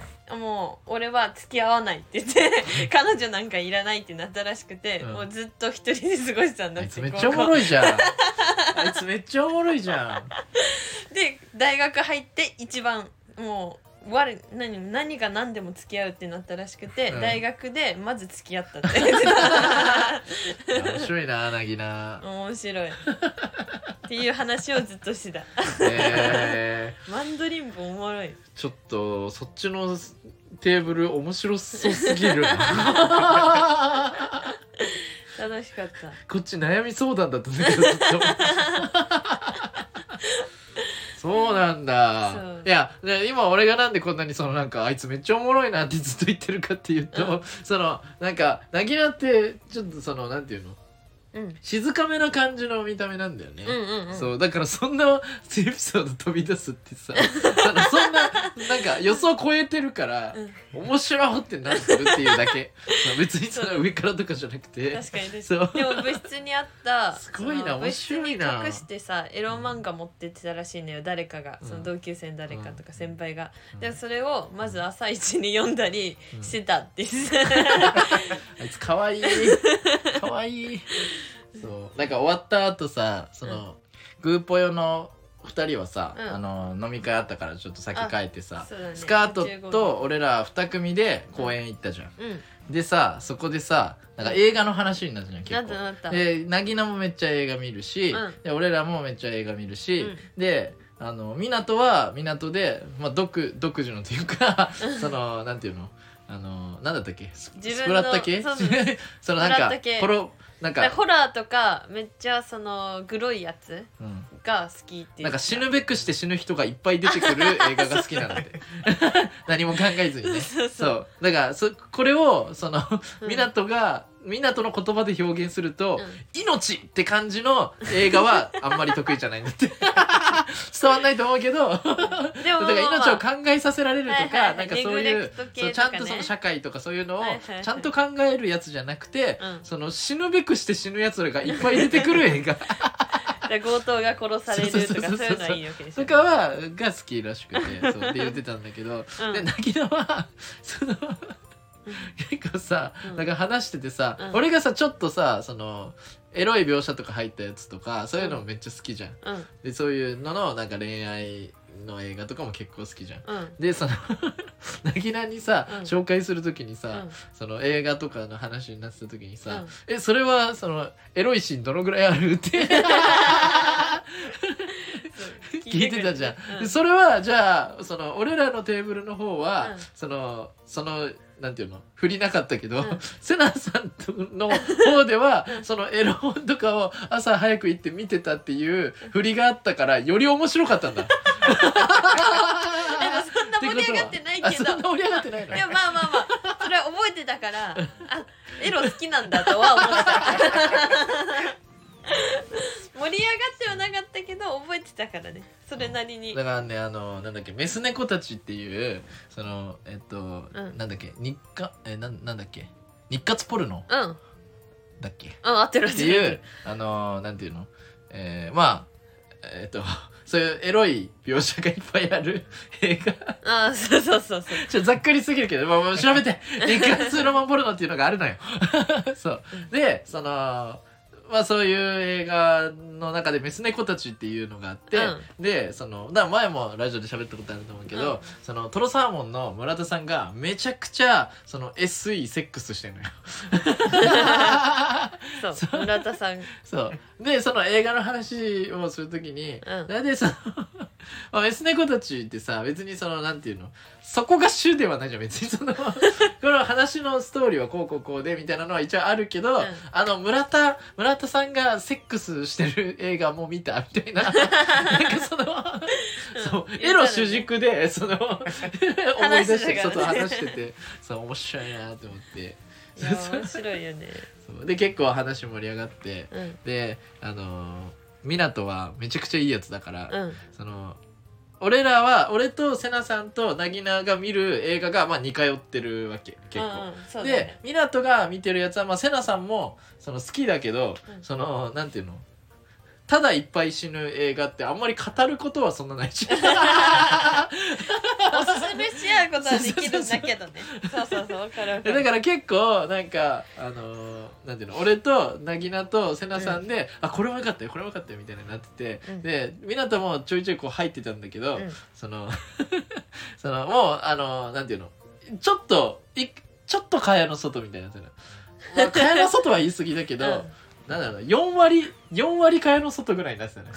もう俺は付き合わないって言って彼女なんかいらないってなったらしくて、うん、もうずっと一人で過ごしてたんだって。 あいつめっちゃおもろいじゃんあいつめっちゃおもろいじゃんで大学入って一番もう我何, 何が何でも付き合うってなったらしくて、うん、大学でまず付き合ったって面白いななぎな。 面白いっていう話をずっとしてた、えー、マンドリン部おもろい。 ちょっとそっちのテーブル面白そうすぎるな楽しかった。 こっち悩み相談だったんだけどずっとそうなんだ。いや今俺がなんでこんなにそのなんかあいつめっちゃおもろいなってずっと言ってるかっていうと、うん、そのなんかなぎなってちょっとそのなんていうの、うん、静かめな感じの見た目なんだよね、うんうんうん、そうだからそんなエピソード飛び出すってさそんななんか予想超えてるから、うん、面白いってなってるっていうだけ別にその上からとかじゃなくて。 確かにそうでも部室にあったすごいな面白いな。 部室に隠してさエロ漫画持ってってたらしいのよ誰かが、うん、その同級生の誰かとか先輩が、うん、でそれをまず朝一に読んだりしてたって言って、うん、 あいつかわいいかわいいそうなんか終わった後さその、うん、グーポヨのふたりはさ、うん、あの飲み会あったからちょっと先帰ってさ、ね、スカートと俺らに組で公園行ったじゃん、うん、でさそこでさなんか映画の話になったじゃん結構。なったなった。でなぎなもめっちゃ映画見るし、うん、で俺らもめっちゃ映画見るし、うん、であの港は港で、まあ、独, 独自のというかそのなんていうのあのなんだったっけ ス, スプラッタ系そのなんかコロなんかホラーとかめっちゃそのグロいやつが好きっていう、 なんか死ぬべくして死ぬ人がいっぱい出てくる映画が好きなので何も考えずにねそうそうだからそこれをその港が、うん、港の言葉で表現すると、うん、命って感じの映画はあんまり得意じゃないんだって伝わんないと思うけどだから命を考えさせられるとか、はいはいはい、なんかそういう、ね、そうちゃんとその社会とかそういうのをちゃんと考えるやつじゃなくて、はいはいはい、その死ぬべくして死ぬやつらがいっぱい出てくる映画強盗が殺されるとかそういうのはいいわけでしょ。 とかはが好きらしくてそうって言ってたんだけど、うん、でなぎなはその結構さ、うん、なんか話しててさ、うん、俺がさちょっとさそのエロい描写とか入ったやつとかそういうのもめっちゃ好きじゃん、うん、でそういうののなんか恋愛の映画とかも結構好きじゃん、うん、でそのなぎなにさ、うん、紹介するときにさ、うん、その映画とかの話になってたときにさ、うん、えそれはそのエロいシーンどのぐらいあるって聞いてたじゃん、うん、でそれはじゃあその俺らのテーブルの方は、うん、そのそのなんていうの振りなかったけど、うん、セナさんの方ではそのエロ本とかを朝早く行って見てたっていう振りがあったからより面白かったんだでもそんな盛り上がってないけどそんな盛り上がってないの。 いやまあまあまあそれは覚えてたからあエロ好きなんだとは思った盛り上がってはなかったけど覚えてたからねそれなりに。 だからねあのなんだっけメス猫たちっていうそのえっと、うん、なんだっけ日課えななんだっけ日活ポルノ、 うん、 だっけあ合ってるっていうあのー、なんていうの、えー、まあえっ、ー、とそういうエロい描写がいっぱいある映画あそうそうそうそうちょっとざっくりすぎるけど、まあ、もう調べて日韓通ロマンポルノっていうのがあるのよそうでそのまあそういう映画の中でメス猫たちっていうのがあって、うん、でそのだから前もラジオで喋ったことあると思うけど、うん、そのトロサーモンの村田さんがめちゃくちゃその エスイー セックスしてんのよそう村田さんそうでその映画の話をするときに、うん、なんでそのまあ、メス猫たちってさ別にそのなんていうのそこが主ではないじゃん別にそのこの話のストーリーはこうこうこうでみたいなのは一応あるけど、うん、あの村田村田さんがセックスしてる映画も見たみたいななんかその、うん、そうエロ主軸でその思い出して外話しててそう面白いなと思って。 いや面白いよねそうで結構話盛り上がって、うん、であの湊はめちゃくちゃいいやつだから、うん、その俺らは俺とセナさんとナギナが見る映画がまあ似通ってるわけ結構、うんうんね、で湊が見てるやつはまあセナさんもその好きだけど、うん、そのなんていうのただいっぱい死ぬ映画ってあんまり語ることはそんなないしおすすめし合うことはできるんだけどねそうそうそう分かる分かるだから結構なんかあのー、なんていうの俺となぎなとせなさんで、うん、あこれもよかったよこれもよかったよみたいになってて、うん、でみなともちょいちょいこう入ってたんだけど、うん、そのそのもうあのー、なんていうのちょっといちょっと蚊帳の外みたいなやつ、まあ、蚊帳の外は言い過ぎだけど、うんなんだろうよん割よん割蚊帳の外ぐらいになってたね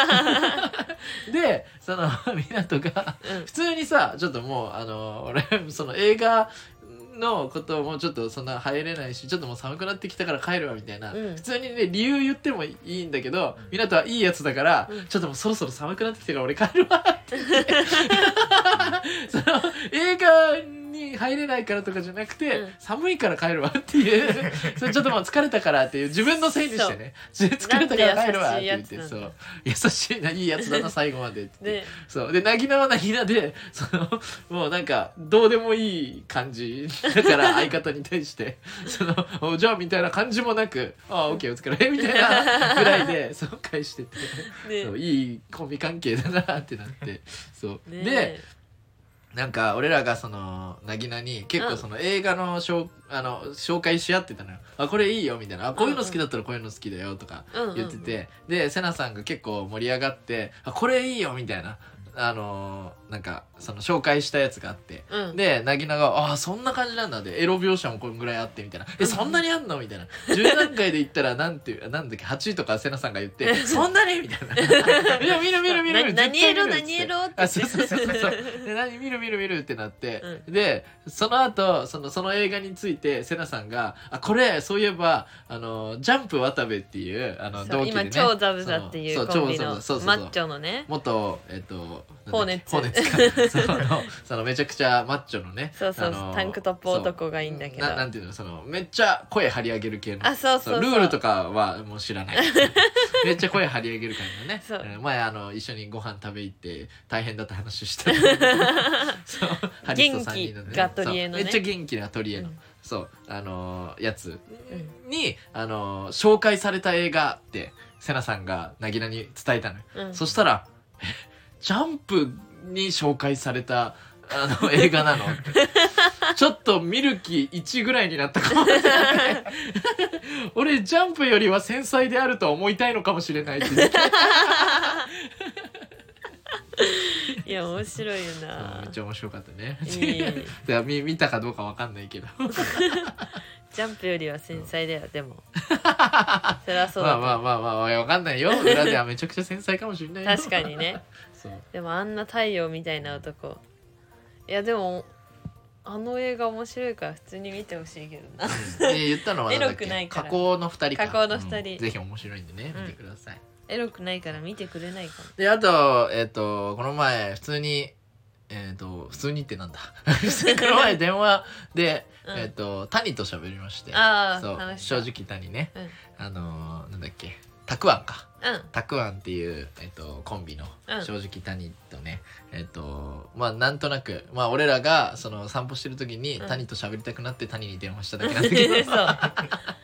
でその湊が普通にさちょっともうあの俺その映画のこともちょっとそんな入れないしちょっともう寒くなってきたから帰るわみたいな、うん、普通にね理由言ってもいいんだけど湊はいいやつだから、うん、ちょっともうそろそろ寒くなってきたから俺帰るわって言ってその映画に入れないからとかじゃなくて、うん、寒いから帰るわっていうそれちょっともう疲れたからっていう自分のせいにしてね疲れたから帰るわって言ってそう優しいないいやつだな最後までって、ね、そうでなぎなはなぎなでそのもうなんかどうでもいい感じだから相方に対してそのじゃあみたいな感じもなくああオッケーお疲れみたいなぐらいでそう返してて、ね、そういいコンビ関係だなってなってそう、ね、でなんか俺らがそのなぎなに結構その映画のしょう、あの紹介し合ってたのよ。あこれいいよみたいなあこういうの好きだったらこういうの好きだよとか言ってて、でセナさんが結構盛り上がってあこれいいよみたいなあのー、なんかその紹介したやつがあって、うん、でなぎながあそんな感じなんだでエロ描写もこんぐらいあってみたいなえそんなにあんのみたいなじゅう段階で言ったらなんていうなんだっけはちいとかセナさんが言ってそんなにみたいないや見る見る見る見る何色何色ってあそうそうそうそうで何見る見る見るってなって、うん、でその後そのその映画についてセナさんがあこれそういえばあのジャンプ渡部っていうあの同期でね今超ザブザっていうコンビのマッチョのね元えっとホーネッツホーネッツかそのそのめちゃくちゃマッチョのねそうそうタンクトップ男がいいんだけどな, なんていうのそのめっちゃ声張り上げる系のあそうそうそうルールとかはもう知らないめっちゃ声張り上げる感じのねそう、えー、前あの一緒にご飯食べ行って大変だった話したそうハリストさんにんのね元気が取り柄のねめっちゃ元気な取り柄の、うん、そうあのー、やつに、うん、あのー、紹介された映画ってセナさんがなぎなに伝えたのよ、うん、そしたらえジャンプに紹介されたあの映画なのちょっと見る気いちぐらいになったかもしれない俺ジャンプよりは繊細であると思いたいのかもしれないっていや面白いよなめっちゃ面白かったねいい見, 見たかどうかわかんないけどジャンプよりは繊細だよでもそりゃそうだまあまあまあまあわかんないよ裏ではめちゃくちゃ繊細かもしれないよ確かにねでもあんな太陽みたいな男いやでもあの映画面白いから普通に見てほしいけどな、 うん、言ったのはなんだっけエロくないから加工のふたりか加工のふたり、 うん、ぜひ面白いんでね見てください、 うん、エロくないから見てくれないかもであとえっ、ー、とこの前普通にえっ、ー、と普通にってなんだこの前電話で、うん、えっ、ー、と谷と喋りましてあそう正直谷ね、 うん、 あのー、なんだっけたくあんかうん、 たくあんっていう、えっと、コンビの正直谷とね、うん、えっとまあなんとなくまあ俺らがその散歩してる時に、うん、谷と喋りたくなって谷に電話しただけなんだけど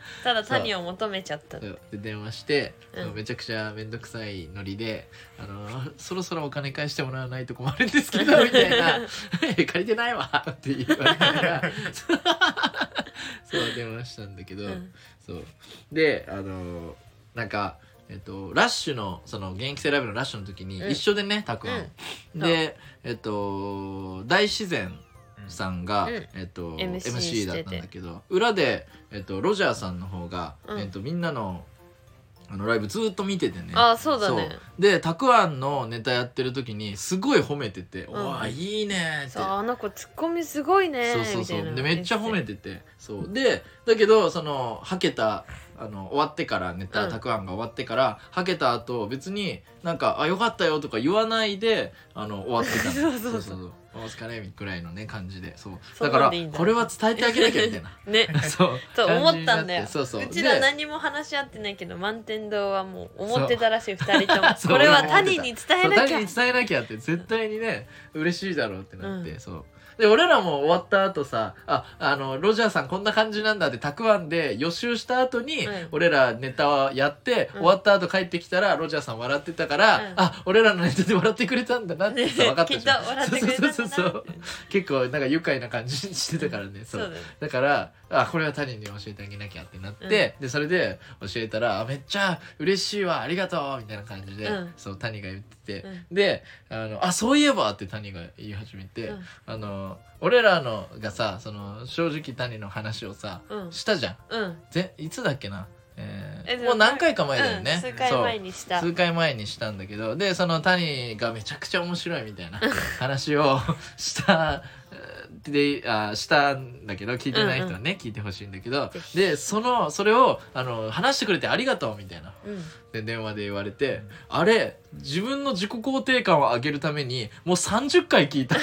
ただ谷を求めちゃった。 で電話して、 うん、 めちゃくちゃめんどくさいノリであのそろそろお金返してもらわないと困るんですけどみたいな借りてないわって言われながらそう電話したんだけど、うん、そうであのなんかえっと、ラッシュのその現役生ライブのラッシュの時に一緒でね、たくあん、うん、で、えっと、大自然さんが、うんえっと、エムシー だったんだけど裏で、えっと、ロジャーさんの方が、うんえっと、みんなのあのライブずっと見ててね。 あ、そうだね。 でたくあんのネタやってる時にすごい褒めてて「うん、おわいいね」って。 あの子ツッコミすごいね。 そうそうそうでめっちゃ褒めててそうでだけどそのはけたあの終わってからネタ、うん、たくあんが終わってからはけた後別になんか「あよかったよ」とか言わないであの終わってたそうそうそうそうお疲れぐらいのね感じでそうだからこれは伝えてあげなきゃみたいなねそうと思ったんだよ。 そうそううちら何も話し合ってないけど満天堂はもう思ってたらしいふたりともこれは谷に伝えなきゃ谷に伝えなきゃって絶対にね嬉しいだろうってなって、うん、そうで俺らも終わった後さああのロジャーさんこんな感じなんだってたくあんで予習した後に、うん、俺らネタをやって、うん、終わった後帰ってきたらロジャーさん笑ってたから、うん、あ俺らのネタで笑ってくれたんだなってさ分かったじゃん。 きっと笑ってくれたんだなって。 そうそうそう結構なんか愉快な感じにしてたからね。そうそうだ, だからあこれは谷に教えてあげなきゃってなって、うん、でそれで教えたらあめっちゃ嬉しいわありがとうみたいな感じで、うん、そう谷が言ってて、うん、であのあそういえばって谷が言い始めて、うん、あの俺らのがさその正直谷の話をさ、うん、したじゃん、うん、ぜいつだっけな、えー、えもう何回か前だよね、 うん、数回前にした数回前にしたんだけどでその谷がめちゃくちゃ面白いみたいな話をしたであしたんだけど聞いてない人はね、うんうん、聞いてほしいんだけどでそのそれをあの話してくれてありがとうみたいな、うん、で電話で言われてあれ自分の自己肯定感を上げるためにもうさんじゅっかい聞いたって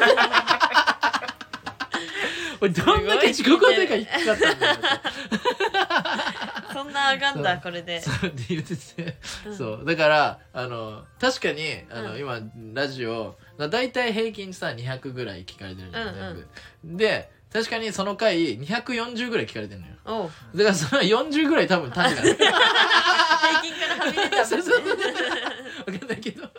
どんだけ自己肯定感低かったんだよそんな上がんだこれでそうって言ってて、うん、そうだからあの確かにあの、うん、今ラジオだいたい平均さにひゃくぐらい聞かれてるじゃん、うんうん、全部で確かにその回にひゃくよんじゅうぐらい聞かれてるのよ。おうだからそのよんじゅうぐらい多分谷なの平均からはみ出たんですね分かんないけど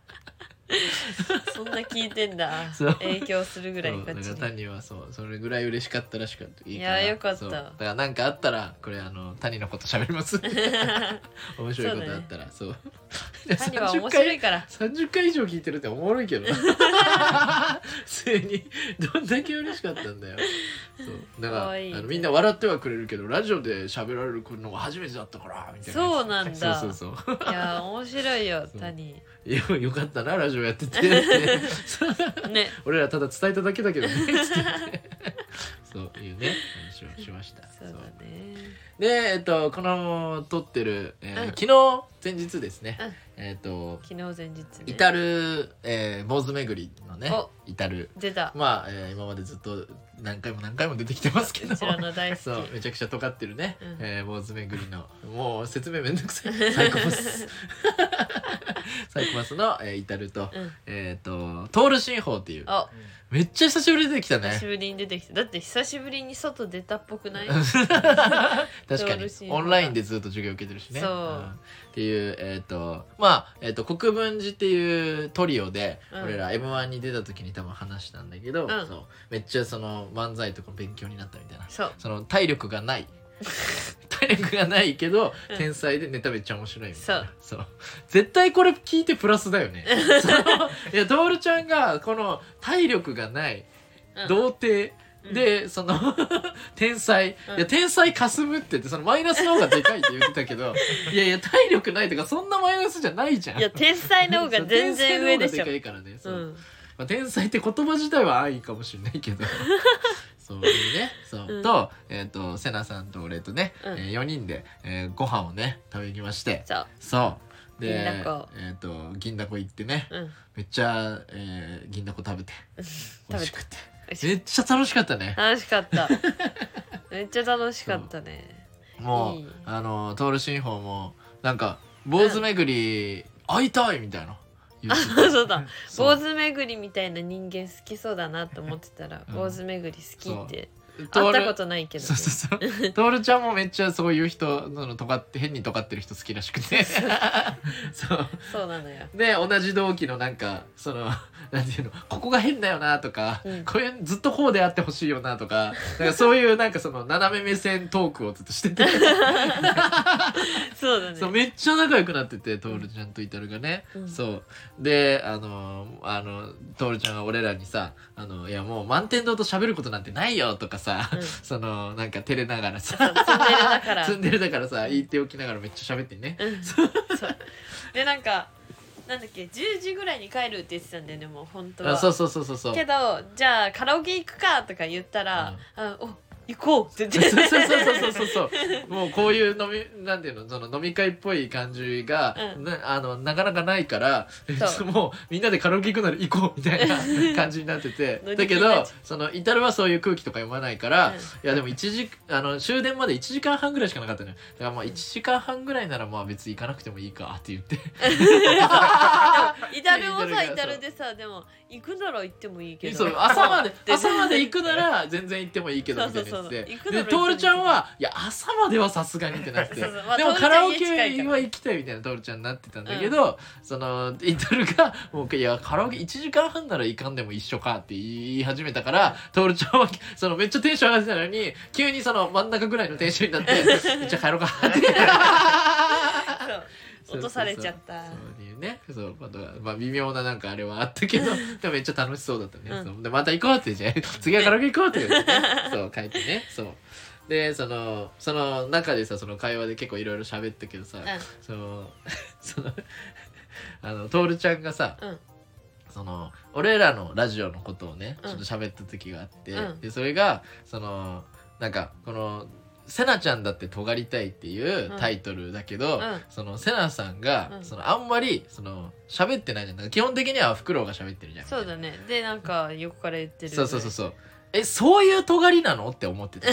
そんな聞いてんだ影響するぐらいガチにだから谷はそうそれぐらい嬉しかったらしかったいいやよかっただから何かあったらこれあの谷のこと喋ります面白いことあったらそう、 ね、谷は面白いからさんじゅっかい以上聞いてるっておもろいけど普通にどんだけ嬉しかったんだよそうだからいいあのみんな笑ってはくれるけどラジオで喋られるのが初めてだったからみたいなそうなんだそうそうそういや面白いよ谷いやよかったなラジオやっててね、俺らただ伝えただけだけどねそういうね話をしましたそうだねで、えっと、この撮ってる、えーうん、昨日前日ですね、うん、えっと昨日前日ね至る、えー、坊主巡りのね至る出たまあ、えー、今までずっと何回も何回も出てきてますけどうちらの大好きそうめちゃくちゃ尖ってるね、うんえー、坊主巡りのもう説明めんどくさいサイコパスサイコパスの、えー、至ると、うん、えっ、ー、とトール新法っていうめっちゃ久しぶりに出てきたね久しぶりに出てきただって久しぶりに外出たっぽくない確かにオンラインでずっと授業受けてるしねそう、 うん、っていうえっ、ー、とまあ、えーと、国分寺っていうトリオで、うん、俺ら エムワン に出た時に多分話したんだけど、うん、そうめっちゃその漫才とか勉強になったみたいなそうその体力がない体力がないけど、うん、天才でネタめっちゃ面白いみたいなそう絶対これ聞いてプラスだよねそのいやトールちゃんがこの体力がない、うん、童貞で、うん、その天才、うん、いや天才かすむって言ってそのマイナスの方がでかいって言ってたけどいやいや体力ないとかそんなマイナスじゃないじゃんいや天才の方が全然上でしょ天才の方がでかいからねそう、うんまあ、天才って言葉自体は安易かもしれないけどそういうねそう、うん、と,、えー、とセナさんと俺とね、うんえー、よにんで、えー、ご飯をね食べに行きましてそうそうで銀だこ、 えー、と銀だこ行ってね、うん、めっちゃ、えー、銀だこ食べて美味しくてめっちゃ楽しかったね楽しかっためっちゃ楽しかったねもういいあのトール新法もなんか坊主巡り、うん、会いたいみたいなあそうだ坊主巡りみたいな人間好きそうだなと思ってたら坊主巡り好きって会ったことないけど、ね、 そうそうそうトールちゃんもめっちゃそういう人その尖って変に尖ってる人好きらしくてそうそうなのよ。 で同じ同期のなんかそのなんていうのここが変だよなとか、うん、こういうずっとこうであってほしいよなとかなんかそういうなんかその斜め目線トークをずっとしててそうだねそうめっちゃ仲良くなっててトールちゃんとイタルがね、うん、そうであのあのトールちゃんが俺らにさあのいやもう満天堂と喋ることなんてないよとかさ、うん、そのなんか照れながらさツンデレだからツンデレだからさ言っておきながらめっちゃ喋ってね、うん、 そうでなんかなんだっけじゅうじぐらいに帰るって言ってたんだよねもう本当は。 そうそうそうそうそうけどじゃあカラオケ行くかとか言ったら、うん、あお行こうって言ってそうそうそうそうそうもうこういう飲みなんていうのその飲み会っぽい感じが、うん、なあのなかなかないからもうみんなでカラオケ行くなら行こうみたいな感じになっててだけどそのイタルはそういう空気とか読まないから、うん、いやでも一時あの終電までいちじかんはんぐらいしかなかったのよ。だからまあいちじかんはんぐらいならまあ別に行かなくてもいいかって言ってイタルもさイタルでさでも行くなら行ってもいいけどそう朝まで朝まで行くなら全然行ってもいいけどみたいな言ってでトールちゃんはいや朝まではさすがにってなってそうそう、まあ、でもカラオケは行きたいみたいなトールちゃんになってたんだけど、うん、そのイタルがもういやカラオケいちじかんはんなら行かんでも一緒かって言い始めたからトールちゃんはそのめっちゃテンション上がってたのに急にその真ん中ぐらいのテンションになってじゃあ帰ろうかって落とされちゃったそういうねそうまた、まあ、微妙ななんかあれはあったけどでもめっちゃ楽しそうだったね、うん、そうでまた行こうってじゃあ次はカラオケ行こうって言ってねそう帰ってねそうでそのその中でさその会話で結構いろいろ喋ったけどさ、うん、そのそのあのトールちゃんがさ、うんその俺らのラジオのことをねちょっと喋った時があって、うん、でそれがそのなんかこのセナちゃんだって尖りたいっていうタイトルだけど、うん、そのセナさんが、うん、そのあんまりその喋ってないじゃん基本的にはフクロウが喋ってるじゃんそうだねでなんか横から言ってるそうそうそうそうえそういう尖りなのって思ってた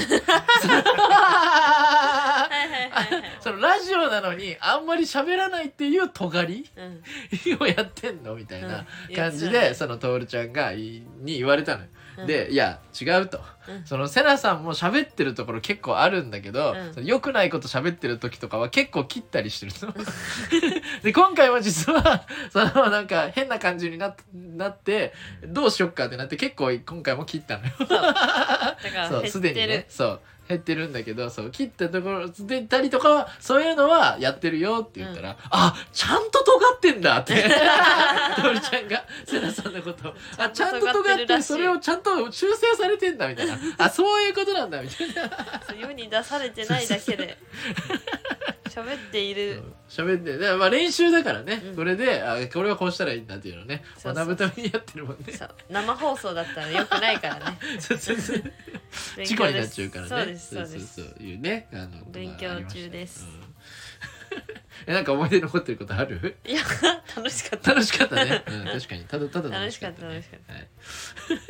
そのラジオなのにあんまり喋らないっていう尖り、うん、をやってんのみたいな感じで、うん、そのトールちゃんがに言われたのよ、うん、でいや違うと、うん、そのセナさんも喋ってるところ結構あるんだけど、うん、良くないこと喋ってる時とかは結構切ったりしてるので今回は実はそのなんか変な感じになっ、なってどうしよっかってなって結構今回も切ったのよそうだからそうすでにねそう減ってるんだけどそう切ったところでたりとかはそういうのはやってるよって言ったら、うん、あちゃんと尖ってんだってトールちゃんがセナさんのことあちゃんと尖ってそれをちゃんと修正されてんだみたいなあそういうことなんだみたいな世に出されてないだけで喋っている喋ってで、まあ、練習だからね、うん、これであこれはこうしたらいいんだっていうのをねそうそう学ぶためにやってるもんねそう生放送だったらよくないからねそうそうそう事故になっちゃうからねそうですそうですそうそういうねあの勉強中です、 うん、えなんか思い出残ってることあるいや楽しかった楽しかったね、うん、確かにただただ楽しかった、ね、楽しかった楽しかった、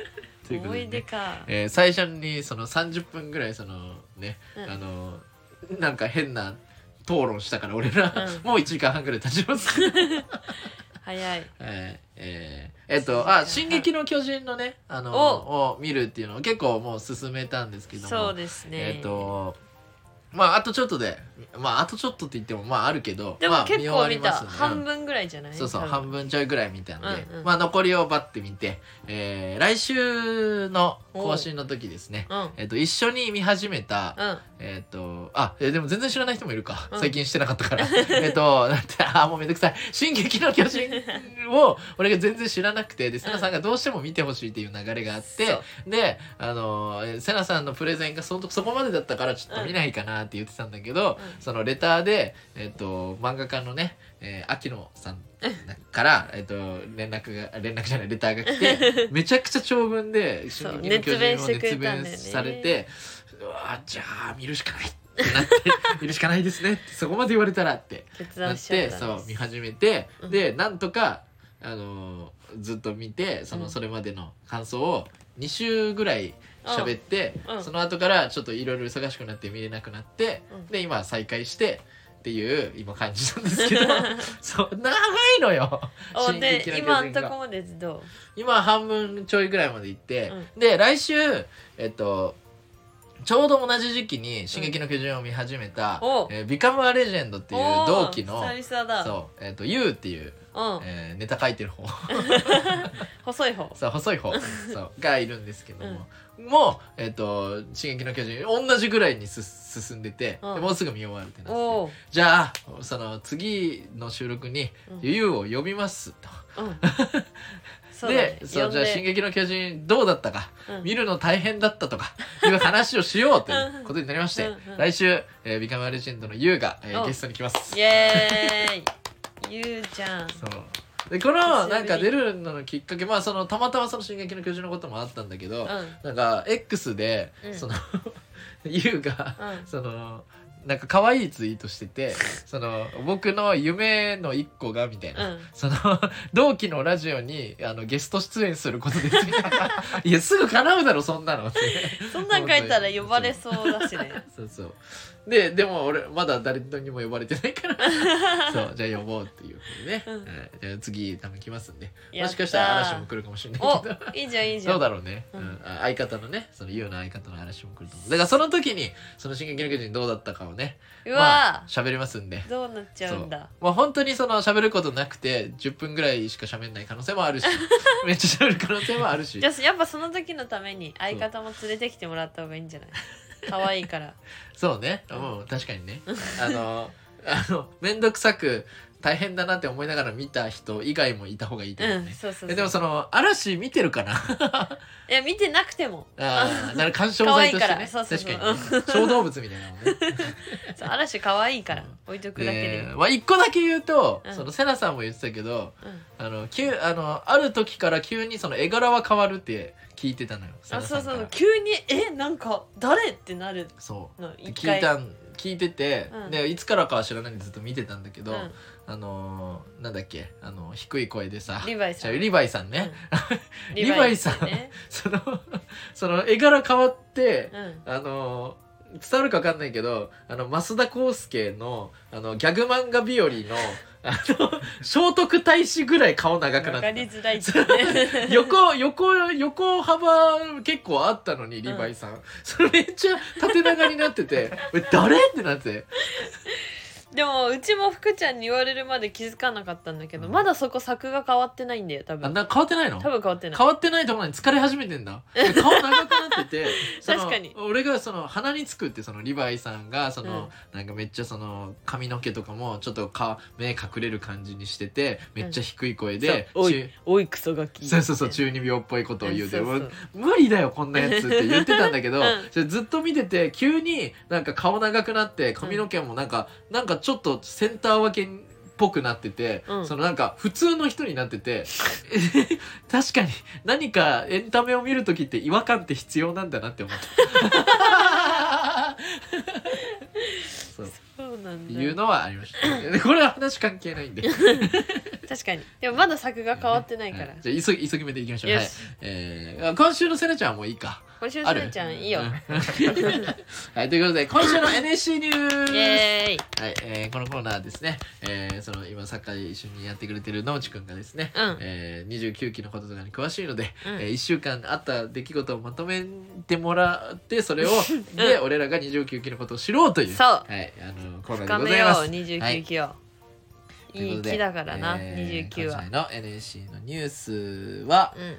はい、 思い出か、 えー、最初にそのさんじゅっぷんぐらいそのね、うん、あのなんか変な討論したから俺ら、うん、もういちじかんはんぐらい経ちます早い、 えー、えー、えっとあ進撃の巨人のねあのを見るっていうのを結構もう進めたんですけどもそうですねえっとまああとちょっとでまああとちょっとって言ってもまああるけどでも結構見た、 まあ、見ます、半分ぐらいじゃないそうそう半分ちょいぐらい見たんで、うんうん、まあ残りをバッて見て、えー、来週の更新の時ですね、うん、えー、と一緒に見始めた、うん、えっ、ー、とあ、えー、でも全然知らない人もいるか、うん、最近してなかったからえっとなんてあもうめんどくさい進撃の巨人を俺が全然知らなくてでセナさんがどうしても見てほしいっていう流れがあって、うん、であのセナさんのプレゼンが そ, そこまでだったからちょっと見ないかなって言ってたんだけど、うん、そのレターで、えー、と漫画家のね、えー、秋野さんから、えー、と連絡が連絡じゃないレターが来てめちゃくちゃ長文で進撃の巨人を熱弁されてうわじゃあ見るしかないってなって見るしかないですねってそこまで言われたらってなってそう見始めて、うん、でなんとか、あのー、ずっと見てその、うん、それまでの感想をに週ぐらい喋って、うん、その後からちょっといろいろ忙しくなって見れなくなって、うん、で今再開してっていう今感じなんですけどそう長いのよ進撃の巨人が今んとこまでどう今半分ちょいぐらいまで行って、うん、で来週えっとちょうど同じ時期に「進撃の巨人」を見始めた「えー、ビカム・ア・レジェンド」っていう同期のそう、えー、と ユー っていう、えー、ネタ書いてる方細い方そう細い方そうがいるんですけども、うん、もう、えーと「進撃の巨人」同じぐらいにす進んでて、うん、でもうすぐ見終わるってなってじゃあその次の収録に「ユー、うん、を呼びます」と。うんで、ね、そうじゃあ「進撃の巨人」どうだったか、うん、見るの大変だったとかいう話をしようということになりましてうん、うん、来週、えー、ビカム・ア・レジェンドのユウが、えー、ゲストに来ます。 イエーイユウちゃんそうでこのなんか出るののきっかけまあそのたまたまその「進撃の巨人」のこともあったんだけど、うん、なんか X で、うん、そのユウが、うん、そのなんか可愛いツイートしててその僕の夢の一個がみたいな、うん、その同期のラジオにあのゲスト出演することですみたいないやすぐ叶うだろそんなのってそんなん書いたら呼ばれそうだしねそうそうででも俺まだ誰にも呼ばれてないからそうじゃあ呼ぼうっていうふうにね、うんはい、じゃあ次多分来ますんでもしかしたら嵐も来るかもしれないけどいいじゃんいいじゃんどうだろうね、うんうん、相方のねそのユウの相方の嵐も来ると思うだからその時にその進撃の巨人どうだったかをねうわ喋、まあ、りますんでどうなっちゃうんだまあ本当にその喋ることなくてじゅっぷんぐらいしか喋んない可能性もあるしめっちゃ喋る可能性もあるしじゃあやっぱその時のために相方も連れてきてもらった方がいいんじゃない可愛いからそうね、うん、確かにねあのあの面倒くさく大変だなって思いながら見た人以外もいた方がいいと思うね、うん、そうそうそうでもその嵐見てるかないや見てなくてもああなる鑑賞剤としてねそうそうそう確かに、ね、小動物みたいなもんねそう嵐可愛いから、うん、置いとくだけで、 まあ一個だけ言うと、うん、そのセナさんも言ってたけど、うん、あの急あのある時から急にその絵柄は変わるって聞いてたのよあそうそう急にえなんか誰ってなるそう聞いたん聞いてて、うん、でいつからかは知らないでずっと見てたんだけど、うん、あのー、なんだっけあの低い声でさリヴァイさんリヴァイさんね、うん、リヴァイさん、ね、そのその絵柄変わって、うん、あのー伝わるか分かんないけどあの増田康介のあのギャグ漫画日和のあの聖徳太子ぐらい顔長くなった。 分かりづらいってね横横横幅結構あったのにリヴァイさん、うん、それめっちゃ縦長になってて誰ってなってでもうちも福ちゃんに言われるまで気づかなかったんだけど、うん、まだそこ作が変わってないんだよ多分。 あな変わってないの？ 多分変わってない。 変わってないところに疲れ始めてんだ。顔長くなってて確かに俺がその鼻につくってそのリヴァイさんがその、うん、なんかめっちゃその髪の毛とかもちょっとか目隠れる感じにしててめっちゃ低い声で、 うん、おいおいクソガキそうそうそう中二病っぽいことを言うて、うん、そうそう無理だよこんなやつって言ってたんだけど、うん、それずっと見てて急になんか顔長くなって髪の毛もなんか、うん、なんかちょっとセンター分けっぽくなってて、うん、そのなんか普通の人になってて確かに何かエンタメを見るときって違和感って必要なんだなって思ったそうそうなんだいうのはありましたこれは話関係ないんで確かにでもまだ作が変わってないから、はい、 じゃあ急ぎ急ぎ目でいきましょう、はいえー、今週のセナちゃんはもういいか今週のセナちゃんいいよはいということで今週の エヌエスシー ニュースイエーイ、 はいえー、このコーナーはですね、えー、その今サッカーで一緒にやってくれてる野内くんがですね、うんえー、にじゅうきゅうきのこととかに詳しいので、うんえー、いっしゅうかんあった出来事をまとめてもらってそれをで、うん、俺らがにじゅうきゅうきのことを知ろうという、 そう、 はい、あのコーナーでございます。 にじゅうきゅうきを、はい、いい木だからな、 えー、 にじゅうきゅうは。 今回の エヌエスシー のニュースは、うん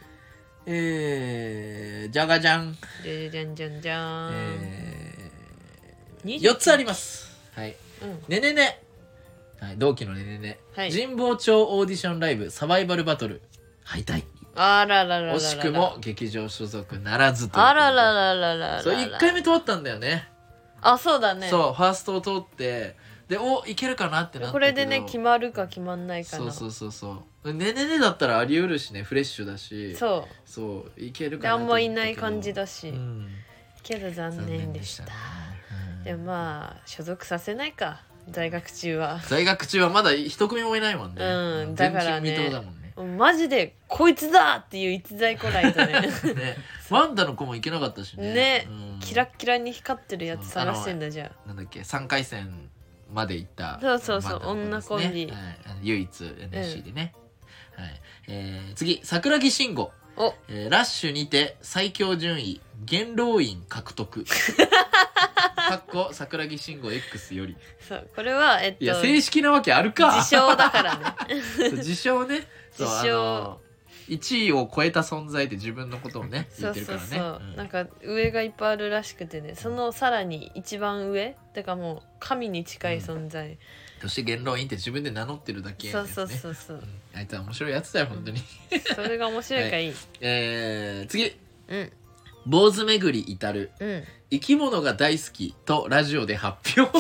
えー、じゃがじゃんじゃじゃんじゃんじゃん、えー、よっつあります。はい、うん、ねねね、はい、同期のねねね、はい、神保町オーディションライブサバイバルバトル敗退。 あららららら惜しくも劇場所属ならずというあららららららそういっかいめ通ったんだよね。 あそうだねそうファーストを通ってでおいけるかなってなったけどこれでね決まるか決まんないかなそうそうそうそうねねねだったらあり得るしねフレッシュだしそうそういけるかなってあんまいない感じだし、うん、けど残念でした。でしたね、うん、でもまあ所属させないか在学中は在学中はまだ一組もいないもんね、 うん、だからね全チーム未踏だもんねマジでこいつだっていう逸材来ないとねねワンダの子も行けなかったしねね、うん、キラッキラに光ってるやつ探してんだじゃあなんだっけさんかい戦まで行ったそうそうそう、ね、女コンビ、 はい、唯一 エヌエスシー でね、うんはいえー、次桜木慎吾えー、ラッシュにて最強順位元老院獲得かっこ桜木慎吾 X より。 そうこれはえっといや正式なわけあるか。 自称だからね自称ね。 自称いちいを超えた存在って自分のことをね言ってるからね。 そうそうそう、うん、なんか上がいっぱいあるらしくてね、そのさらに一番上だからもう神に近い存在、うん、 そして元老院って自分で名乗ってるだけやつね。 そうそうそうそう、 うん、あいつは面白いやつだよ本当に、 うん、それが面白いからいい、はい、 えー、次、 うん、 坊主巡り至る、 うん、 生き物が大好きとラジオで発表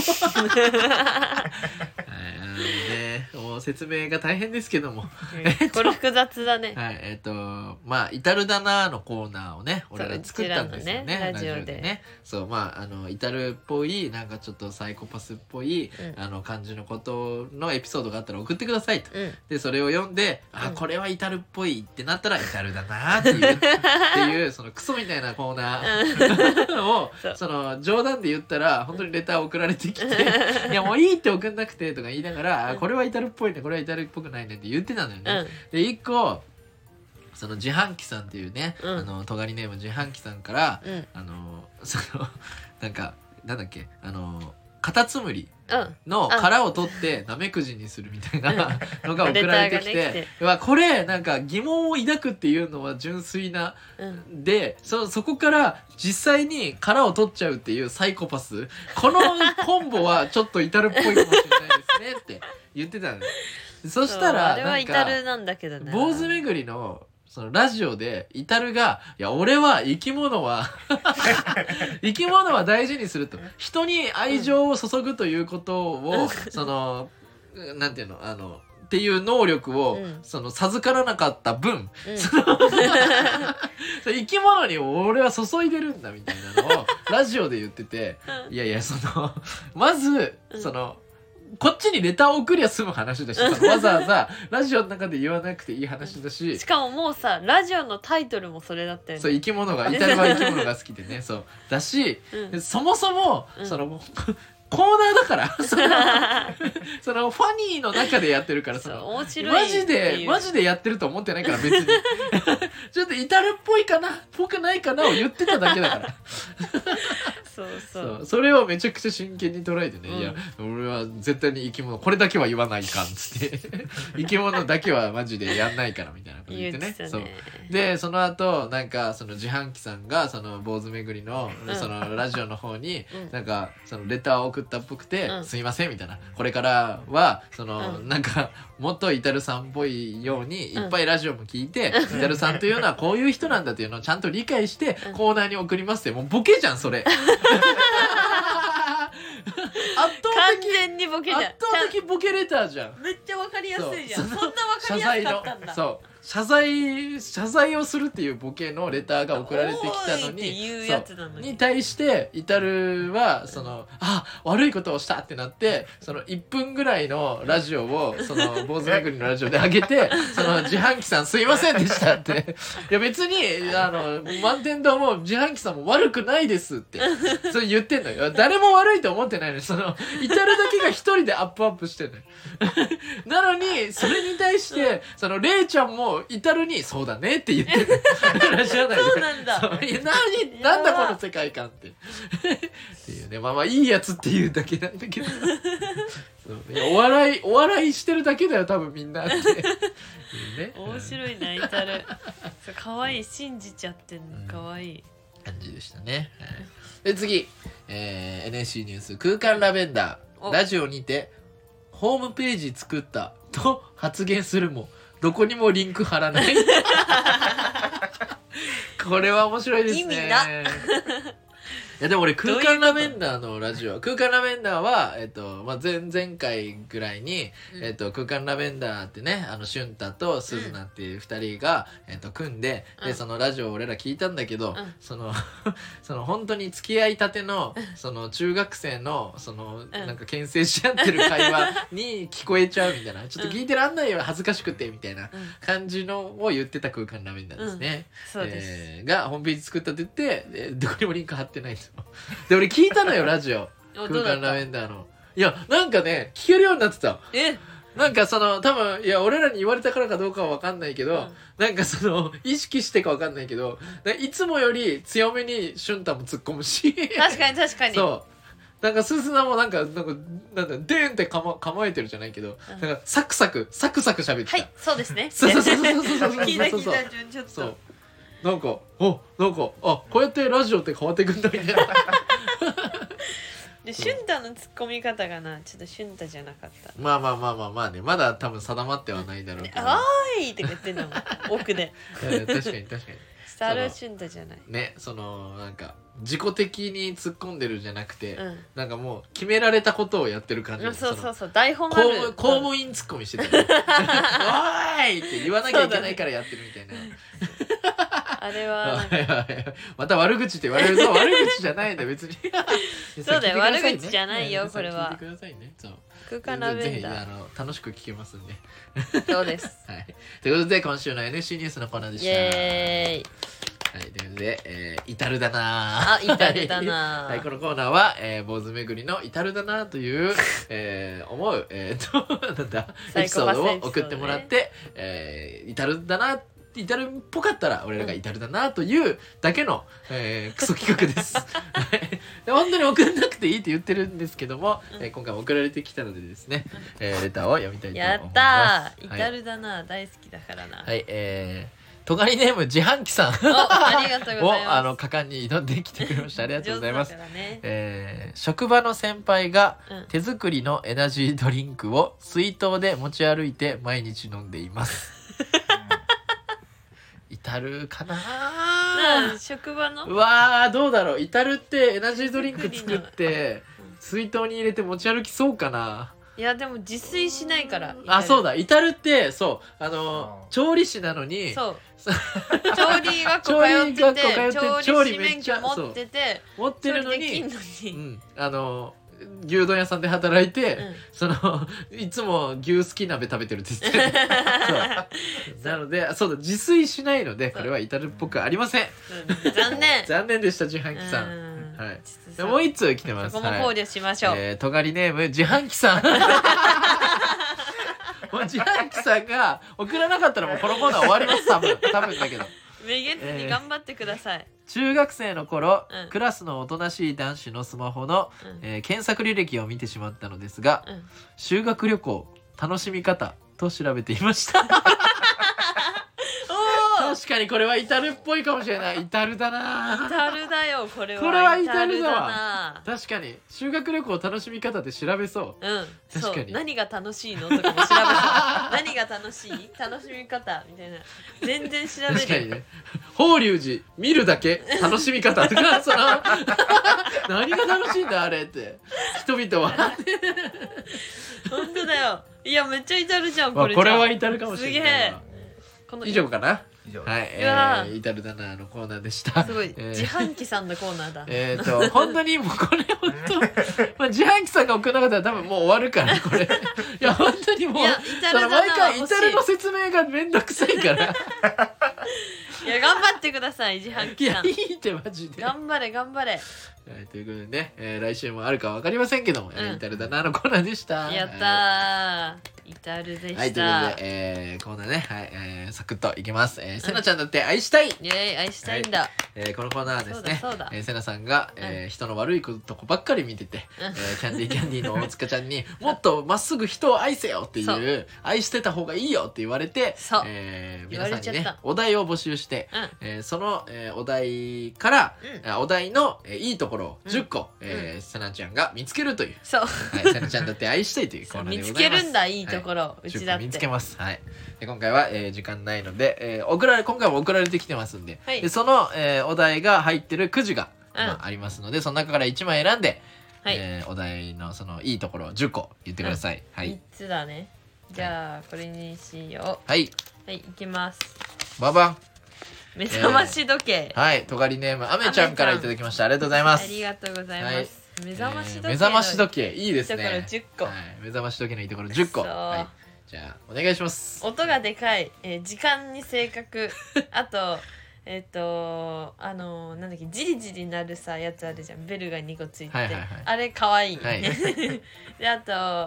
ね、もう説明が大変ですけども、 うん、これ複雑だね。 はい、えっ、ー、とまあ「至るだな」のコーナーをね俺ら作ったんですよね、 ねラジオでね。そうまああの至るっぽいなんかちょっとサイコパスっぽい、うん、あの感じのことのエピソードがあったら送ってくださいと、うん、でそれを読んで、うん、あこれは至るっぽいってなったら至るだなっていうっていうそのクソみたいなコーナーをその冗談で言ったら本当にレター送られてきていやもういいって送んなくてとか言いながら、うん、これは至るっぽいねこれは至るっぽくないねって言ってたんだよね、うん、で一個その自販機さんっていうね、うん、あの尖りネーム自販機さんから、うん、あのそのなんかなんだっけあのカタツムリの殻を取ってナメクジにするみたいなのが送られてきて、うん、これなんか疑問を抱くっていうのは純粋な、うん、で そ, そこから実際に殻を取っちゃうっていうサイコパスこのコンボはちょっと至るっぽいかもしれないですねって言ってたの。そしたらあれは至るなんだけどね、 坊主巡りのそのラジオでイタルがいや俺は生き物は生き物は大事にすると人に愛情を注ぐということを、うん、そのなんていうのあのっていう能力を、うん、その授からなかった分、うん、その生き物に俺は注いでるんだみたいなのをラジオで言ってて、うん、いやいやそのまずその、うんこっちにレターを送りゃ済む話だしわざわざラジオの中で言わなくていい話だししかももうさラジオのタイトルもそれだったよね。 そう生き物がイタルは生き物が好きでねそうだし、うん、そもそも、うん、そのコーナーだからそのそのファニーの中でやってるからその面白いマジでマジでやってると思ってないから別にちょっとイタルっぽいかなっぽくないかなを言ってただけだからそうそう、 そうそれをめちゃくちゃ真剣に捉えてね、うん、いや俺は絶対に生き物これだけは言わないかんっつって生き物だけはマジでやんないからみたいなこと言ってね、 言ってたね。 そうでその後なんかその自販機さんがその坊主巡りのそのラジオの方に、うん、なんかそのレターを送ったっぽくて、うん、すいませんみたいなこれからはその、うん、なんかもっとイタルさんっぽいようにいっぱいラジオも聞いて、うん、イタルさんというのはこういう人なんだっていうのをちゃんと理解してコーナーに送りますってもうボケじゃんそれ圧倒完全にボケじゃん圧倒的ボケレターじゃん。 めっちゃわかりやすいじゃん。そんなわかりやすかったんだ。 そう謝罪謝罪をするっていうボケのレターが送られてきたのにいうやつなのにに対してイタルはその、うん、あ悪いことをしたってなってそのいっぷんぐらいのラジオをその坊主巡りのラジオで上げてその自販機さんすいませんでしたっていや別にあの満天堂も自販機さんも悪くないですってそれ言ってんのよ。誰も悪いと思ってないのにそのイタルだけが一人でアップアップしてんのよなのにそれに対してそのレイちゃんもイタルにそうだねって言ってるそうなんだそういや何なんだこの世界観ってっていうねまあまあいいやつっていうだけなんだけどそういやお笑いお笑いしてるだけだよ多分みんなっていう、 ね、面白いなイタル可愛い信じちゃってんの可愛い、 うん、感じでしたね、はい、で次、えー、エヌエスシー ニュース空間ラベンダーラジオにてホームページ作ったと発言するもどこにもリンク貼らないこれは面白いですね。 意味ないやでも俺空間ラベンダーのラジオ空間ラベンダーは、えっとまあ、前々回ぐらいに、うんえっと、空間ラベンダーってねあの俊太とすずなっていうふたりが、うんえっと、組んで、うん、でそのラジオを俺ら聞いたんだけど、うん、そのその本当に付き合いたてのその中学生のその、うん、なんか牽制し合ってる会話に聞こえちゃうみたいなちょっと聞いてらんないよ恥ずかしくてみたいな感じのを言ってた空間ラベンダーですね、 うん、そうです、 えー、がホームページ作ったって言ってでどこにもリンク貼ってないんですで俺聞いたのよラジオ空間ラベンダーのいやなんかね聞けるようになってたえなんかその多分いや俺らに言われたからかどうかは分かんないけど、うん、なんかその意識してか分かんないけどいつもより強めに俊太も突っ込むし確かに確かにそうなんかすすなもなんかなんかなんだデーンってかま構えてるじゃないけど、うん、なんかサクサクサクサク喋ってた。 はいそうですね。 そうそうそうそうそうそうそう聞いた聞いたちょっとそうなんかおなんかあこうやってラジオって変わっていくんだみたいな。 で俊太の突っ込み方がなちょっと俊太じゃなかった。 まあまあまあまあまあねまだ多分定まってはないだろうけど。 あーいって言ってんだもん奥で。 確かに確かに。 スタール俊太じゃない。 ねそのなんか自己的に突っ込んでるじゃなくて、 うん、 なんかもう決められたことをやってる感じ。 そうそうそう台本ある。 公務員突っ込みしてた、ね。おーいって言わなきゃいけないからやってるみたいな。 あれはまた悪口って言われると悪口じゃないんだ別に。 そうだよ、悪口じゃないよこれは。 聞いてくださいね。そう空間ラベンダーぜひあの楽しく聞けますんで。 そうです。 はい。ということで今週の エヌシー ニュースのコーナーでした。 イエーイ。 はい、ということで、えー、至るだなあ、至るだなはい、このコーナーは、えー、坊主巡りの至るだなという、えー、思う、えー、と、なんだ、エピソードを送ってもらって、ねえー、至るだな、至るっぽかったら、俺らが至るだなというだけの、えー、クソ企画です。本当に送んなくていいって言ってるんですけども、うん、えー、今回も送られてきたのでですね、えー、レターを読みたいと思います。 やったー、至るだな、はい、大好きだからな。 はい、えー、とがりネーム自販機さんありがとうございます。 をあの果敢に挑んできてくれました。ありがとうございます。 ねえー、職場の先輩が手作りのエナジードリンクを水筒で持ち歩いて毎日飲んでいます。至るかな。 職場の。 うわーどうだろう。至るってエナジードリンク作って水筒に入れて持ち歩きそうかな。 いやでも自炊しないから。 あそうだ至るってそうあの調理師なのにそう調理学校通ってて調理師免許持ってて持ってるのに、うん、あの牛丼屋さんで働いて、うん、そのいつも牛すき鍋食べてるって言ってそうなのでそうだ自炊しないのでこれは至るっぽくありません。 残念残念でした自販機さん。はい、もう一通来てます。 そこも考慮しましょう。 はい、えー、とがりネーム自販機さん。もう自販機さんが送らなかったらもうこのコーナー終わります多分多分だけど。 めげずに頑張ってください。えー、中学生の頃、うん、クラスのおとなしい男子のスマホの、うんえー、検索履歴を見てしまったのですが、うん、修学旅行楽しみ方と調べていました。確かにこれは至るっぽいかもしれない。至るだな。 至るだよこれは。 これは至るだわ。確かに修学旅行楽しみ方で調べそう。 うん。 確かに。 何が楽しいのとかも調べそう。何が楽しい？楽しみ方みたいな。全然調べる。 確かにね。法隆寺見るだけ楽しみ方とかその何が楽しいんだあれって人々は。 本当だよ。いやめっちゃ至るじゃんこれ。 これは至るかもしれない。すげえ。 以上かな。はい、えー、至るだなのコーナーでした。 すごい、えー、自販機さんのコーナーだ。 えっと本当にもうこれ本当、まあ、自販機さんが送らなかったら多分もう終わるからこれ。いや本当にもうその毎回至るの説明がめんどくさいから。 いや頑張ってください自販機さん。 いやいいってマジで。 頑張れ頑張れ。はい、 ということでね、えー、来週もあるかわかりませんけども、うん、えー、至るだなのコーナーでした。 やったー。至るでした。 はい、ということで、えー、コーナーね、はい、えー、サクッといきます。えー、せなちゃんだって愛したい。イエーイ、愛したいんだ。はい、 えー、このコーナーはですね、 そうだそうだ、 えー、せなさんが、えーうん、人の悪いことばっかり見てて、うん、えー、キャンディーキャンディーの大塚ちゃんにもっとまっすぐ人を愛せよっていう、愛してた方がいいよって言われて、えー、皆さんにね、お題を募集して、うん、えー、その、えー、お題から、うん、お題の、えー、いいところをじゅっこ、うん、えー、せなちゃんが見つけるという、 そう、 はい、せなちゃんだって愛したいというコーナーでございます。 見つけるんだ、いいところ、はい、うちだって見つけます。はい。で今回は、えー、時間ないので、えー、送られ今回も送られてきてますんで、はい、でその、えー、お題が入ってるくじが、うん、まあ、ありますので、その中からいちまい選んで、はい、えー、お題のそのいいところをじゅっこ言ってください。うん、はい。 みっつだね。じゃあ、はい、これにしよう。 はい。 はい、いきます。 ババン。 目覚まし時計。 えー、はい、とがりネームあめちゃんからいただきました。ありがとうございます。 ありがとうございます。はい、目覚まし時計、 えー、目覚まし時計いいですね。 いいところじゅっこ、 はい、目覚まし時計のいいところじゅっこ。はい、じゃあお願いします。 音がでかい、えー、時間に正確、あとえっ、ー、とあのー、なんだっけ、ジリジリなるさやつあるじゃん、ベルがにこついて、はいはいはい、あれかわいい、はい、であと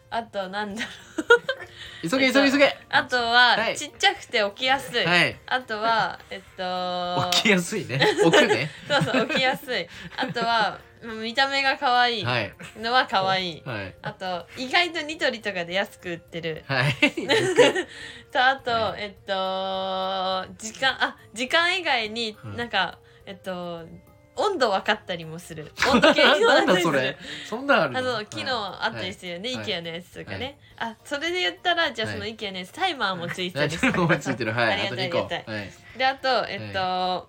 あとなんだろう急げ急げ急げ。 あとは、 はい、 ちっちゃくて起きやすい、はい、あとはえっと起きやすいね置くねそうそう起きやすい。あとは見た目が可愛いのは可愛い、はい、あと意外とニトリとかで安く売ってる、はい、とあと、はい、えっと時間あ時間以外になんか、うん、えっと温度分かったりもする。温度計になんだそれ。そんなあるの。 あの昨日あったりするよね、はい、イケアのやつとかね、はい、あそれで言ったらじゃあそのイケアのやつタイマーもついてたりする、 タイマーもついてる、はい、 ありがたいありがたい、はい、であとえっと、はい、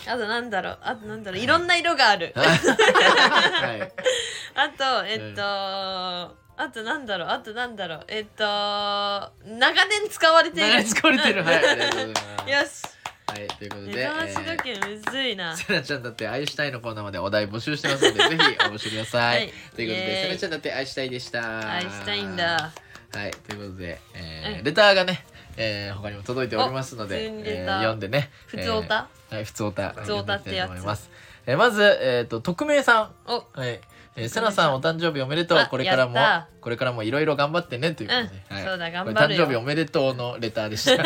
あとなんだろうあとなんだろういろんな色がある、はい、あとえっと、はい、あとなんだろうあとなんだろうえっと長年使われている長年使われてるはいありがとうございますよしはい、ということで目覚まし時計むずいな、 せなちゃんだって愛したいのコーナーまでお題募集してますのでぜひ応募してください、はい、ということでせなちゃんだって愛したいでした。 愛したいんだ。 はいということで、えー、レターがね、えー、他にも届いておりますので、えー、読んでねふつおた、 えー、はいふつおたふつおたってやつ、 えー、まず、えー、と匿名さんおはいえー、せなさんお誕生日おめでとう。これからもこれからもいろいろ頑張ってねということで、 うんはい、そうだ頑張るよ。誕生日おめでとうのレターでした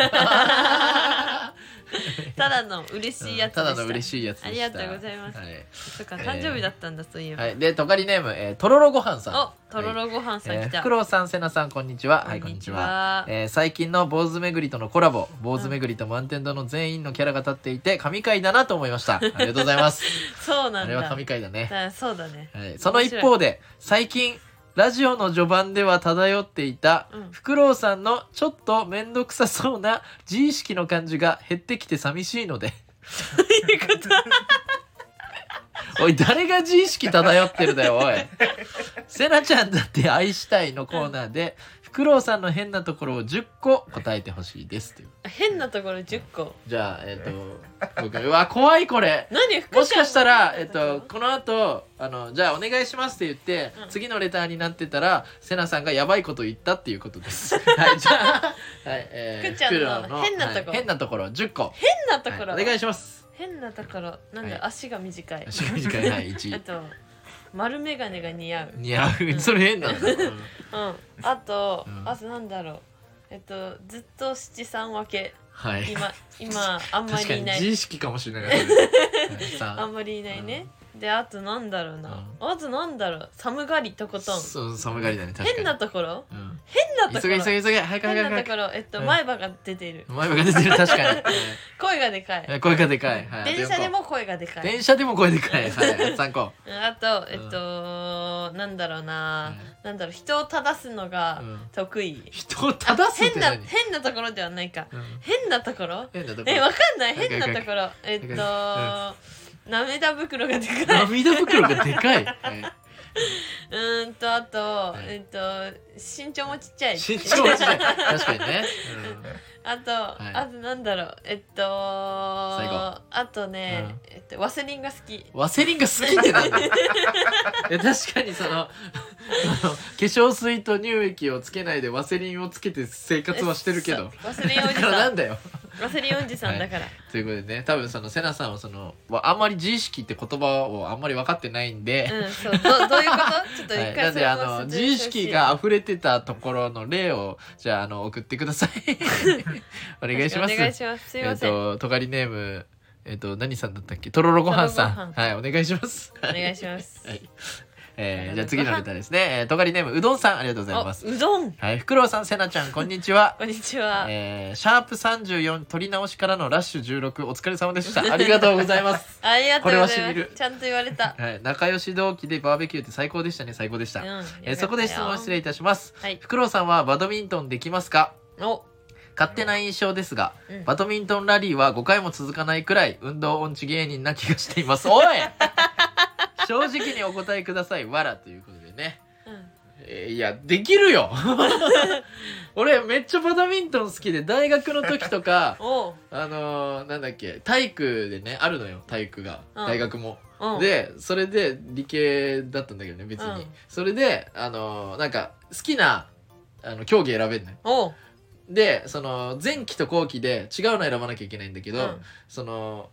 ただの嬉しいやつでした、 うん、ただの嬉しいやつでした。 ありがとうございます、はい、そっか誕生日だったんだ、えー、そういえば、 はい、でとがりネーム、えー、とろろごはんさん。 おとろろごはんさん来た、 ふくろうさんせなさんこんにちは。はいこんにちは、えー、最近の坊主めぐりとのコラボ坊主めぐりと満天堂の全員のキャラが立っていて神回だなと思いましたありがとうございますそうなんだ、あれは神回だね。 だそうだね、 はい、その一方で最近ラジオの序盤では漂っていた、うん、フクロウさんのちょっとめんどくさそうな自意識の感じが減ってきて寂しいのでどういうことおい誰が自意識漂ってるだよおいせなちゃんだって愛したいのコーナーで、うん、フクロウさんの変なところをじゅっこ答えてほしいですという。 変なところじゅっこ。じゃあえっ、ー、と僕うわ怖いこれ何もしかしたらえっ、ー、とこの後あのじゃあお願いしますって言って、うん、次のレターになってたらせなさんがやばいこと言ったっていうことですはいじゃあはい、えー、 福ちゃんの変なところ、 はい、変なところじゅっこ変なところ、 はい、お願いします。 変なところなんで、はい、足が短い足が短いはいいちあと丸眼鏡が似合う似合う、うん、それ変なんだ、うん、うん、 あと、うん、あとなんだろうえっとずっと七三分け、はい、今今あんまりいない自意識かもしれないあんまりいないね、うん、であとなんだろうな、うん、あとなんだろう寒がりとことんそう寒がりだね確かに変なところ、うん、変なところ急げ急げ急げ早く早く変なところえっと、うん、前歯が出ている前歯が出てる確かに声がでかい声がでかい、はい、 電車でも声がでかい電車でも声でかいはいさんこあとえっと、うん、なんだろうな、うん、なんだろう人を正すのが得意、うん、 人を正すって何変な変なところではないか、うん、変なところえわかんない変なところえっと涙袋がでかい涙袋がでかい、はいうーんとあと、はい、えっと身長もちっちゃい身長もちっちゃい確かにね、 うん、あと、はい、あとなんだろうえっとあとね、うん、えっとワセリンが好きワセリンが好きってなんだいや確かにその化粧水と乳液をつけないでワセリンをつけて生活はしてるけどワセリンおじさんだからなんだよワセリンおじさんだから、はい、 ということでね多分そのセナさんはそのあんまり自意識って言葉をあんまり分かってないんで、 うん、そう ど, どういうことちょっと一回、はい、 なんであの自意識が溢れてたところの例をじゃああの送ってくださいお願いします。 お願いします。すいません。 えっ、ー、ととがりネームえっ、ー、と何さんだったっけとろろごはんさんはいお願いしますお願いしますはいえー、じゃあ次のレターですね。えー、とがりネームうどんさんありがとうございます。 うどん。 はい、ふくろうさん、せなちゃんこんにちは。 こんにちは。 えー、シャープさんじゅうよん取り直しからのラッシュじゅうろくお疲れ様でした。ありがとうございます。 ありがとうございます。 これはしみる。 ちゃんと言われた。 はい、仲良し同期でバーベキューって最高でしたね。最高でした。うん、えー、そこで質問失礼いたします。はい、ふくろうさんはバドミントンできますか？お。勝手な印象ですが、うん、バドミントンラリーはごかいも続かないくらい運動音痴芸人な気がしています。おい正直にお答えください。わらということでね、うんえー、いやできるよ俺めっちゃバドミントン好きで大学の時とかあのー、なんだっけ体育でねあるのよ体育が、うん、大学も、うん、でそれで理系だったんだけどね別に、うん、それであのー、なんか好きなあの競技選べるのよ。でその前期と後期で違うの選ばなきゃいけないんだけど、うん、その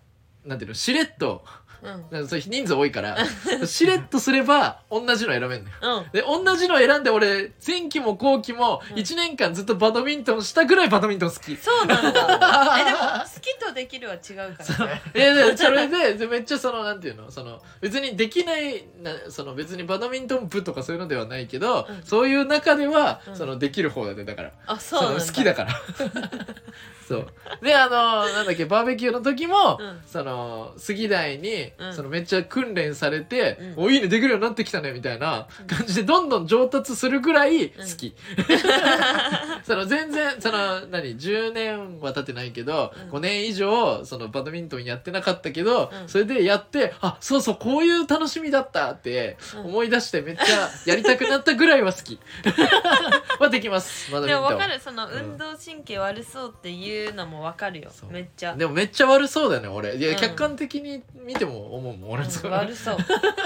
なんていうのしれっと、うん、それ人数多いからしれっとすれば同じの選べんのよ、うん、で同じの選んで俺前期も後期もいちねんかんずっとバドミントンしたぐらいバドミントン好き。 そうなんだえでも好きとできるは違うからね。 いやでそれでめっちゃそのなんていうのその別にできないなその別にバドミントン部とかそういうのではないけど、うん、そういう中では、うん、そのできる方だねだからあそうなんだその好きだからそうであのなんだっけバーベキューの時も、うん、その杉台に、うん、そのめっちゃ訓練されて、うん、おいいねできるようになってきたねみたいな感じでどんどん上達するぐらい好き、うん、その全然その何じゅうねんは経ってないけど、うん、ごねん以上そのバドミントンやってなかったけど、うん、それでやってあそうそうこういう楽しみだったって思い出してめっちゃやりたくなったぐらいは好きはできますバドミントン。 でも分かるその運動神経悪そうっていうのも分かるよ、うん、めっちゃ。 でもめっちゃ悪そうだよね俺いや、うん、客観的に見ても思うもん俺、うん、 悪そう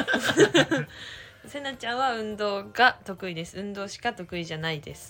せなちゃんは運動が得意です。運動しか得意じゃないです。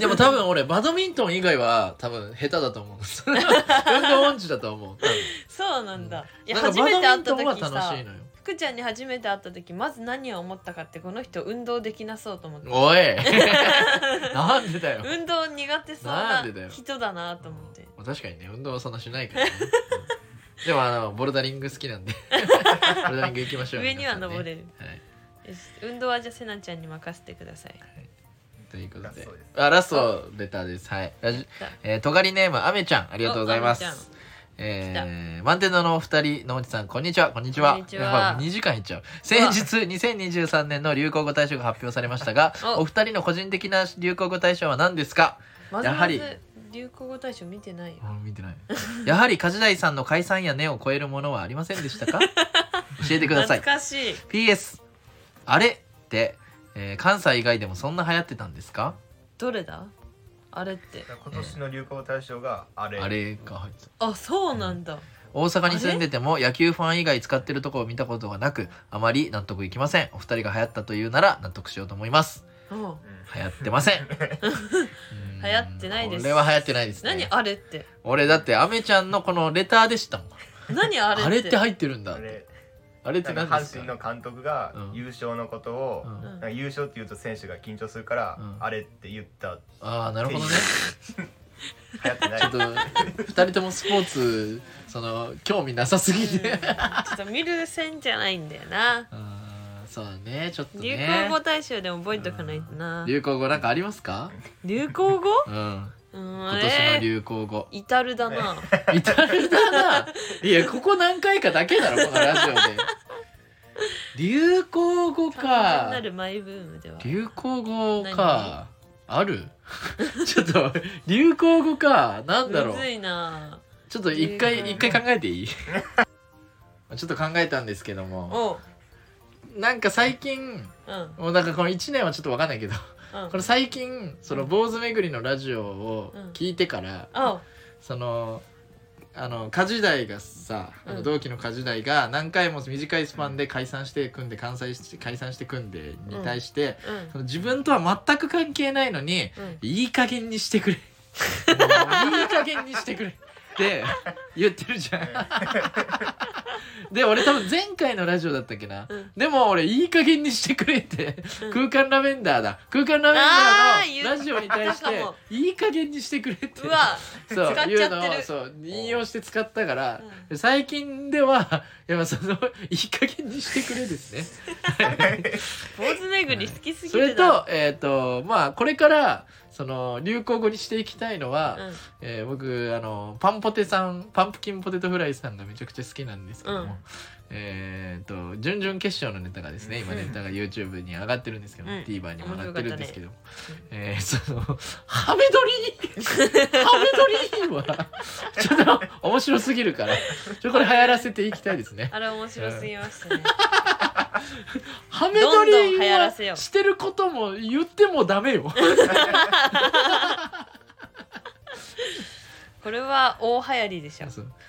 でも多分俺バドミントン以外は多分下手だと思う運動音痴だと思う。 そうなんだ、うん、いや初めて会った時さいのよ福ちゃんに初めて会った時まず何を思ったかってこの人運動できなそうと思って。 おいなんでだよ運動苦手そうな人だなと思って。 確かにね運動はそんなしないからねでもあのボルダリング好きなんでボルダリング行きましょう。 上には登れる、はい、運動はじゃあせなちゃんに任せてください、はい、 ということであラストレターです。はいラジ、えー、とがりネームあめちゃんありがとうございます。えー、満天堂のお二人のおじさんこんにちは。こんにちは。やっぱにじかんいっちゃう。先日にせんにじゅうさんねんの流行語大賞が発表されましたがお二人の個人的な流行語大賞は何ですか？ まずまずやはり流行語大賞見てないよ。 見てないやはり梶大さんの解散や根を超えるものはありませんでしたか？教えてください。 懐かしい。 ピーエス あれって、えー、関西以外でもそんな流行ってたんですか？ どれだあれって。 今年の流行語大賞があれ、 あれが入ってた。 あそうなんだ、うん、 大阪に住んでても野球ファン以外使ってるところを見たことがなくあまり納得いきません。お二人が流行ったというなら納得しようと思います。うん、流行ってません流行ってないです。 俺は流行ってないですね。 何あれって。 俺だってアメちゃんのこのレターでしたもん。 何あれって。 あれって入ってるんだって。あれって何ですか？ 阪神の監督が優勝のことを、うん、なんか優勝って言うと選手が緊張するから、うん、あれって言った。 ああなるほどね流行ってない。 ちょっとふたりともスポーツその興味なさすぎて、うん、ちょっと見る線じゃないんだよな。 あそうだねちょっとね。 流行語大賞でも覚えとかないとな。 流行語なんかありますか？ 流行語？ うん。今年の流行語。 至るだな。 至るだな。いやここ何回かだけだろこのラジオで。流行語か。 なるマイブームでは。 流行語か。ある？ちょっと流行語かなんだろう。 むずいな。 ちょっと一回一回考えていい？ちょっと考えたんですけども。なんか最近、うん、もうなんかこのいちねんはちょっと分かんないけど、うん、これ最近その坊主巡りのラジオを聞いてから、うん、そのあの家事代がさ、あの同期の家事代が何回も短いスパンで解散して組んで関西して解散して組んでに対して、うん、その自分とは全く関係ないのに、うん、いい加減にしてくれいい加減にしてくれって言ってるじゃんで俺多分前回のラジオだったっけな、うん、でも俺いい加減にしてくれって、うん、空間ラベンダーだ空間ラベンダーのラジオに対していい加減にしてくれってうわそう使っちゃってるいうのをそう引用して使ったから、うん、最近ではやっぱそのいい加減にしてくれですね坊主巡り好きすぎるだ、はい、それとえっ、ー、とまあこれからその流行語にしていきたいのは、うんえー、僕あのパンポテさんパンプキンポテトフライさんがめちゃくちゃ好きなんですけども、うん、えっ、ー、と準々決勝のネタがですね今ネタが YouTube に上がってるんですけど、うん、TVer にも上がってるんですけど、ねえー、そのハメ撮りハメ撮りはちょっと面白すぎるからちょっとこれ流行らせていきたいですね。 あれ面白すぎましたねハメ撮りはしてることも言ってもダメよこれは大流行りでしょ。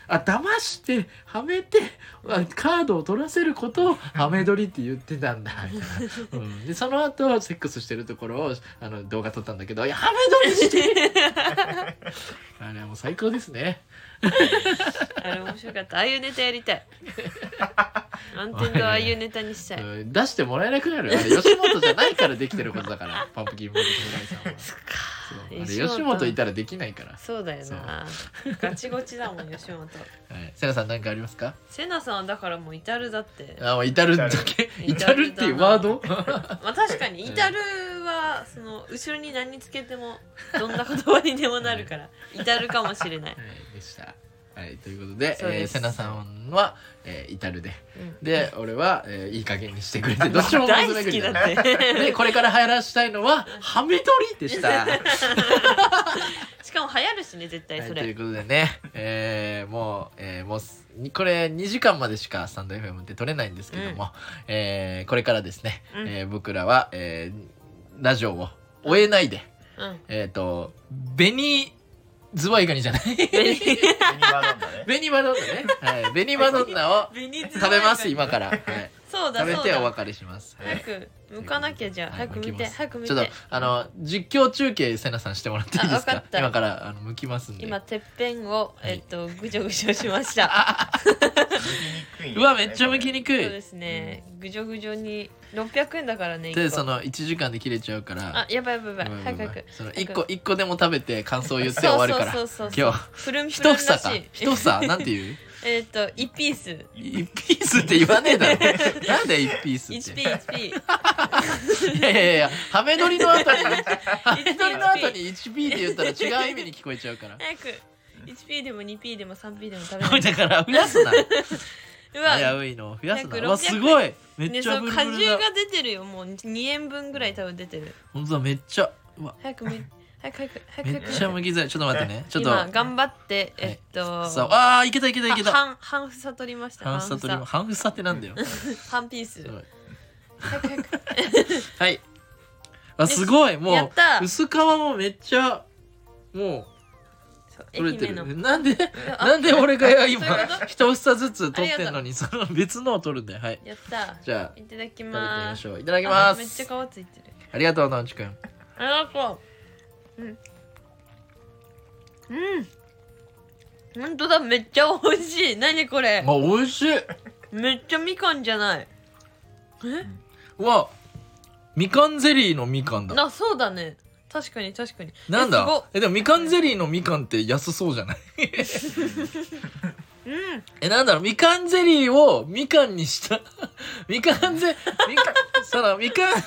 あ騙してはめてカードを取らせることをハメ撮りって言ってたんだみたいな、うん、でその後セックスしてるところをあの動画撮ったんだけどいやハメ撮りしてあれはもう最高ですねあれ面白かった。ああいうネタやりたい。アンテンドああいうネタにしたい、 うん、出してもらえなくなる。あれ吉本じゃないからできてることだからパンプキンポテトフライさんはそっかあれ吉本いたらできないから。 そうだよなガチゴチだもん吉本。はい、 セナさん何かありますか？ セナさんはだからもう至るだって。 あもう至るだけ至るっていうワードまあ確かに至るはその後ろに何つけてもどんな言葉にでもなるから、はい、至るかもしれない、はい、でしたはい、ということで、えー、セナさんは、えー、至るで、うん、で、俺は、えー、いい加減にしてくれて、どっちも大好きだってで、これから流行らしたいのは、ハメ撮りでしたしかも流行るしね、絶対それ、 はい、ということでね、えー、もう、えー、もうこれにじかんまでしかスタンド エフエム って撮れないんですけども、うん、えー、これからですね、うん、えー、僕らは、えー、ラジオを終えないで、うん、えっ、ー、と紅ズワイガニじゃないベニマドンナね。ベニマドンナね。はい。ベニマドンナを食べます今から。はい。 そうだそうだ。 食べてお別れします。 早く剥かなきゃじゃあ、早く剥いて早く剥いて。 ちょっとあの実況中継セナさんしてもらっていいですか？今からあの剥きますんで。 今てっぺんをえっとぐじょぐじょしました。 うわめっちゃ剥きにくい。 そうですね。ぐじょぐじょにろっぴゃくえんだからね。 でそのいちじかんで切れちゃうから。 あやばいやばいやばい。早く早く。 そのいっこいっこでも食べて感想言って終わるから。そうそうそう。今日一房か。一房なんて言う？ えっといちピース。 いちピースって言わねえだろ。なんでいちピースって。 いちピーいちピー。 いやいやいやハメ撮りの後にハメ撮りの後にいちピーって言ったら違う意味に聞こえちゃうから。 早くいちピーでもにピーでもさんピーでも食べない。 だから増やすな。うわ危ういの増やすな。うわすごいめっちゃブルブルだ。 果汁が出てるよもうにえんぶんぐらい多分出てる。 本当だめっちゃうわ早くめ早く早く早くめっちゃ剥きづらい。ちょっと待ってねちょっと今頑張ってえっとああいけたいけたいけた。 半半房取りました。 半房取り半房ってなんだよ。 半ピース。早く早くはいあすごいもう薄皮もめっちゃもう取れてる。なんでなんで俺が今一房ずつ取ってんのにその別のを取るんだよ。はいやったじゃあいただきます。 いただきます。 めっちゃ皮ついてる。 ありがとうなおちくん。 ありがとう。うんうん本当だめっちゃ美味しい。何これ。 あ美味しい。 めっちゃみかんじゃない。えうわみかんゼリーのみかんだ。 あそうだね確かに確かに。 なんだえでもみかんゼリーのみかんって安そうじゃないうん、えなんだろうみかんゼリーをみかんにしたみかんゼみかんそのみかん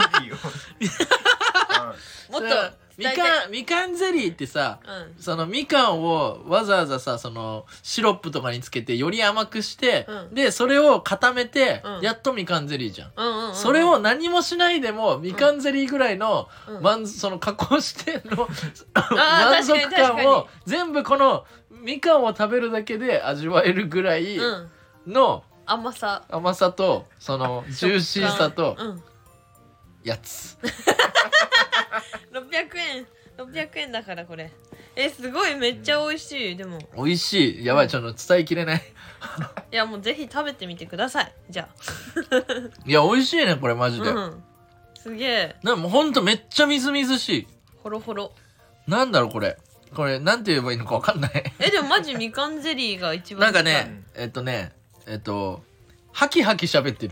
もっとみかんみかんゼリーってさ、うん、そのみかんをわざわざさそのシロップとかにつけてより甘くして、うん、でそれを固めて、うん、やっとみかんゼリーじゃん、うんうんうんうん、それを何もしないでもみかんゼリーぐらいの、うん、その加工しての満足感を全部このみかんを食べるだけで味わえるぐらいの、 うん、甘さ甘さとそのジューシーさと、やつろっぴゃくえんろっぴゃくえんだからこれえすごいめっちゃ美味しい。でも美味しいやばいちょっと伝えきれないいやもうぜひ食べてみてくださいじゃあいや美味しいねこれマジで、うん、 すげえなもうほんとめっちゃみずみずしい。 ほろほろなんだろうこれこれなんて言えばいいのかわかんないえでもマジみかんゼリーが一番なんかねえっとねえっとハキハキ喋ってる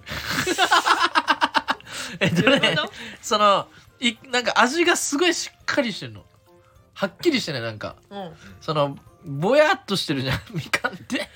えっとねそのいなんか味がすごいしっかりしてるのはっきりしてねなんか、うん、そのぼやっとしてるじゃんみかんって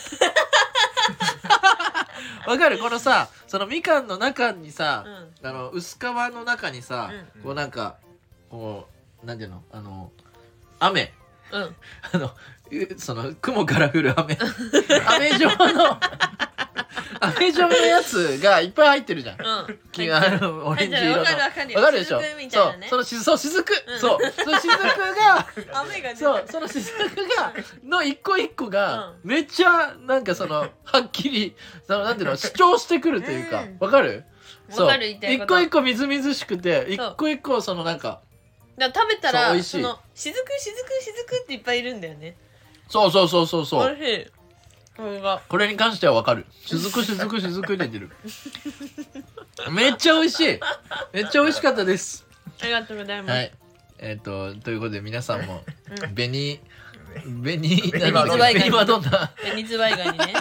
わかるこのさそのみかんの中にさ、うん、あの薄皮の中にさ、うん、こうなんかこうなんていうのあの雨、うん、あのその雲から降る雨雨状の雨状のやつがいっぱい入ってるじゃん、うん、あのオレンジ色のわかるわかるわかるでしょ。そうそのしそう雫、うん、そうその雫が雨がそうその雫がの一個一個がめっちゃなんかそのはっきりそのなんていうの主張してくるというかわかる？そう一個一個みずみずしくて一個一個そのなんかだから食べたらその雫雫雫っていっぱいいるんだよね。 そうそうそうそうそう。 美味しい。これがこれに関してはわかる。雫雫雫入れてる。めっちゃ美味しい。めっちゃ美味しかったです。 ありがとうございます。 はい。えっ、ー、とということで皆さんも紅紅紅ズワイガニ。 紅はどんな？ 紅ズワイガニね。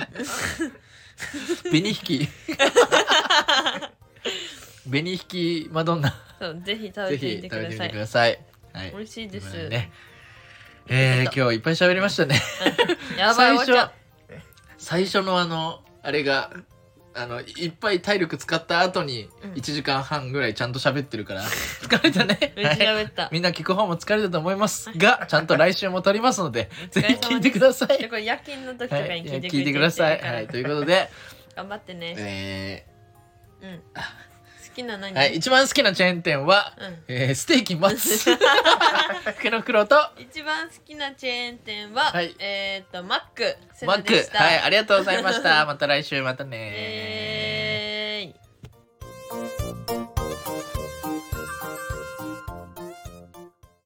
紅引き。紅引きマドンナ。 そうぜひ食べてみてください。 ぜひ食べてみてください。はい。 美味しいです。 ね。えー、今日いっぱい喋りましたね。 やばい最初最初のあのあれがあのいっぱい体力使った後にいちじかんはんぐらいちゃんと喋ってるから疲れたね。 めっちゃ喋った、 はい、みんな聞く方も疲れたと思いますがちゃんと来週も撮りますのでぜひ聞いてください。 これ夜勤の時とかに聞いてくれて、はい、 聞いてください。はい、ということで頑張ってね。 えー、うん好きな何？ はい、一番好きなチェーン店は、うんえー、ステーキ松福の黒と一番好きなチェーン店は、はい、えっ、ー、とマックマックはいありがとうございました。また来週またねー。えー